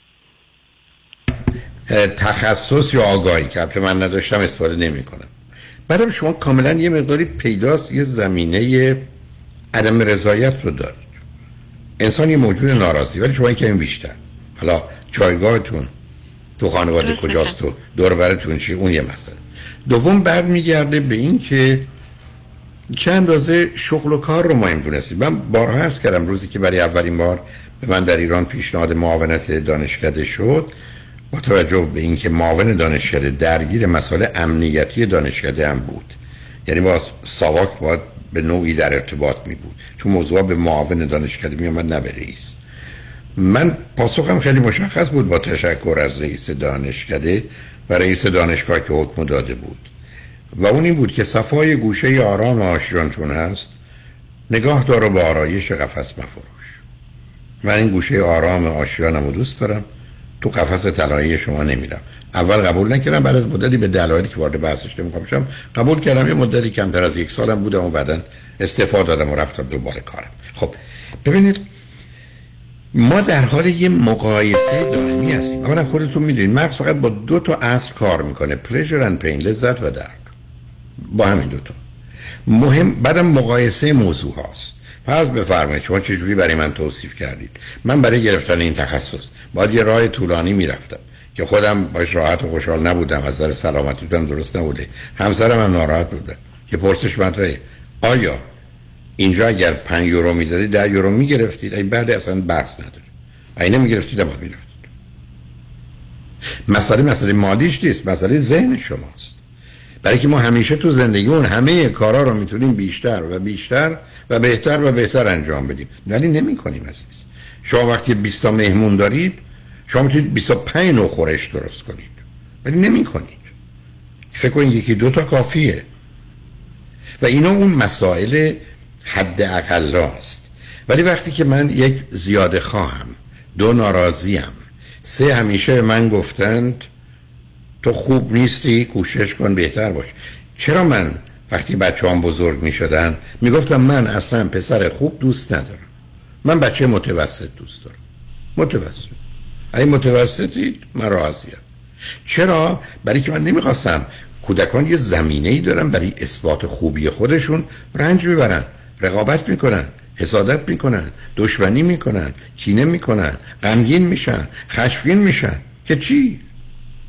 تخصص یا آگاهی که البته من نداشتم استفاده نمی کنم. بعدم شما کاملا یه مقداری پیداست یه زمینه عدم رضایت رو دارید. انسان یه موجود ناراضی، ولی شما کمی بیشتر. حالا جایگاهتون تو خانواده کجاست و دور و برتون چی، اون یه مسئله. دوم برمیگرده به این که چه اندازه شغل و کار رو مهم دونستید. من بارها عرض کردم روزی که برای اولین بار به من در ایران پیشنهاد معاونت دانشکده شد، با توجه به اینکه معاون دانشکده درگیر مسائل امنیتی دانشکده هم بود، یعنی با ساواک باید به نوعی در ارتباط می بود، چون موضوع به معاون دانشکده می آمد نه به رئیس. من پاسخم خیلی مشخص بود با تشکر از رئیس دانشکده و رئیس دانشگاه که حکم داده بود، و اون این بود که صفای گوشه آرام آشیانتون هست، نگاه دار و با آرایش قفس مفروش. من این گوشه آرام آشیانم رو دوست دارم، تو قفس طلایی شما نمیرم. اول قبول نکردم، بعد از مدتی به دلایلی که وارد بحثش نمیخوام بشم قبول کردم. یه مدتی کمتر از یک سالم بودم و بعداً استعفا دادم و رفتم دوباره کارم. خب ببینید ما در حال یه مقایسه دائمی هستیم. اولا خودتون میدونید مغز فقط با دو تا اصل کار میکنه، پلژر اند پین، لذت و درد، با همین دو تا. مهم بعدم مقایسه موضوع هاست. فرض بفرمایید شما چه جوری برای من توصیف کردید. من برای گرفتن این تخصص باید یه راه طولانی میرفتم که خودم باش راحت و خوشحال نبودم، از نظر سلامتیتم درست نبوده، همسرم هم ناراحت بوده. یه پرسش مطرحه، آیا اینجا اگر پنج یورو میدادید ده یورو میگرفتید؟ ای بعد اصلا بحث نداره. ای نمیگرفتید اما میگرفتید. مسئله مسئله مالیش نیست، مسئله ذهن شماست. برای که ما همیشه تو زندگیمون همه کارا رو میتونیم بیشتر و بیشتر و بهتر و بهتر انجام بدیم، ولی نمی‌کنیم عزیز. شما وقتی بیست تا مهمون دارید شما میتونید بیست و پنج نوع خورش درست کنید، ولی نمی‌کنید. فکر کنید یکی دو تا کافیه. و اینا اون مسائل حد اقل است. ولی وقتی که من یک زیاده خواهم، دو ناراضیم، سه همیشه من گفتند تو خوب نیستی، کوشش کن بهتر باش. چرا من وقتی بچه هم بزرگ می شدن می گفتم من اصلا پسر خوب دوست ندارم، من بچه متوسط دوست دارم. متوسط. اگه متوسطید من راضیم. چرا؟ برای که من نمیخواستم کودکان یه زمینه‌ای دارن برای اثبات خوبی خودشون رنج ببرن، رقابت میکنن، حسادت میکنن، دشمنی میکنن، کینه میکنن، غمگین میشن، خشمگین میشن. که چی؟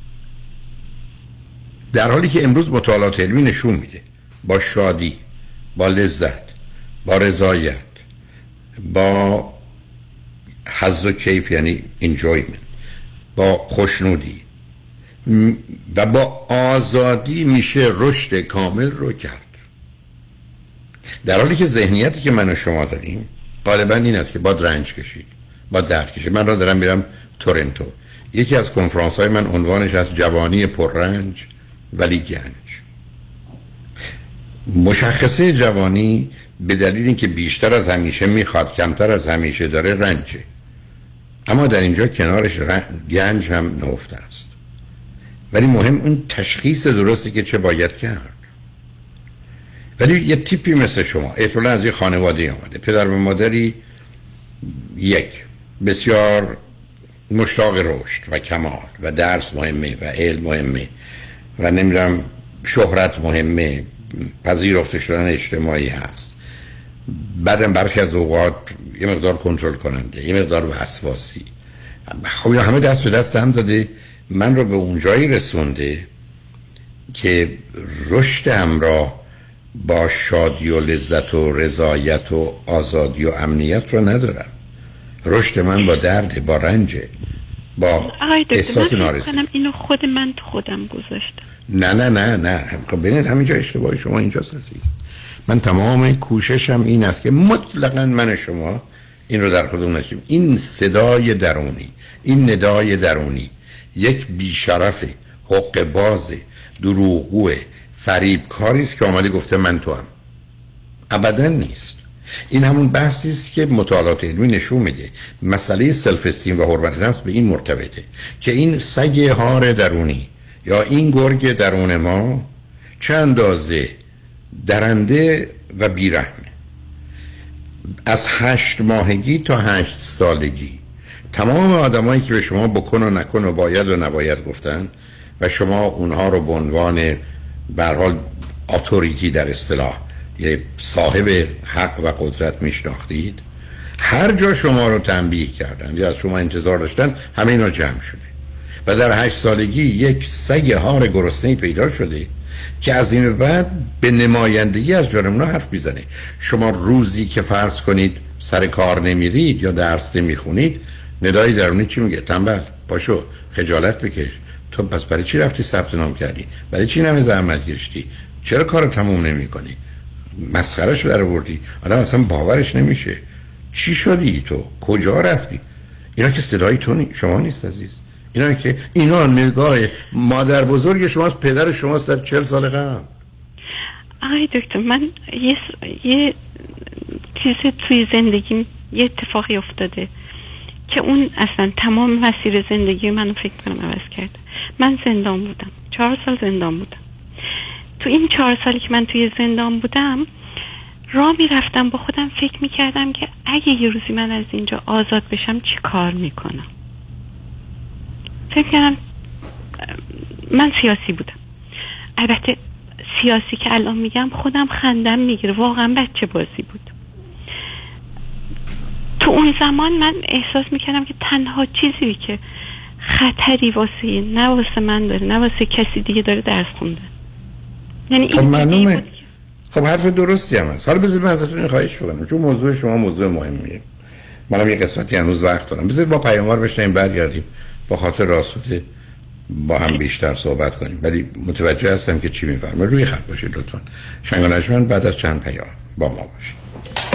در حالی که امروز مطالعات علمی نشون میده با شادی با لذت، با رضایت، با حظ و کیف یعنی enjoyment، با خوشنودی و با آزادی میشه رشد کامل رو کرد. در حالی که ذهنیتی که من و شما داریم غالبا این است که با رنج کشید، با درد کشید. من را دارم میرم تورنتو، یکی از کنفرانس های من عنوانش از جوانی پررنج ولی گنج. مشخصه جوانی به دلیل اینکه بیشتر از همیشه میخواد کمتر از همیشه داره رنجه، اما در اینجا کنارش گنج هم نهفته است. ولی مهم اون تشخیص درستی که چه باید کرد. ولی یه تیپی مثل شما احتمالاً از یه خانواده آمده، پدر و مادری یک بسیار مشتاق رشد و کمال و درس مهمه و علم مهمه و نمیدونم شهرت مهمه، پذیرفته شدن اجتماعی هست، بعدم برخی از اوقات یه مقدار کنترل کننده، یه مقدار وسواسی. خب همه دست به دست هم داده من رو به اون جایی رسونده که رشد همراه با شادی و لذت و رضایت و آزادی و امنیت رو ندارم. رشد من با درد، با رنج، با احساس نارضایتی. اینو خود من تو خودم گذاشتم. نه نه نه نه خب ببینید همینجا اشتباه شما اینجاست عزیز. من تمام کوششم این است که مطلقاً من شما این رو در خودمون نشیم. این صدای درونی، این ندای درونی یک بیشرف، حق باز، دروغگو، فریبکاری است که آمده گفته من تو هم. ابدا نیست. این همون بحثی است که مطالعات علمی نشون میده مسئله سلف استیم و حرمت نفس به این مرتبطه که این سگ هار درونی یا این گرگ درون ما چه اندازه درنده و بیرحمه. از هشت ماهگی تا هشت سالگی تمام آدمایی که به شما بکن و نکن و باید و نباید گفتن و شما اونها رو به عنوان به هر حال اتوریتی در اصطلاح یه صاحب حق و قدرت میشناختید، هر جا شما رو تنبیه کردن یا از شما انتظار داشتن همه اینا جمع شده و در هشت سالگی یک سگ هار گرسنه‌ای پیدا شده که از این بعد به نمایندگی از جانب اونا حرف میزنه. شما روزی که فرض کنید سر کار نمیرید یا درس نمیخونید، ندای درونی چی میگه؟ تنبل، پاشو، خجالت بکش، تو پس برای چی رفتی ثبت نام کردی؟ برای چی نمی زحمت کشیدی؟ چرا کارو تموم نمی‌کنی؟ مسخره‌شو در آوردی. آدم اصلا باورش نمیشه. چی شدی تو؟ کجا رفتی؟ اینا که صدای تو نی... شما نیست عزیز. اینا که اینا نگاه مادر بزرگ شماست، پدر شماست در چهل سال قبل. آقای دکتر من یه یه چیز توی زندگیم یه اتفاقی افتاده که اون اصلا تمام مسیر زندگی منو فکر کنم عوض کرد. من زندان بودم، چهار سال زندان بودم. تو این چهار سالی که من توی زندان بودم راه میرفتم با خودم فکر میکردم که اگه یه روزی من از اینجا آزاد بشم چی کار میکنم. فکر کردم من سیاسی بودم. البته سیاسی که الان میگم خودم خندم میگیره، واقعا بچه بازی بود. تو اون زمان من احساس میکردم که تنها چیزی که خطری واسه نه واسه من داره نه واسه کسی دیگه داره درس خوندن. یعنی خب معلومه. خب حرف درستی هم هست. حالا بذارید من ازتون این خواهش بکنم چون موضوع شما موضوع مهمیه. منم یه قسمتی هنوز وقت دارم. بذارید با پیاموار بشنیم برگردیم با خاطر راسوده با هم بیشتر صحبت کنیم. ولی متوجه هستم که چی میفرمایید. روی خط باشید لطفاً. شنگ و نجمن بعد از چند پیام با ما باشید.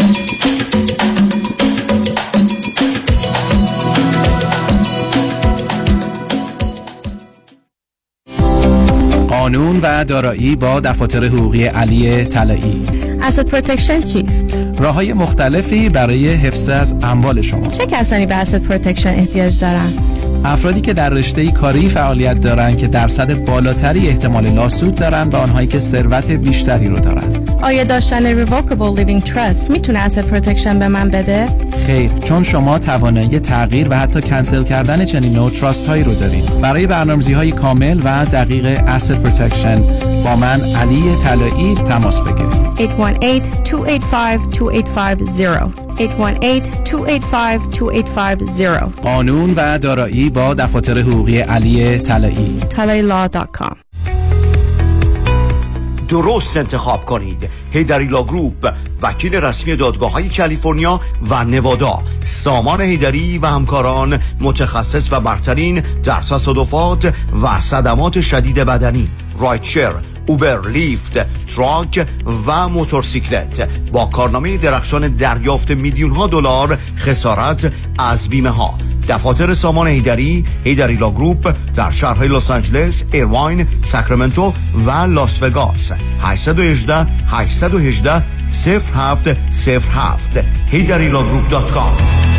قانون و دارایی با دفاتر حقوقی علی طلایی. asset protection چیست؟ راه‌های مختلفی برای حفظ از اموال شما. چه کسانی به asset protection احتیاج دارند؟ افرادی که در رشته کاری فعالیت دارند که درصد بالاتری احتمال لاسود دارند و آنهایی که ثروت بیشتری رو دارند. آیا داشتن revocable living trust میتونه asset protection به من بده؟ خیر، چون شما توانایی تغییر و حتی کنسل کردن چنین نوع تراست هایی رو دارید. برای برنامه‌ریزی‌های کامل و دقیق asset protection با من علی طلایی تماس بگیرید. هشت یک هشت دو هشت پنج دو هشت پنج صفر هشت یک هشت دو هشت پنج دو هشت پنج صفر. قانون و دارایی با دفاتر حقوقی علی طلایی. طلایی لا دات کام. درست انتخاب کنید. هیدری لا گروپ، وکیل رسمی دادگاه‌های کالیفرنیا و نوادا. سامان هیدری و همکاران، متخصص و برترین در تصادفات و صدمات شدید بدنی، رایتشر، اوبر، لیفت، تراک و موتورسیکلت، با کارنامه درخشان دریافت میلیون ها دلار خسارت از بیمه ها. دفاتر سامان هیدری، هیدری لا گروپ در شهرهای لس آنجلس، ایرواین، ساکرامنتو و لاس وگاس. هشت یک هشت هشت یک هشت صفر هفت صفر هفت هیدری لا گروپ دات کام.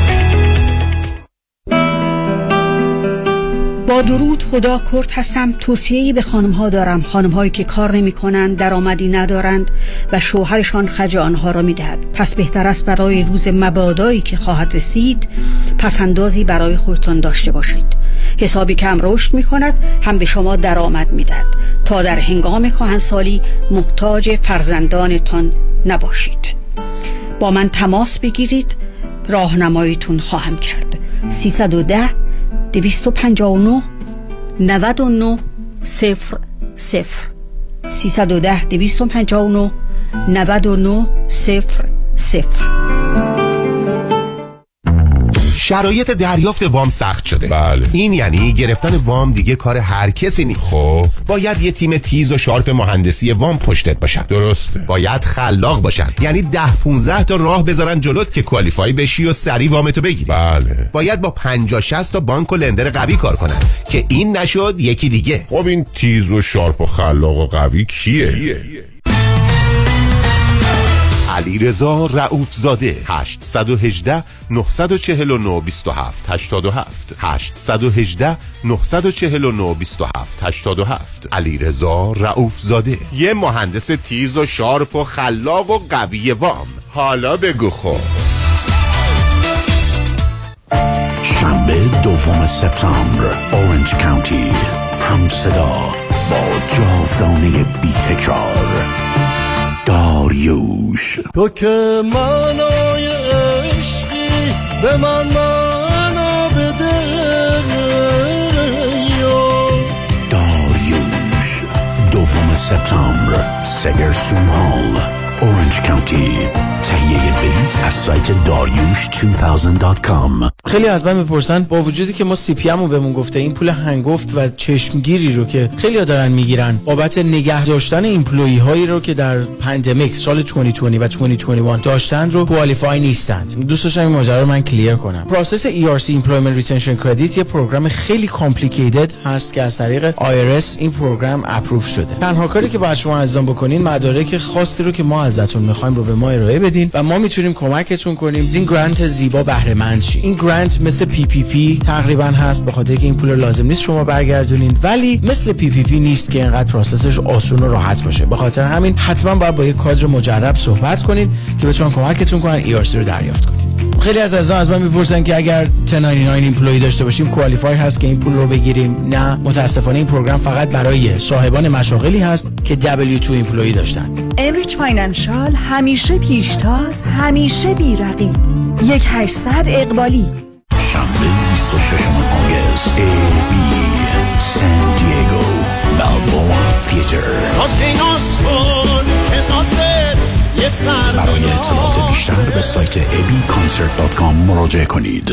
با درود، هدا کرد هستم. توصیه‌ای به خانم‌ها دارم، خانم‌هایی که کار نمی‌کنند، درآمدی ندارند و شوهرشان خرج آنها را می‌دهد. پس بهتر است برای روز مبادایی که خواهد رسید پس‌اندازی برای خودتان داشته باشید. حسابی که هم رشد می‌کند، هم به شما درآمد می‌دهد تا در هنگام کهنسالی محتاج فرزندانتان نباشید. با من تماس بگیرید، راهنماییتون خواهم کرد. سیصد و ده دویست و پنجاه و نه نود و نه صفر صفر سیصد و ده دویست و پنجاه و نه نود و نه صفر صفر. شرایط دریافت وام سخت شده. بله. این یعنی گرفتن وام دیگه کار هر کسی نیست. خب باید یه تیم تیز و شارپ مهندسی وام پشتت باشن. درسته. باید خلاق باشن، یعنی ده پونزده تا راه بذارن جلوت که کوالیفای بشی و سریع وامتو بگیری. بله. باید با پنجاه شصت تا بانک و لندر قوی کار کنن که این نشد یکی دیگه. خب این تیز و شارپ و خلاق و قوی کیه؟ کیه؟ علیرضا رؤوف زاده. هشت یک هشت نه چهار نه دو هفت هشت هفت هشت یک هشت نه چهار نه دو هفت هشت هفت. علیرضا رؤوف زاده، یه مهندس تیز و شارپ و خلاق و قوی وام. حالا بگو خب. شنبه دوم سپتامبر، اورنج کانتی، همصدا با جاودانه بی تکرار داریوش. تو که معنای عشقی به من معنا بده. داریوش دوم سپتامبر، سگرسون هال، اورنج کانتی. تهیه بلیط از سایت داریوش دو هزار دات کام. خیلی از من میپرسن با وجودی که ما سی پی ام رو بهمون گفته این پول هنگفت و چشمگیری رو که خیلی ها دارن میگیرن بابت نگه داشتن ایمپلوی هایی رو که در پندمیک سال بیست و بیست و بیست و بیست و یک داشتن رو کوالیفای نیستند. دوست داشتم این ماجرا رو من کلیر کنم. پروسس ای آر سی Employment Retention Credit یه پروگرام خیلی کامپلیکیتد هست که از طریق آی آر اس این پروگرام اپروو شده. تنها کاری که باید شما عزیزان بکنین مدارک خاصی رو که ما ازتون میخوایم رو به ما ارائه بدین و ما میتونیم کمکتون کنیم این گرانت زیبا بهره مند شید. این گرانت مثل پی پی پی تقریبا هست، به خاطر که این پول لازم نیست شما برگردونین، ولی مثل پی پی پی نیست که اینقدر پروسسش آسون و راحت باشه. به خاطر همین حتما باید با یک کادر مجرب صحبت کنید که بتونن کمکتون کنن ای آر سی رو دریافت کنید. خیلی از عزیزان از من میپرسن که اگر ده نود و نه ایمپلوی داشته باشیم کوالیفای هست که این پول رو بگیریم؟ نه، متاسفانه این پروگرام فقط برای صاحبان مشاغلی هست که دبلیو دو ایمپلوی داشتن. انریچ فاینانشال همیشه پیشتاز، همیشه بی‌رقیب. یک هشتصد اقبالی. شنبه بیست و ششم آگوست، ای بی سان دیگو بالبوآ تئاتر. برای اطلاعات بیشتر به سایت ای بی کانسرت دات کام مراجعه کنید.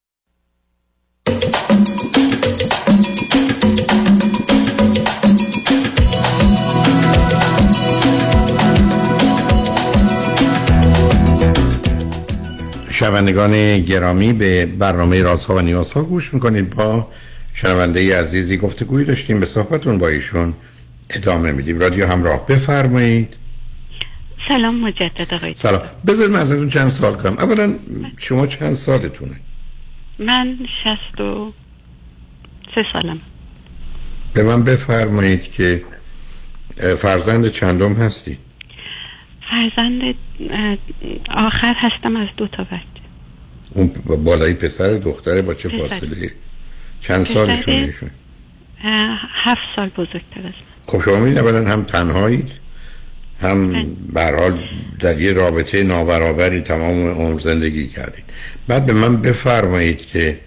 شنوندگان گرامی، به برنامه رازها و نیازها گوش میکنید. با شنونده عزیزی گفتگویی داشتیم، به صحبتون با ایشون ادامه میدیم. رادیو همراه، بفرمایید. سلام مجدد آقای. سلام. بذارید من ازتون چند سوال کنم. اولا شما چند سالتونه؟ من شصت و سه سالم. به من بفرمایید که فرزند چندم هستی؟ فرزند آخر هستم از دو تا بچه. اون بالایی پسر دختره با چه فاصله؟ چند سالشون ایشون؟ هفت سال بزرگتر است. خب شما میدید اولا هم تنهایید، هم به هر حال در یه رابطه نابرابری تمام عمر زندگی کردید. بعد به من بفرمایید که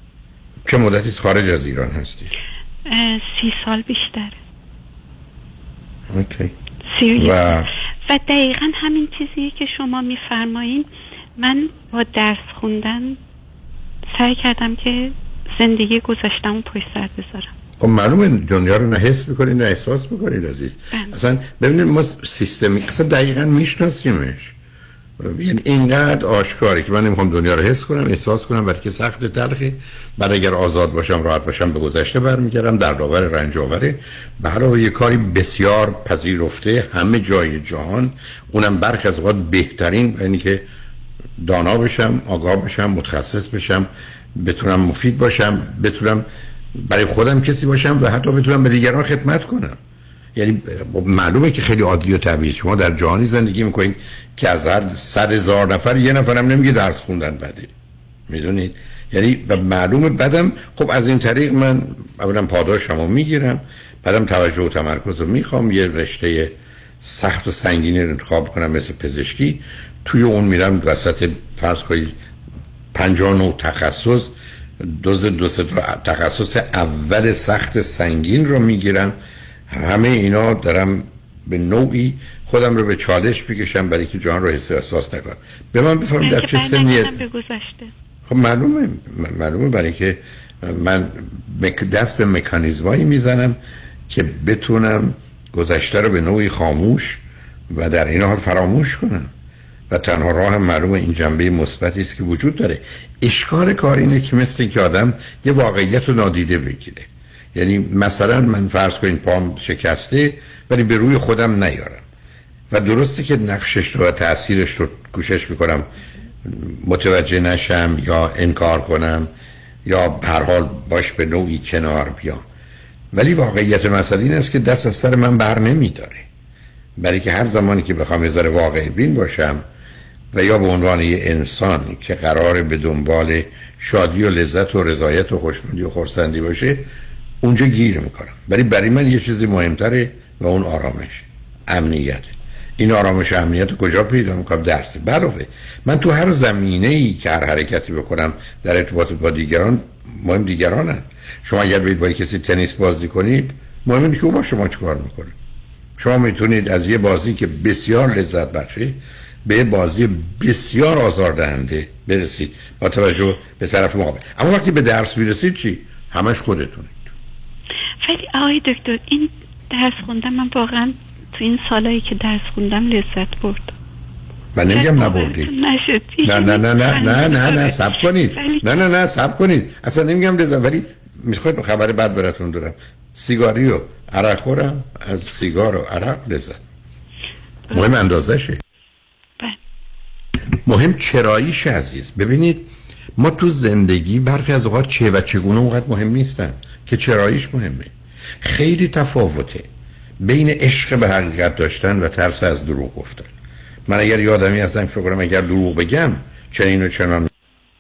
چه مدتی خارج از ایران هستید؟ سی سال بیشتر. اوکی. سی و و دقیقا همین چیزیه که شما میفرمایین. من با درس خوندن سعی کردم که زندگی گذشتمو پشت سر بذارم. خب معلومه دنیا رو نه حس میکنید نه احساس میکنید عزیز. بند. اصلا ببینید ما سیستمی اصلا دقیقا میشناسیمش، یعنی اینقدر آشکاره که من نمیخوام دنیا رو حس کنم احساس کنم، برای که سخت تلخی. بعد اگر آزاد باشم راحت باشم به گذشته برمیگردم، در داور رنج آوره. به علاوه یه کاری بسیار پذیرفته همه جای جهان، اونم برخی از اوقات بهترین، یعنی که دانا بشم، آگاه بشم، متخصص بشم، بتونم مفید باشم، بتونم برای خودم کسی باشم و حتی بتونم به دیگران خدمت کنم. یعنی معلومه که خیلی عادی و طبیعی شما در جهانی زندگی میکنید که از هر صد هزار نفر یه نفرم نمیگه درس خوندن بده، میدونید؟ یعنی معلومه. بعدم خب از این طریق من اولا پاداشمو میگیرم، بعدم توجه و تمرکز رو میخوام، یه رشته سخت و سنگینی رو انتخاب کنم مثل پزشکی، توی اون میرم وسط فرض کنید پنجاه و نه تخصص، دوز دو سه تخصص اول سخت سنگین رو میگیرم. همه اینا دارم به نوعی خودم رو به چالش میکشم برای که جهان رو حس احساس نکنم. به من بفرمایید در چه سنیه؟ خب معلومه معلومه برای که من دست به مکانیزمایی میزنم که بتونم گذشته رو به نوعی خاموش و در این حال فراموش کنم و تنها راه معلوم این جنبه مثبتی است که وجود داره. اشکال کار اینه که مثل اینکه آدم یه واقعیت رو نادیده بگیره. یعنی مثلا من فرض کنید پام شکسته ولی به روی خودم نیارم و درسته که نقشش رو و تأثیرش رو کوشش میکنم متوجه نشم یا انکار کنم یا به هر حال باش به نوعی کنار بیام، ولی واقعیت مسئله این است که دست از سر من بر نمیداره. برای که هر زمانی که بخوام یه ذره واقع بین باشم و یا به عنوان یه انسان که قراره به دنبال شادی و لذت و رضایت و خوشنودی و خرسندی باشه اونجا گیر میکنم. ولی برای من یه چیزی مهمتره و اون آرامش، امنیته. این آرامش و امنیت رو کجا پیدا میکنم؟ درسه. علاوه من تو هر زمینه‌ای که هر حرکتی بکنم در ارتباط با دیگران، مهم دیگرانن. شما اگر برید با کسی تنیس بازی کنید، مهم اینه که او با شما چیکار میکنه. شما میتونید از یه بازی که بسیار لذت بخشه به بازی بسیار آزاردهنده برسید با توجه به طرف مقابل. اما وقتی به درس میرسید چی؟ همش خودتونید. ولی آقای دکتر این درس خوندم، من واقعا تو این سالایی که درس خوندم لذت بردم. من نمیگم نبردید. نه نه نه نه نه نه نه صبر کنید. نه نه نه صبر کنید. اصلا نمیگم لذت، ولی میخواید خبر بد براتون دارم. سیگاری و عرق خورم، از سیگار و عرق لذت. مهم اندازشه. مهم چراییش عزیز. ببینید ما تو زندگی برخی از اوقات چه و چگونه اونقدر مهم نیستن که چراییش مهمه. خیلی تفاوته بین عشق به حقیقت داشتن و ترس از دروغ گفتن. من اگر یه آدمی هستم که فکر کنم اگر دروغ بگم چنین و چنان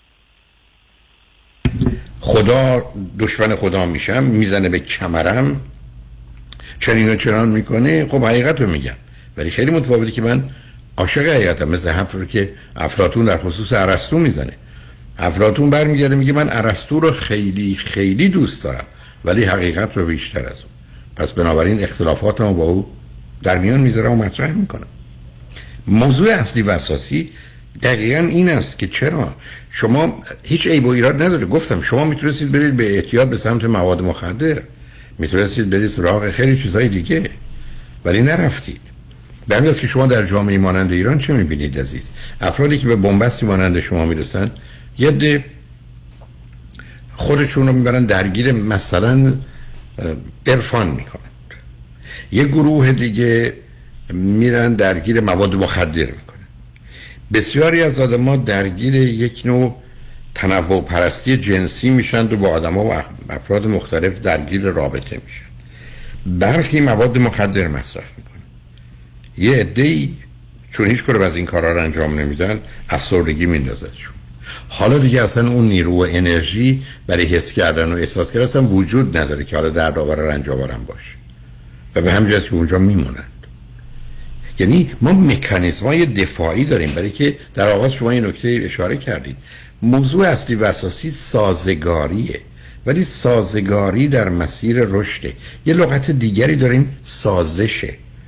خدا دشمن خدا میشم، میزنه به کمرم، چنین و چنان میکنه، خب حقیقت رو میگم. ولی خیلی متفاوته که من عاشق حقیقتم، مثل حرفی که افلاطون در خصوص ارسطو میزنه. افلاطون برمیگرده میگه من ارسطو رو خیلی خیلی دوست دارم ولی حقیقت رو بیشتر از اون. پس بنابراین اختلافاتمو با او در میان میذارم و مطرح میکنم. موضوع اصلی و اساسی دقیقاً این است که چرا شما هیچ عیب و ایراد نداره. گفتم شما میتونستید برید به اعتیاد به سمت مواد مخدر، میتونستید برید سراغ خیلی چیزای دیگه ولی نرفتید. به همین است که شما در جامعه مانند ایران چه میبینید عزیز؟ افرادی که به بنبستی مانند شما میرسن یه عده خودشون رو میبرن درگیر مثلا عرفان میکنن، یه گروه دیگه میرن درگیر مواد مخدر میکنن، بسیاری از آدم‌ها درگیر یک نوع تنوع پرستی جنسی میشن و با آدم‌ها و افراد مختلف درگیر رابطه میشن. برخی مواد مخدر مصرف میکنن، یه عده‌ای چون هیچ کاری از این کارا رو انجام نمیدن افسردگی میندازدشون. حالا دیگه اصلا اون نیرو و انرژی برای حس کردن و احساس کردن اصلا وجود نداره که حالا دردآور و رنج آورم باشه و به همین جهت که اونجا میمونند. یعنی ما مکانیزم‌های دفاعی داریم. برای که در آغاز شما این نکته اشاره کردید، موضوع اصلی و اساسی سازگاریه، ولی سازگاری در مسیر رشده. یه لغت دیگری داریم، سازشه.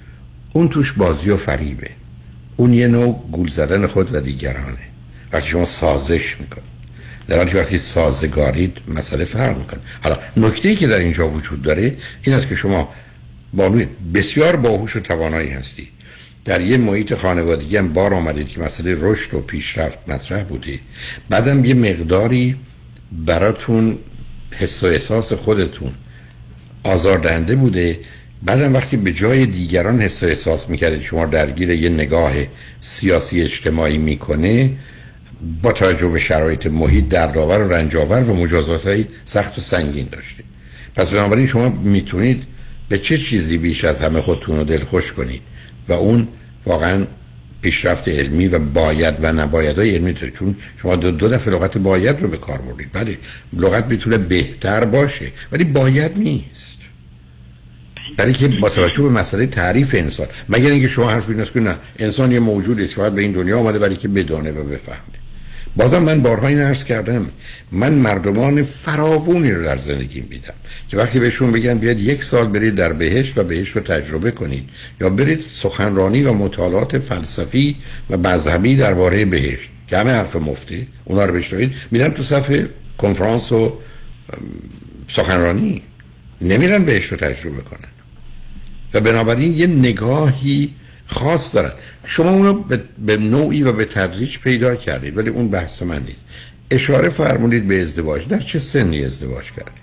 اون توش بازی و فریبه، اون یه نوع گول زدن خود و دیگرانه. وقتی شما سازش میکنید، در حالی که وقتی سازگارید مسئله فرق میکنه. حالا نکته‌ای که در اینجا وجود داره این است که شما بانوی بسیار باهوش و توانایی هستی، در یه محیط خانوادگی هم بار آمدید که مسئله رشد و پیشرفت مطرح بوده، بعدم یه مقداری براتون حس و احساس خودتون آزاردهنده بوده، بعدم وقتی به جای دیگران حس و احساس میکردید شما درگیر یه نگاه سیاسی اجتماعی میکنه، با توجه به شرایط محیط دردآور و رنجاور و مجازات‌های سخت و سنگین داشتید. پس بنابراین شما میتونید به چه چیزی بیش از همه خودتون رو دلخوش کنید و اون واقعا پیشرفت علمی و باید و نبایدهای علمی داره. چون شما دو, دو دفعه لغت باید رو به کار بردید. بله لغت میتونه بهتر باشه ولی باید نیست، برای که با توجه به مسئله تعریف انسان، مگر اینکه شما حرف این است که نه انسان یه موجودی است فقط به این دنیا آمده برای که بدونه و بفهمه. بازم من بارها این عرض کردم، من مردمان فراوانی رو در زندگیم دیدم که وقتی بهشون بگن بیاد یک سال برید در بهشت و بهشت رو تجربه کنید یا برید سخنرانی و مطالعات فلسفی و مذهبی درباره بهشت که همه حرف مفتی اونا رو بشنوید، میرن تو صفحه کنفرانس و سخنرانی، نمیرن بهشت رو تجربه کنن و بنابراین یه نگاهی خاص دارن. شما اونو به نوعی و به تدریج پیدا کردید ولی اون بحث من نیست. اشاره فرمودید به ازدواج، در چه سنی ازدواج کردید؟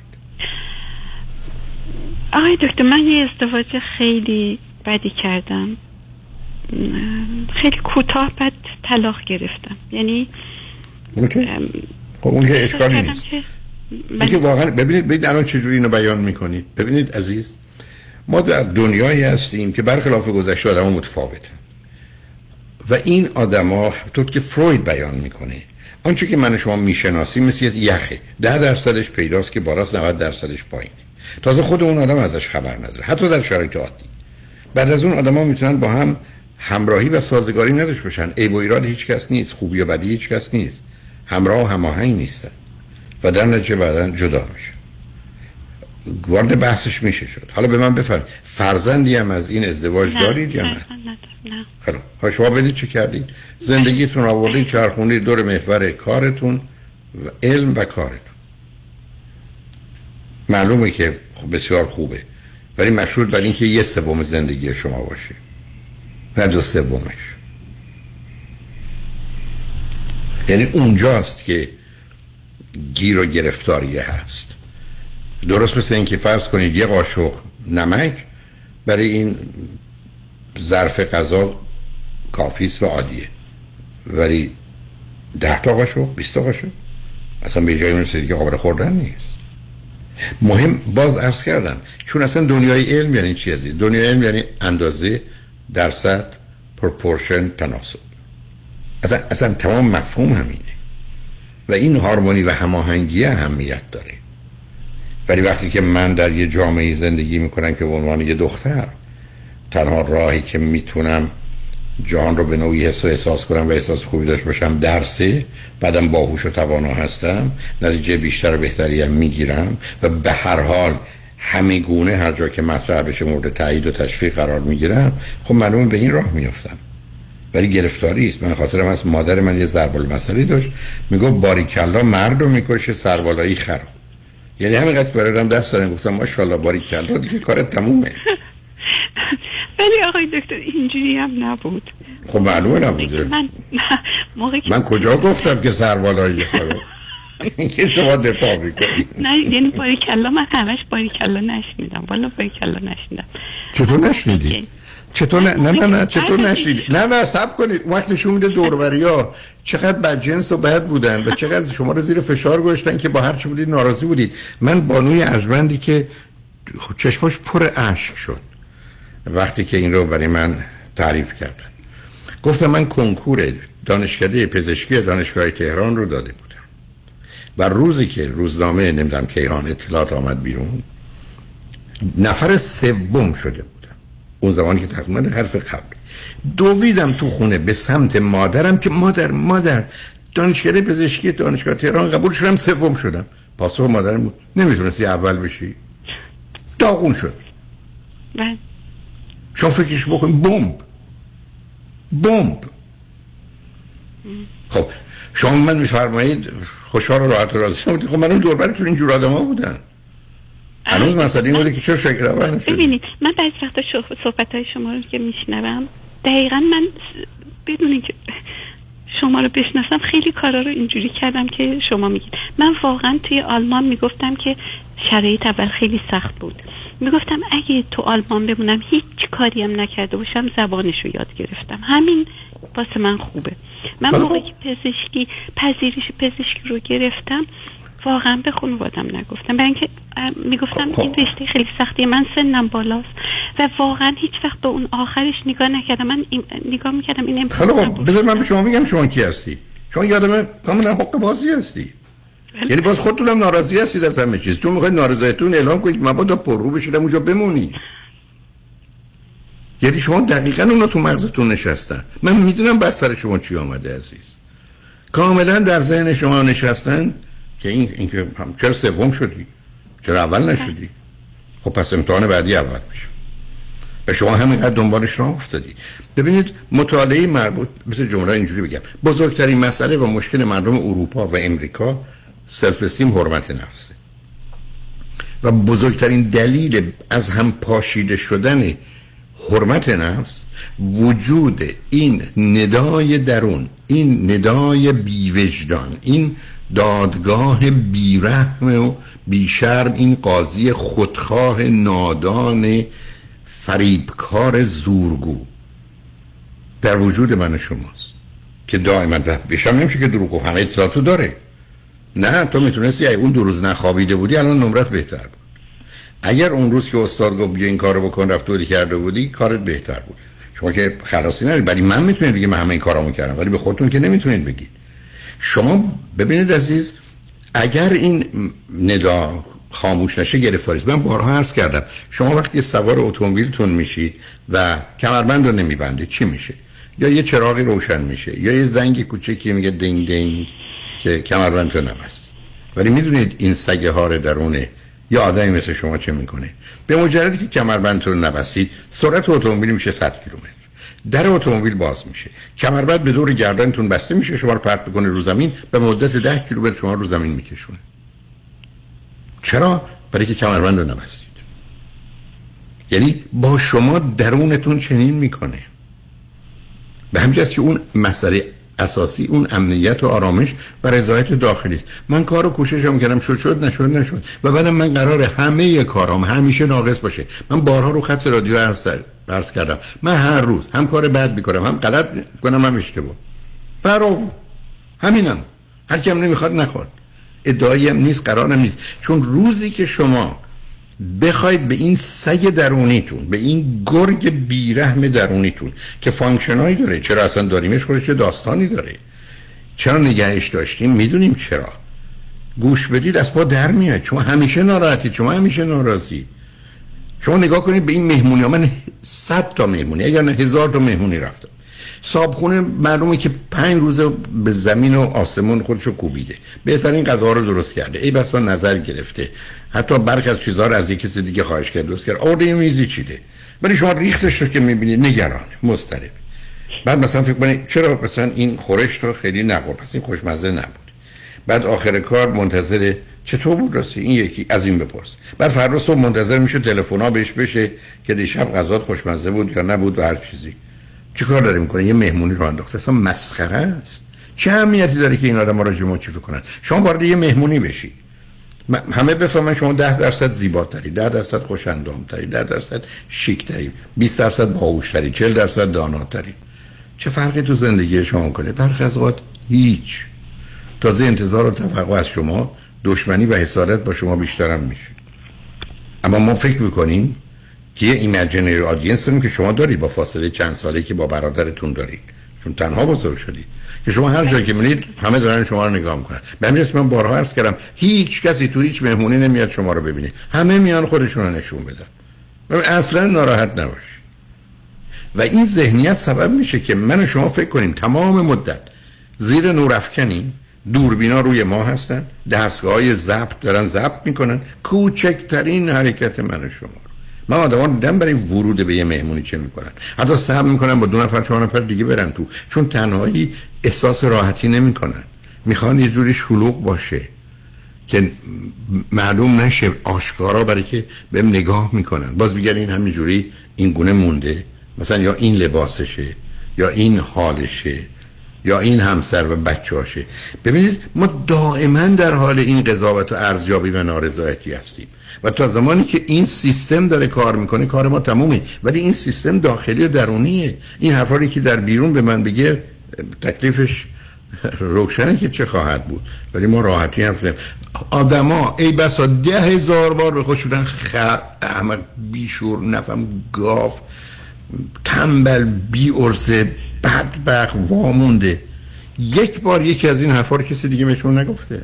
آقای دکتر من یه ازدواج خیلی بدی کردم، خیلی کوتاه بعد طلاق گرفتم. یعنی اوکی. خب اون که اشکالی نیست. اینکه واقعا ببینید ببینید الان چجوری اینو بیان میکنید. ببینید عزیز، ما در دنیایی هستیم که برخلاف گذشته آدم‌ها متفاوتن و این آدم‌ها طور که فروید بیان میکنه آنچه که من و شما میشناسیم مثل یخه، ده درصدش پیداست که بالاست، نود درصدش پایینه. تازه خود اون آدم ازش خبر نداره حتی در شرایط عادی. بعد از اون آدم‌ها میتونن با هم همراهی و سازگاری نداشته باشن، عیب و ایراد هیچ کس نیست، خوبی و بدی هیچ کس نیست، همراه و هماهنگ نیستن و در نتیجه بعداً جدا میشن. وارد بحثش میشه شد. حالا به من بفرمایید فرزندی هم از این ازدواج نه، دارید یا نه؟ نه نه. خیلی. ها شما بدید چه کردید؟ زندگیتون آوردید چرخوندید دور محور کارتون و علم و کارتون. معلومه که بسیار خوبه ولی مشروط بر این که یه سوم زندگی شما باشه نه دو سومش. یعنی اونجاست که گیر و گرفتاری هست. درست مثل این که فرض کنید یه قاشق نمک برای این ظرف غذا کافیست و عالیه ولی ده تا قاشق بیست تا قاشق اصلا به جایی میرسید که قابل خوردن نیست. مهم باز عرض کردم چون اصلا دنیای علم یعنی چی عزیز؟ دنیای علم یعنی اندازه، درصد، پروپورشن، تناسب. اصلا اصلا تمام مفهوم همینه و این هارمونی و هماهنگی اهمیت داره. ولی وقتی که من در یه جامعه زندگی میکنم که به عنوان یه دختر تنها راهی که میتونم جهان رو به نوعی حس و احساس کنم و احساس خوبی داشت باشم درسه، بعدم باهوش و توانا هستم، نتیجه بیشتر و بهتری هم میگیرم و به هر حال همه گونه هر جا که مطرح بشه مورد تایید و تشویق قرار میگیرم، خب معلومه به این راه میافتم. ولی گرفتاری است. من خاطرم از مادر من یه ضرب المثلی داشت میگفت باریکلا مرد رو میکشه سربالایی خر. یعنی همینقدر بردم دست دادم گفتم ماشاءالله باریکلا دیگه کارت تمومه. ولی آقای دکتر اینجوری هم نبود. خب معلومه نبوده. من موقعی من کجا گفتم که سربالایی خر؟ اینکه شما دفاع میکنید. نه یعنی باریکلا من همش باریکلا نشنیدم. والا باریکلا نشنیدم. چطور نشنیدی؟ چطور نه نه نه, نه چطور نشنیدی؟ نه نه صبر کنید. وقت نشون میده دوربریا چقدر بدجنس و بد بودن و چقدر شما رو زیر فشار گذاشتن که با هر چی بودید ناراضی بودید. من بانوی ارجمندی که چشماش پر اشک شد وقتی که این رو برای من تعریف کردن. گفتم من کنکور دانشکده پزشکی دانشگاه تهران رو داده بودم و روزی که روزنامه نمیدونم کیهان اطلاعات آمد بیرون نفر سوم شده بودم. اون زمانی که تقریبا حرف قبل دویدم تو خونه به سمت مادرم که مادر مادر دانشکده پزشکی دانشگاه تهران قبول شدم سوم شدم. پاسخ مادرم بود نمیتونستی اول بشی؟ داغون شد. بله. شما فکرش بکن بمب بمب خب شما من میفرمایید خوشحال و راحت و راضی شدید. خب من اون دور براتون اینجور آدم‌ها بودن. هنوز مسئله این بوده که چرا شکر اول نشدید. ببینید من بعضی وقتا صحبت‌های شما رو که میشنوم دقیقاً من بدون اینکه شما رو بشناسم خیلی کارا رو اینجوری کردم که شما میگید. من واقعا توی آلمان میگفتم که شرایط اول خیلی سخت بود. میگفتم اگه تو آلمان بمونم هیچ کاری هم نکرده باشم زبانش رو یاد گرفتم. همین واسه من خوبه. من موقعی که پزشکی پذیرش پزشکی رو گرفتم واقعا به خانوادم نگفتم، برای اینکه میگفتم این رشته خیلی سختیه، من سنم بالاست و واقعا هیچ وقت به اون آخرش نگاه نکردم. من این نگاه میکردم این امکان نبود. بذار من به شما بگم شما کی هستی. شما یادم کاملا حق بازی هستی. یعنی باز خودتون هم ناراضی هستید از همه چیز، چون میخواید نارضایتیتون اعلام کنید مبادا پررو بشید اونجا بمونید. یعنی شما دقیقاً اونا تو مغزتون نشستن. من میدونم بر سر شما چی آمده عزیز. کاملا در ذهن شما نشستن که این اینکه چرا سوم شدی؟ چرا اول نشدی؟ خب پس امتحان بعدی اول میشه. و شما همینقدر دنبالش راه افتادی. ببینید مطالعه مربوط مثل جمله اینجوری بگم بزرگترین مسئله و مشکل مردم اروپا و امریکا سلف استیم حرمت نفسه. و بزرگترین دلیل از هم پاشیده شدن حرمت نفس وجود این ندای درون، این ندای بیوجدان، این دادگاه بیرحم و بیشرم، این قاضی خودخواه نادان فریبکار زورگو در وجود من و شماست که دائما بشم نمیشه که دروغ و همه اطلاعاتو داره. نه تو میتونستی اگه اون دو روز نخوابیده بودی الان نمرت بهتر بود. اگر اون روز که استاد گفت بیا این کارو بکن رفتوری کرده بودی کارت بهتر بود. شما که خلاصی ندارید، ولی من میتونید بگید من همه این کارامو کردم، ولی به خودتون که نمیتونید بگید. شما ببینید عزیز اگر این ندا خاموش نشه گرفتاریست. من بارها عرض کردم شما وقتی سوار اتومبیلتون میشید و کمربند رو نمیبندید چی میشه؟ یا یه چراغی روشن میشه یا یه زنگ کوچیکی میگه دینگ دینگ که کمربند رو نبست. ولی میدونید این سگه هار درونه یا آدمی مثل شما چه میکنه؟ به مجردی که کمربند رو نبستید سرعت اتومبیل میشه صد کیلومتر، در اتومبیل باز میشه، کمربند به دور گردنتون بسته میشه، شما رو پرت میکنه رو زمین، به مدت ده کیلومتر شما رو زمین میکشونه. چرا؟ برای که کمربند رو نبستید. یعنی با شما درونتون چنین میکنه. به همین جاست که اون مسئله اساسی اون امنیت و آرامش و رضایت داخلی است. من کارو کوششم کردم شد شد نشد نشد و بعدم من قراره همه کارام همیشه ناقص باشه. من بارها رو خط رادیو عرض عرض کردم من هر روز هم کار بد میکنم هم غلط میکنم هم اشتباه. برو همینم. هر کیم نمیخواد نخواد. ادعایی هم نیست، قرارم نیست. چون روزی که شما بخواید به این سگ درونیتون، به این گرگ بیرحم درونیتون که فانکشنایی داره، چرا اصلا داریمش، خودش داستانی داره، چرا نگهش داشتیم، میدونیم چرا، گوش بدید از پا در میاد. شما همیشه ناراحتید، شما همیشه ناراضی. شما نگاه کنید به این مهمونی ها. من صد تا مهمونی اگر نه هزار تا مهمونی رفتم. صابخونه معلومه که پنج روز به زمین و آسمون خودشو کوبیده، بهترین غذا رو درست کرده، ای بسا نظر گرفته، حتی برخی از چیزها رو از یک کسی دیگه خواهش کرده درست کرده، آورده میزی چیده. ولی شما ریختش رو که میبینید نگرانه، مضطرب. بعد مثلا فکر کنید چرا مثلا این خورش رو خیلی نخورد، پس این خوشمزه نبود. بعد آخر کار منتظر چطور بود راستی این یکی از این بپرس. بعد فردا صبح منتظر میشه تلفن‌ها بهش بشه که دیشب غذات خوشمزه بود یا نبود و هر چیزی. چیکار داره میکنه؟ یه مهمونی رو انداخته. اصلا مسخره است. چه اهمیتی داره که این آدم‌ها راجع به ما چی فکر کنن؟ شما وارد یه مهمونی بشی، همه بفهمن شما ده درصد زیباتری، ده درصد خوش‌اندام‌تری، ده درصد شیک‌تری، بیست درصد باهوش‌تری، چهل درصد داناتری. چه فرقی تو زندگی شما کنه؟ برخی از اوقات هیچ. تازه انتظار و توقع از شما دشمنی و حسادت با شما بیشتر هم میشه. اما ما فکر می‌کنیم که یه ایمیجینری آدینس داریم که شما دارید با فاصله چند ساله که با برادرتون دارید، چون تنها بزرگ شدید که شما هر جایی که میرید همه دارن شما رو نگاه میکنن. به همین من بارها عرض کردم هیچ کسی تو هیچ مهمونی نمیاد شما رو ببینه، همه میان خودشون رو نشون بدن. اصلا ناراحت نباش. و این ذهنیت سبب میشه که من و شما فکر کنیم تمام مدت زیر نورافکنی دوربینا روی ما هستن، دستگاه‌های ضبط دارن ضبط میکنن کوچکترین حرکت من و شما. من آدما دیدم برای ورود به یه مهمونی چه میکنن، حتی صبر میکنن با دو نفر چهار نفر دیگه برن تو، چون تنهایی احساس راحتی نمیکنن، میخوان یه جوری شلوغ باشه که معلوم نشه آشکارا، برای که بهم نگاه میکنن باز میگن این همینجوری این گونه مونده، مثلا یا این لباسشه یا این حالشه یا این همسر و بچه‌هاشه. ببینید ما دائما در حال این قضاوت و ارزیابی و نارضایتی هستیم و تا زمانی که این سیستم داره کار میکنه کار ما تمومه، ولی این سیستم داخلی و درونیه. این حرفایی که در بیرون به من بگه تکلیفش روشنه که چه خواهد بود، ولی ما راحتی حرف نمی‌زنیم. آدما ای بسا ده هزار بار به خود شدن خ احمق بیشور نفهم گاف تنبل بی ارسه بدبخت وامونده، یک بار یکی از این حرفا رو کسی دیگه بهشون نگفته.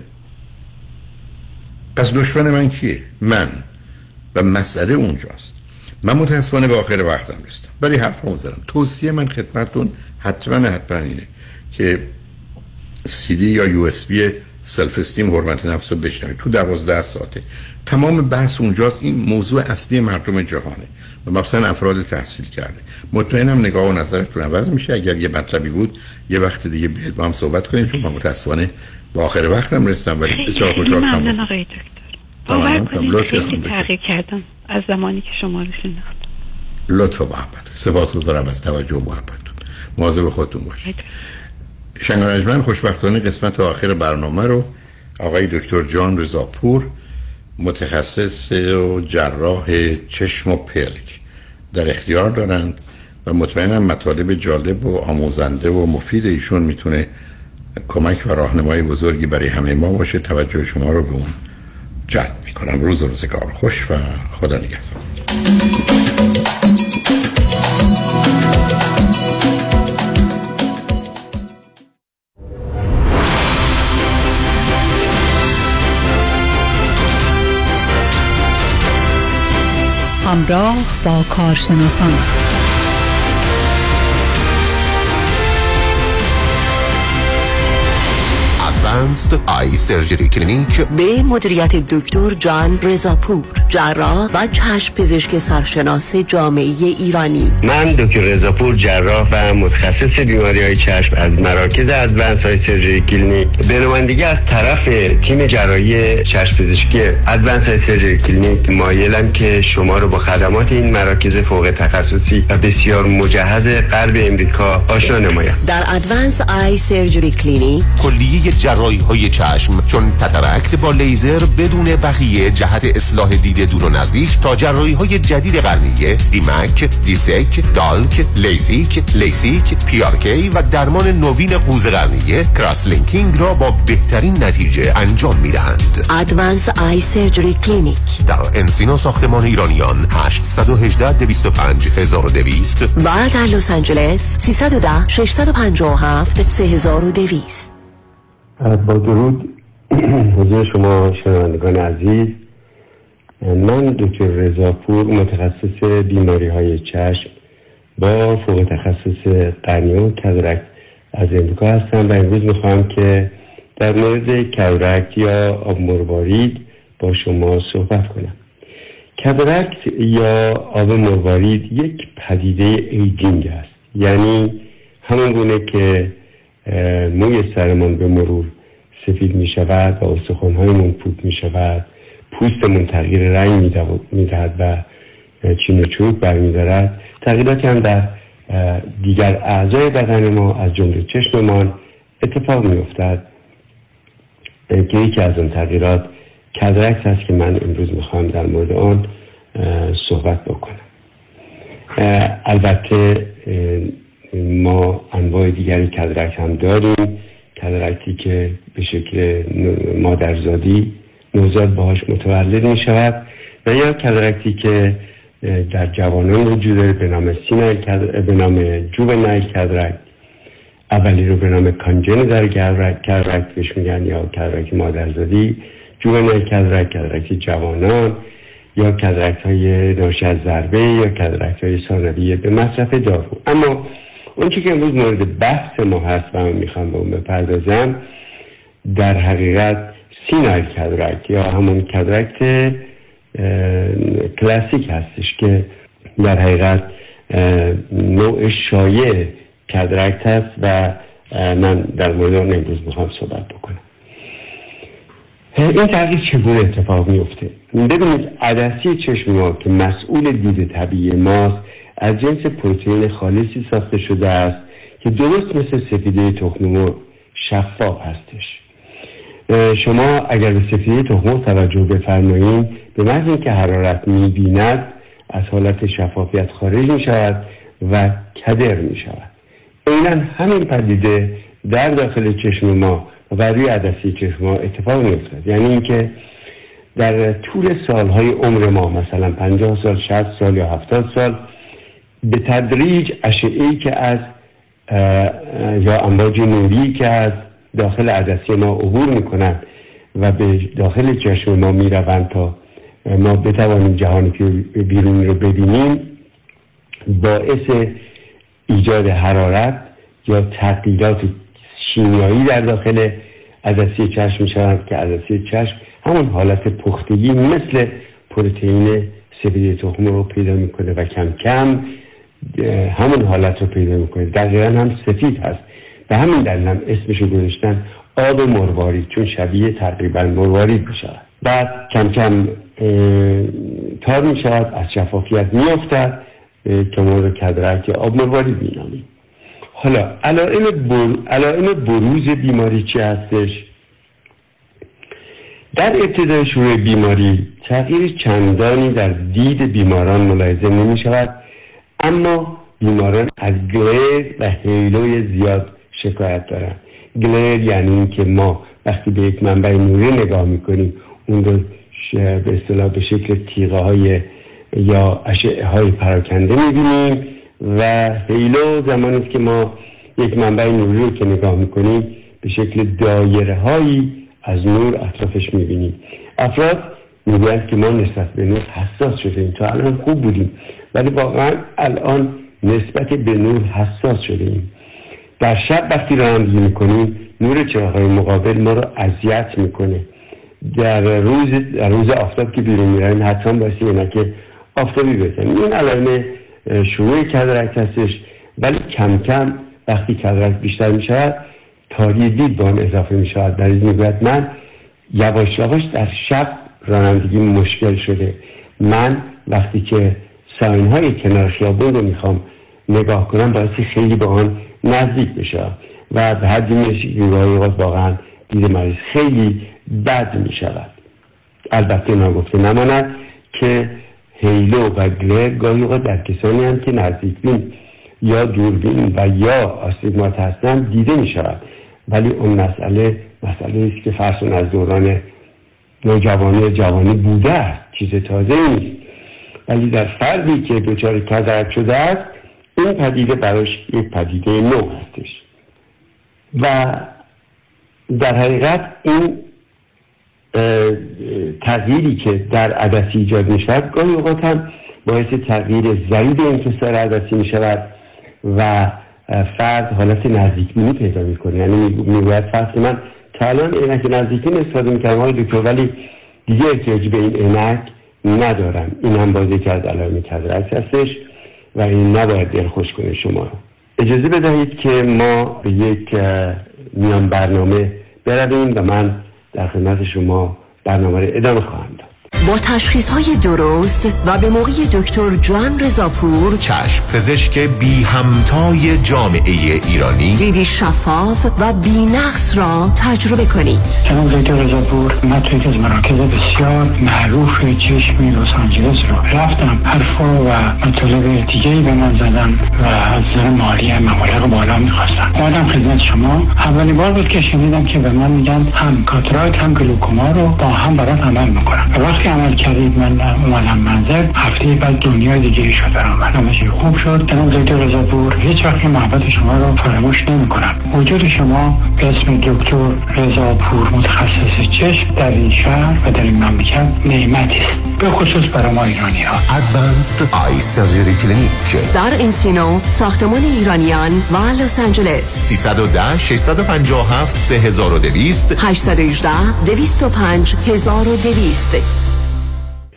پس دشمن من کیه؟ من. و مسئله اونجاست. من متاسفانه به آخر وقتم رسیدم ولی حرف نمیزنم. توصیه من خدمتتون حتما حتما اینه که سی دی یا یو اس بی سلف استیم حرمت نفس رو بشنوید. تو دوازده ساعته تمام بحث اونجاست. این موضوع اصلی مردم جهانه و مثلا افراد تحصیل کرده. مطمئنم نگاه و نظرتون عوض میشه. اگر یه مطلبی بود یه وقت دیگه بیاید با هم صحبت کنیم، چون من متاسفانه با آخر وقتم رسیدم ولی بسیار خوشحال شدم. ممنون آقای دکتر. باور کنید خیلی تغییر کردم از زمانی که شما رو شناختم. لطف و محبت. سپاسگزارم از توجه و محبتتون. مواظب خودتون باشید. شنگانجمن خوشبختانه قسمت آخر برنامه رو آقای دکتر جان رضاپور، متخصص و جراح چشم و پلک، در اختیار دارند و مطمئنم مطالب جالب و آموزنده و مفید ایشون میتونه کمک و راهنمای بزرگی برای همه ما باشه. توجه شما رو به اون جلب میکنم. روز و روزگار خوش و خدا نگهدار. همراه با کارشناسان ادوانسد آی سرجری کلینیک به مدیریت دکتر جان رضاپور، جراح و چشم پزشک سرشناس جامعه ایرانی. من دکتر رضاپور، جراح و متخصص بیماری‌های چشم از مراکز ادوانسد آی سرجری کلینیک، به نمایندگی از طرف تیم جراحی چشم پزشکی ادوانسد آی سرجری کلینیک مایلم که شما رو با خدمات این مراکز فوق تخصصی و بسیار مجهز غرب امریکا آشنا نمایم. در ادوانسد آی سرجری کلینیک کلیه جراحی های چشم، چون کاتاراکت با لیزر بدون بقیه جهت اصلاح دید دور و نزدیک تا جراحی های جدید قرنیه، دیمک، دیسک، دالک، لیزیک، لیسیک، پی آر کی و درمان نوین قوز قرنیه کراس لینکینگ را با بهترین نتیجه انجام میدهند. ادوانسد آی سرجری کلینیک در انسینو ساختمان ایرانیان هشت یک هشت دو پنج دویست و در لس آنجلس سیصد و ده ششصد و پنجاه و هفت سه هزار و دویست. با درود حضور شما شنوندگان عزیز، من دکتر رضاپور، متخصص بیماری های چشم با فوق تخصص قرنیه و کاتاراکت از امریکا هستم و امروز میخواهم که در مورد کاتاراکت یا آب مروارید با شما صحبت کنم. کاتاراکت یا آب مروارید یک پدیده ایجینگ است، یعنی همون گونه که موی سرمان به مرور سفید می شود و استخوان‌هایمون پوک می شود، پوستمون تغییر رنگ می دهد و چین و چروک برمی دارد، تغییراتی هم در دیگر اعضای بدن ما از جمله چشممان اتفاق می افتد که یکی از اون تغییرات کاتاراکت هست که من امروز می خواهم در مورد آن صحبت بکنم. البته ما انواع دیگری کاتاراکت هم داریم، کاتاراکتی که به شکل مادرزادی نوزاد باهاش متولد می شود و یا کاتاراکتی که در جوانان وجود داره به نام سینایل به نام جوونایل کاتاراکت، اولی رو به نام کانجنیتال کاتاراکت بهش میگن یا کاتاراکت مادرزادی، جوونایل کاتاراکت کاتاراکت جوانان یا کاتاراکت های ناشی از ضربه یا کاتاراکت های ثانویه به مصرف دارو. اما اون چی که امروز مورد بحث ما هست و من میخوام به اون بپردازم در حقیقت سینایل کاتاراکت یا همون کاتاراکت کلاسیک هستش که در حقیقت نوع شایع کاتاراکت هست و من در مورد اون امروز میخوام صحبت بکنم. این تغییر چگونه اتفاق میفته؟ ببینید عدسی چشم ما که مسئول دید طبیعی ماست از جنس پروتئین خالصی ساخته شده است که درست مثل سفیده تخم مرغ شفاف هستش. شما اگر به سفیده تخم مرغ توجه بفرمایید به محض اینکه حرارت میبیند از حالت شفافیت خارج میشود و کدر میشود. عیناً همین پدیده در داخل چشم ما و روی عدسی چشم ما اتفاق میافتد. یعنی اینکه در طول سالهای عمر ما مثلا پنجاه سال، شصت سال یا هفتاد سال به تدریج اشعه‌ای که از یا امواج نوری که از داخل عدسی ما عبور میکنند و به داخل چشم ما میروند تا ما بتوانیم جهان بیرونی رو ببینیم، باعث ایجاد حرارت یا تغییرات شیمیایی در داخل عدسی چشم میشوند که عدسی چشم همون حالت پختگی مثل پروتئین سفیده تخم رو پیدا میکنه و کم کم همون حالت رو پیدا میکنه. دقیقا هم سفید هست، به همین دلیل هم اسمشو گذاشتن آب مروارید، چون شبیه تقریبا مروارید میشود. بعد کم کم تار میشود، از شفافیت میافتد که ما رو کاتاراکت یا آب مروارید مینامیم. حالا علائم بر... علائم بروز بیماری چی هستش؟ در ابتدای شروع بیماری تغییر چندانی در دید بیماران ملاحظه نمی شود، اما بیماران از گلر و هیلوی زیاد شکایت دارند. گلر یعنی این که ما وقتی به یک منبع نوری نگاه میکنیم اون رو به اصطلاح به شکل تیغه های یا اشعه های پراکنده میبینیم و هیلو زمانی است که ما یک منبع نوری رو که نگاه میکنیم به شکل دایره هایی از نور اطرافش میبینیم. افراد میگویند که ما نسبت به نور حساس شدیم، تا الان خوب بودیم ولی واقعا الان نسبت به نور حساس شدیم. در شب وقتی رانندگی میکنیم نور چراغ‌های مقابل ما رو اذیت میکنه. در روز در روز آفتاب که بیرون میریم حتما باید عینک آفتابی بزنیم. این علائم شروع کاتاراکت هستش، ولی کم کم وقتی کاتاراکت بیشتر میشود تاری دید با هم اضافه میشود. مریض میگوید من یواش یواش در شب رانندگی مشکل شده، من وقتی که ساین های کنار خیابون رو میخوام نگاه کنم باعثی خیلی با آن نزدیک بشه و به حدی میشه که گاهی اوقات واقعا دید مریض خیلی بد میشود. البته ناگفته نماند که هیلو و گلر گاهی اوقات در کسانی هم که نزدیکبین یا دوربین و یا آستیگمات هستند دیده میشود، ولی اون مسئله مسئله است که فرسون از دوران نوجوانی و جوانی بوده است، چیز تازه نیست. ولی در فردی که دچار کاتاراکت شده است این پدیده براش یک پدیده نو هستش و در حقیقت این تغییری که در عدسی ایجاد می شود گاهی اوقات هم باعث تغییر ضریب انکسار عدسی می شود و فرد حالت نزدیکبینی پیدا می کنه. یعنی می باید فرد من تا الان عینک نزدیکبین استفاده می کردم های دکتر ولی دیگه احتیاج به این عینک ندارم. این هم بازی که از علائم کاتاراکت هستش و این نباید دلخوش کنه شما رو. اجازه بدهید که ما به یک میان برنامه برویم و من در خدمت شما برنامه رو ادامه خواهم داد. با تشخیص‌های درست و به موقع دکتر جان رضاپور، چشم پزشک بی همتای جامعه ایرانی، دیدی شفاف و بی نقص را تجربه کنید. جناب دکتر رضاپور، من توی از مراکز بسیار معروف چشمی لس آنجلس رو رفتم، حرفا و مطالب دیگه‌ای به من زدن و از نظر مالی مبالغ بالا می‌خواستن. اومدم خدمت شما، اولین بار بود که شنیدم که به من میگن هم کاتاراکت هم گلوکوما رو با هم برات عمل می‌کنن. وقتی عمل کردید من اومدم منزل، هفته بعد دنیای دیگه شد برام. همه چی خوب شد. جناب دکتر رضاپور، هیچ وقت محبت شما رو فراموش نمی‌کنم. وجود شما به اسم دکتر رضاپور متخصص چشم در این شهر و در این مملکت نعمتی است، به خصوص برای ما ایرانی‌ها. ادوانسد آی سرجری کلینیک در انسینو، ساختمان ایرانیان و لس آنجلس. سیصد و ده ششصد و پنجاه و هفت سه هزار و دویست هشتصد و هجده دویست و پنج هزار و دویست.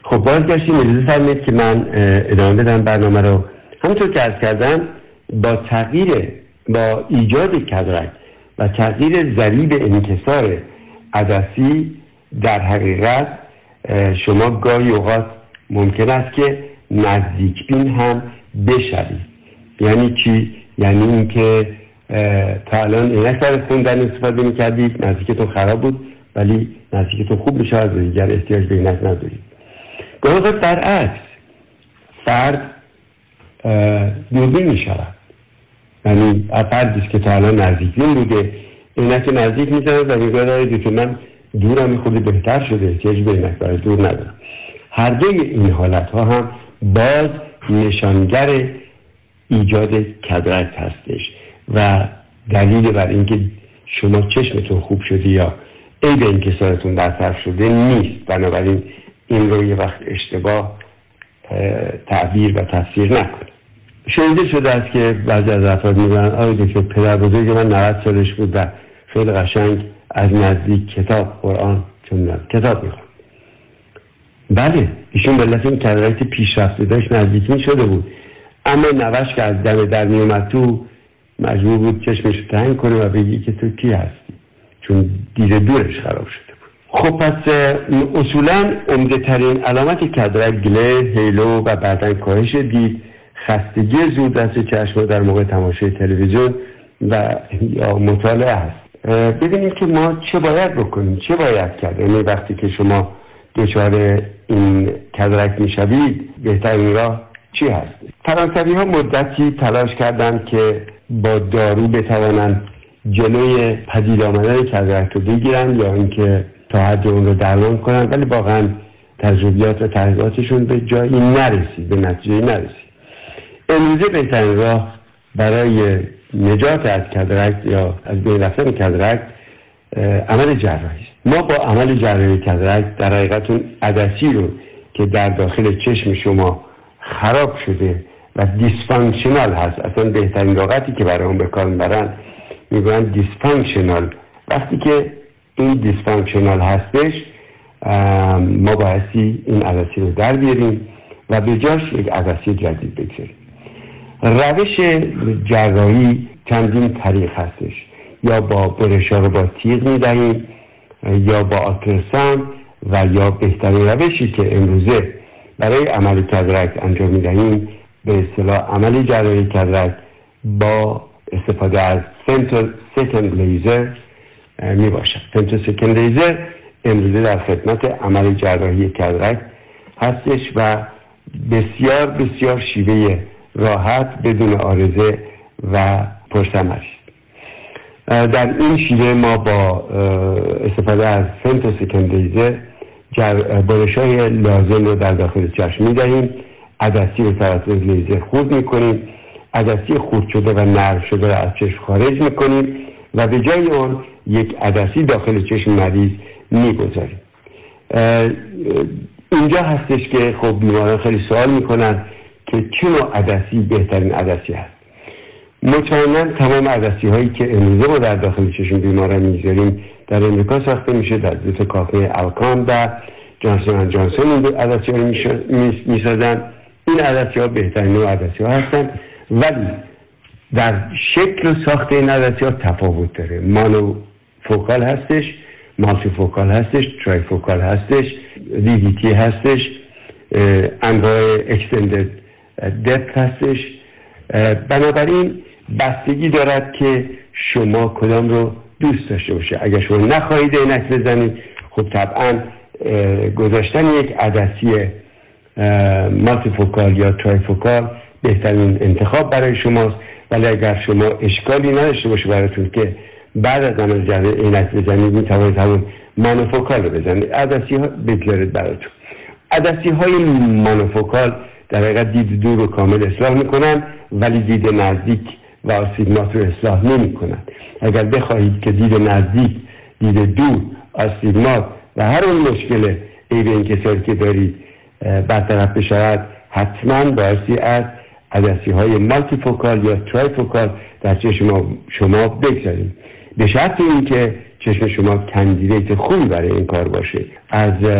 خب بازگشتیم اجازه فرمایید که من ادامه بدم برنامه رو. همونطور که عرض کردم با تغییر با ایجاد کدرک و تغییر ضریب انکسار عدسی در حقیقت شما گاهی اوقات ممکن است که نزدیک بین هم بشوید. یعنی چی؟ یعنی این که تا الان عینک برای خوندن استفاده میکردید، نزدیکتون خراب بود ولی نزدیکتون خوب میشه از دیگر احتیاج به عینک ندارید. گاهی اوقات برعکس فرد دوربین میشود، یعنی فردیست که تا الان نزدیکبین بوده عینک نزدیک میزنه و میگه دارید که من دورم میخوری بهتر شده، احتیاج به عینک برای دور ندارم. هر دوی این حالت ها هم باز نشانگر ایجاد کدرک هستش و دلیل بر اینکه شما چشمتون خوب شده یا عیب انکسارتون برطرف شده نیست. بنابراین این رو یه وقت اشتباه تعبیر و تفسیر نکنید. شنیده شده است که بعضی از افراد میگن آقای دکتر پدر بزرگ من نود سالش بود و خیلی قشنگ از نزدیک کتاب قرآن چون کتاب میخوند. بله ایشون به علت این کدرک پیشرفته داشت نزدیکی شده بود، اما نوش که از دم در میومد تو مجبور بود چشمش رو تنگ کنه و بگی که تو کی هستی، چون دید دورش خراب شده بود. خب پس اصولا عمده ترین علامت کدرک گله، هیلو و بعدن کاهش دید، خستگی زودرس چشم در موقع تماشای تلویزیون و یا مطالعه است. ببینید که ما چه باید بکنیم، چه باید کرد. یعنی وقتی که شما دچار این کدرک میشوید بهترین راه چی هست؟ فرانسوی ها مدتی تلاش کردند که با دارو بتوانند جلوی پدید آمدن کدرک رو بگیرن یا اینکه تا حد اون رو درمان کنن، ولی واقعا تجربیات و تحقیقاتشون به جایی نرسید، به نتیجه نرسید. امروزه بهترین راه برای نجات از کدرک یا از بین رفتن کدرک عمل جراحی است. ما با عمل جراحی کدرک در حقیقت اون عدسی رو که در داخل چشم شما خراب شده و دیسفانکشنال هست، اصلا بهترین لغتی که برای اون به کار میبرن میگن دیسفانکشنال، وقتی که این دیسفانکشنال هستش ما بایستی این عدسی رو در بیاریم و به جاش یک عدسی جدید بگذاریم. روش جراحی چندین طریق هستش، یا با برشا رو با تیغ میدهیم یا با آلتراساوند و یا بهترین روشی که امروزه برای عمل کدرک انجام میدهیم به اصطلاح عمل جراحی کدرک با استفاده از فمتو سکند لیزر می باشد. فمتو سکند لیزر امروزه در خدمت عمل جراحی کدرک هستش و بسیار بسیار شیوه راحت بدون عارضه و پرثمر است. در این شیوه ما با استفاده از فمتو سکند لیزر برش‌های لازم رو در داخل چشم می‌دهیم، عدسی رو توسط لیزر خورد می‌کنیم، عدسی خورد شده و نرم شده رو از چشم خارج می‌کنیم و به جای اون یک عدسی داخل چشم مریض می‌گذاریم. اینجا هستش که خب بیماران خیلی سوال می‌کنن که چه نوع عدسی بهترین عدسی هست. مطمئناً تمام عدسی هایی که امروزه ما در داخل چشم بیماران می‌ذاریم در امریکا ساخته میشه، در دو تا کافه الکام و جانسون اند جانسون این عدسی ها رو میسازن. این عدسی ها بهترین نوع عدسی ها هستن، ولی در شکل و ساخت این عدسی ها تفاوت داره. مانو فوکال هستش، مالتی فوکال هستش، ترای فوکال هستش، دی دی تی هستش، انواع اکستندد دپت هستش. بنابراین بستگی دارد که شما کدام رو دوست داشته باشه. اگر شما نخواهید عینک بزنید خب طبعا گذاشتن یک عدسی مالتی فوکال یا ترای فوکال بهترین انتخاب برای شماست، ولی اگر شما اشکالی نداشته باشه براتون که بعد از عمل جراحی عینک بزنید میتوانید همون مانوفوکال رو بزنید، عدسی ها بگذارید براتون. عدسی های مانوفوکال در حقیقت دید دور رو کامل اصلاح میکنن ولی دید نزدیک و آستیگمات رو اصلاح نمی کنن. اگر بخواهید که دید نزدیک، دید دور، آستیگمات و هر اون مشکل عیب انکساری که دارید برطرف بشود حتما بایستی از عدسی های مالتی فوکال یا ترای فوکال در چشم شما بگذارید، به شرط این که چشم شما کندیدیت خوبی برای این کار باشه. از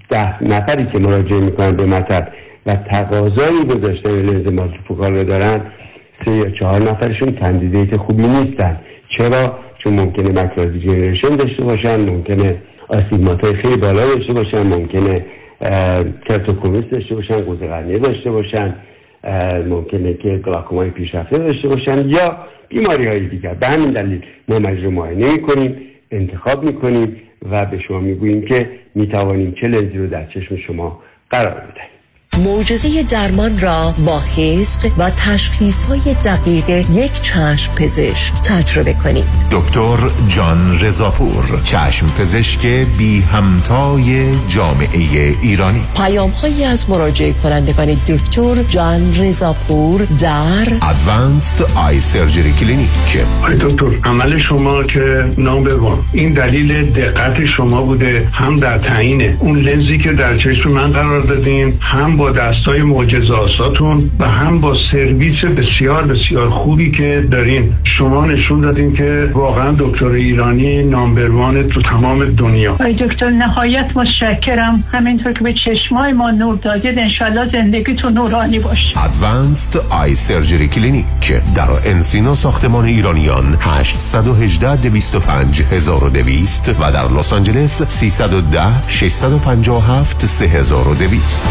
ده نفری که مراجعه میکنن به مطب و تقاضای گذاشتن لنز مالتیفوکال رو دارن، سه یا چهار نفرشون کاندیدیت خوبی نیستن. چرا؟ چون ممکنه ماکولار دیژنریشن داشته باشن، ممکنه آستیگماتای خیلی بالا داشته باشن، ممکنه کراتوکونیس داشته باشن، قوزه قرنیه داشته باشن، ممکنه که گلاکومای پیشرفته داشته باشن یا بیماری های دیگر. به همین دلیل ما مریض رو معاینه میکنیم، انتخاب میکنیم و به شما میگوییم که میتوانیم چه لنزی رو در چشم شما قرار بدهیم. معجزه درمان را با حزق و تشخیص‌های دقیق یک چشم پزشک تجربه کنید. دکتر جان رضاپور، چشم پزشک بی همتای جامعه ایرانی. پیام‌هایی از مراجعه کنندگان دکتر جان رضاپور در ادوانسد آی سرجری کلینیک. آی دکتر، عمل شما که نامبر وان، این دلیل دقت شما بوده، هم در تعیین اون لنزی که در چشم من قرار دادین، هم با دستای معجزه‌آساتون و هم با سرویس بسیار بسیار خوبی که دارین. شما نشون دادین که واقعا دکتر ایرانی نامبر وان تو تمام دنیا. آی دکتر نهایت متشکرم، همینطور که به چشمای ما نور دادید، انشالله زندگیتون نورانی باشه. ادوانسد آی سرجری کلینیک در انسینو ساختمان ایرانیان هشت یک هشت دو پنج دویست و در لس آنجلس سیصد و ده ششصد و پنجاه و هفت سه هزار و دویست.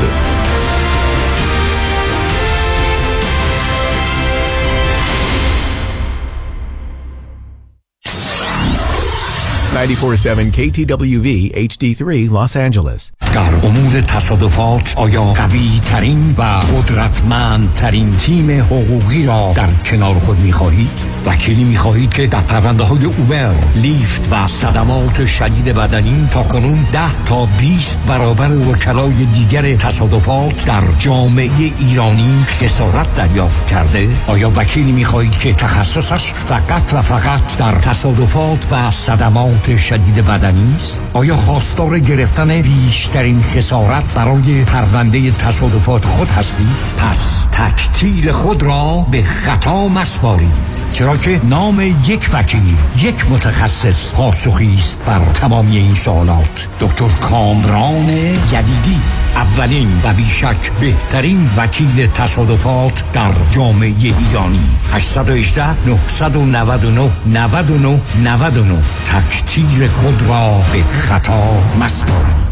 نود و چهار ممیز هفت کی تی دبلیو وی اچ دی سه Los Angeles. در امور تصادفات آیا قوی ترین و قدرتمند ترین تیم حقوقی را در کنار خود می خواهید؟ وکیلی می خواهید که در پرونده های اوبر، لیفت و صدمات شدید بدنی تا کنون ده تا بیست برابر وکلای دیگر تصادفات در جامعه ایرانی خسارت دریافت کرده؟ آیا وکیلی می خواهید که تخصصش فقط و فقط در تصادفات و صدمات شدید بدنی است؟ آیا خواستار گرفتن بیشترین خسارت برای پرونده تصادفات خود هستید؟ پس تکتیر خود را به خطا مسپارید، چرا که نام یک وکیل، یک متخصص پاسخی است بر تمامی این سوالات. دکتر کامران یدیدی، اولین و بیشک بهترین وکیل تصادفات در جامعه ایرانی. هشت یک هشت نه نه نه نه نه نه نه. تکتیر خود را به خطا مسپارید.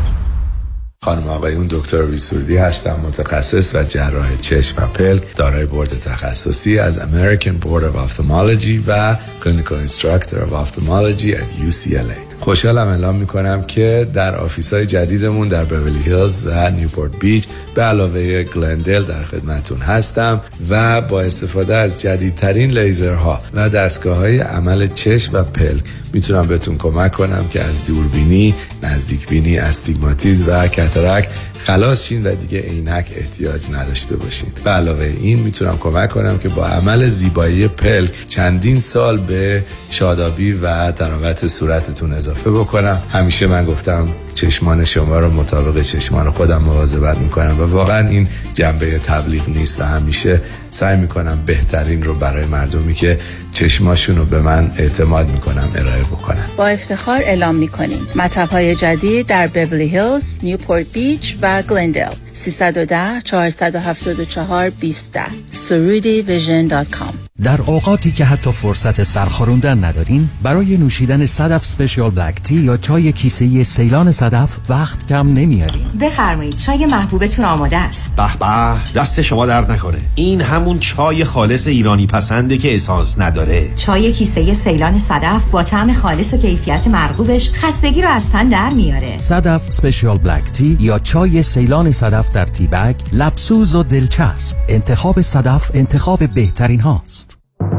خانم آقایون، دکتر ویسوردی هستم، متخصص و جراح چشم و پلک، دارای بورد تخصصی از American Board of Ophthalmology و Clinical Instructor of Ophthalmology at یو سی ال ای. خوشحالم اعلام میکنم که در آفیس‌های جدیدمون در بیولی هیلز و نیوپورت بیچ به علاوه گلندل در خدمتون هستم و با استفاده از جدیدترین لیزرها و دستگاه‌های عمل چشم و پلک میتونم بهتون کمک کنم که از دوربینی، نزدیکبینی، استیگماتیسم و کاتاراکت خلاص شین و دیگه عینک احتیاج نداشته باشین. به علاوه این میتونم کمک کنم که با عمل زیبایی پلک چندین سال به شادابی و تراوت صورتتون اضافه بکنم. همیشه من گفتم چشمان شما رو مطابق چشمان خودم مواظبت میکنم و واقعا این جنبه تبلیغ نیست و همیشه سعی میکنم بهترین رو برای مردمی که چشماشون رو به من اعتماد میکنم ارائه بکنم. با افتخار اعلام میکنیم مطب‌های جدید در بیولی هیلز، نیوپورت بیچ و گلندل. سیصد و ده چهارصد و هفتاد و چهار بیست سرودی ویژن دات کام. در اوقاتی که حتی فرصت سرخوردن ندارین، برای نوشیدن صدف اسپشیال بلک تی یا چای کیسه‌ای سیلان صدف وقت کم نمیارین. بفرمایید، چای محبوبتون آماده است. به به، دست شما درد نکنه. این همون چای خالص ایرانی پسنده که اسانس نداره. چای کیسه‌ای سیلان صدف با طعم خالص و کیفیت مرغوبش خستگی رو از تن در میاره. صدف اسپشیال بلک تی یا چای سیلان صدف در تی بگ، لبسوز و دلچسب. انتخاب صدف انتخاب بهترین هاست.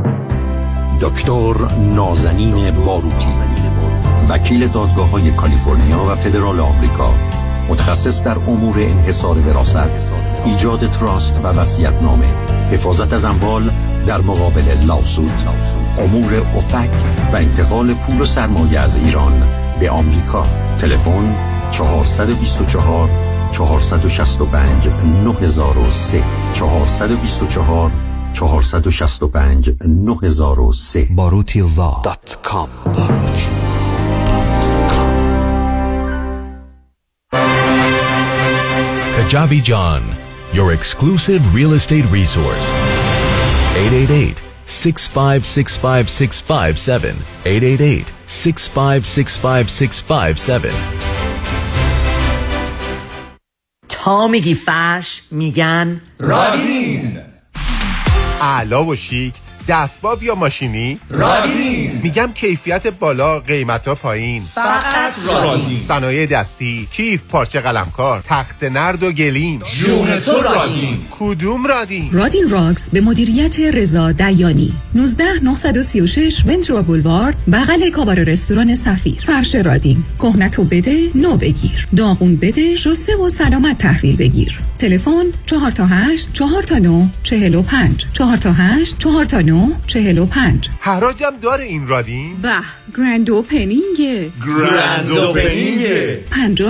دکتر نازنین باروتی، وکیل دادگاه‌های کالیفرنیا و فدرال آمریکا، متخصص در امور انحصار وراثت، ایجاد تراست و وصیت‌نامه، حفاظت از اموال در مقابل لاسود، امور اوپک و انتقال پول و سرمایه از ایران به آمریکا. تلفن چهارصد و بیست و چهار چهارصد و شصت و پنج نه هزار و سه چهارصد و بیست و چهار چهارصد و شصت و پنج نه هزار و سه باروتی لا دات کام. Kajabi John, your exclusive real estate resource. eight eight eight, six five six five, six five seven. eight eight eight, six five six five, six five seven. تا میگی فرش میگن رادین. اعلا و شیک، دستباب یا ماشینی؟ رادین. میگم کیفیت بالا، قیمتا پایین، فقط رادین. صنایع دستی، کیف، پارچه قلمکار، تخت نرد و گلیم. جون تو رادین. کدوم رادین؟ رادین راکس به مدیریت رضا دیانی. نوزده نه سه شش ونتورا بولوارد، بغل کابار رستوران سفیر. فرش رادین. کهنتو بده، نو بگیر. داغون بده، شسته و سلامت تحویل بگیر. تلفن چهار تا هشت چهار تا نه چهل و پنج چهار تا هشت چهار تا نه چهل و پنج. حراجم داره این رادین؟ به گرند اوپنینگه. گرند اوپنینگه. پنجاه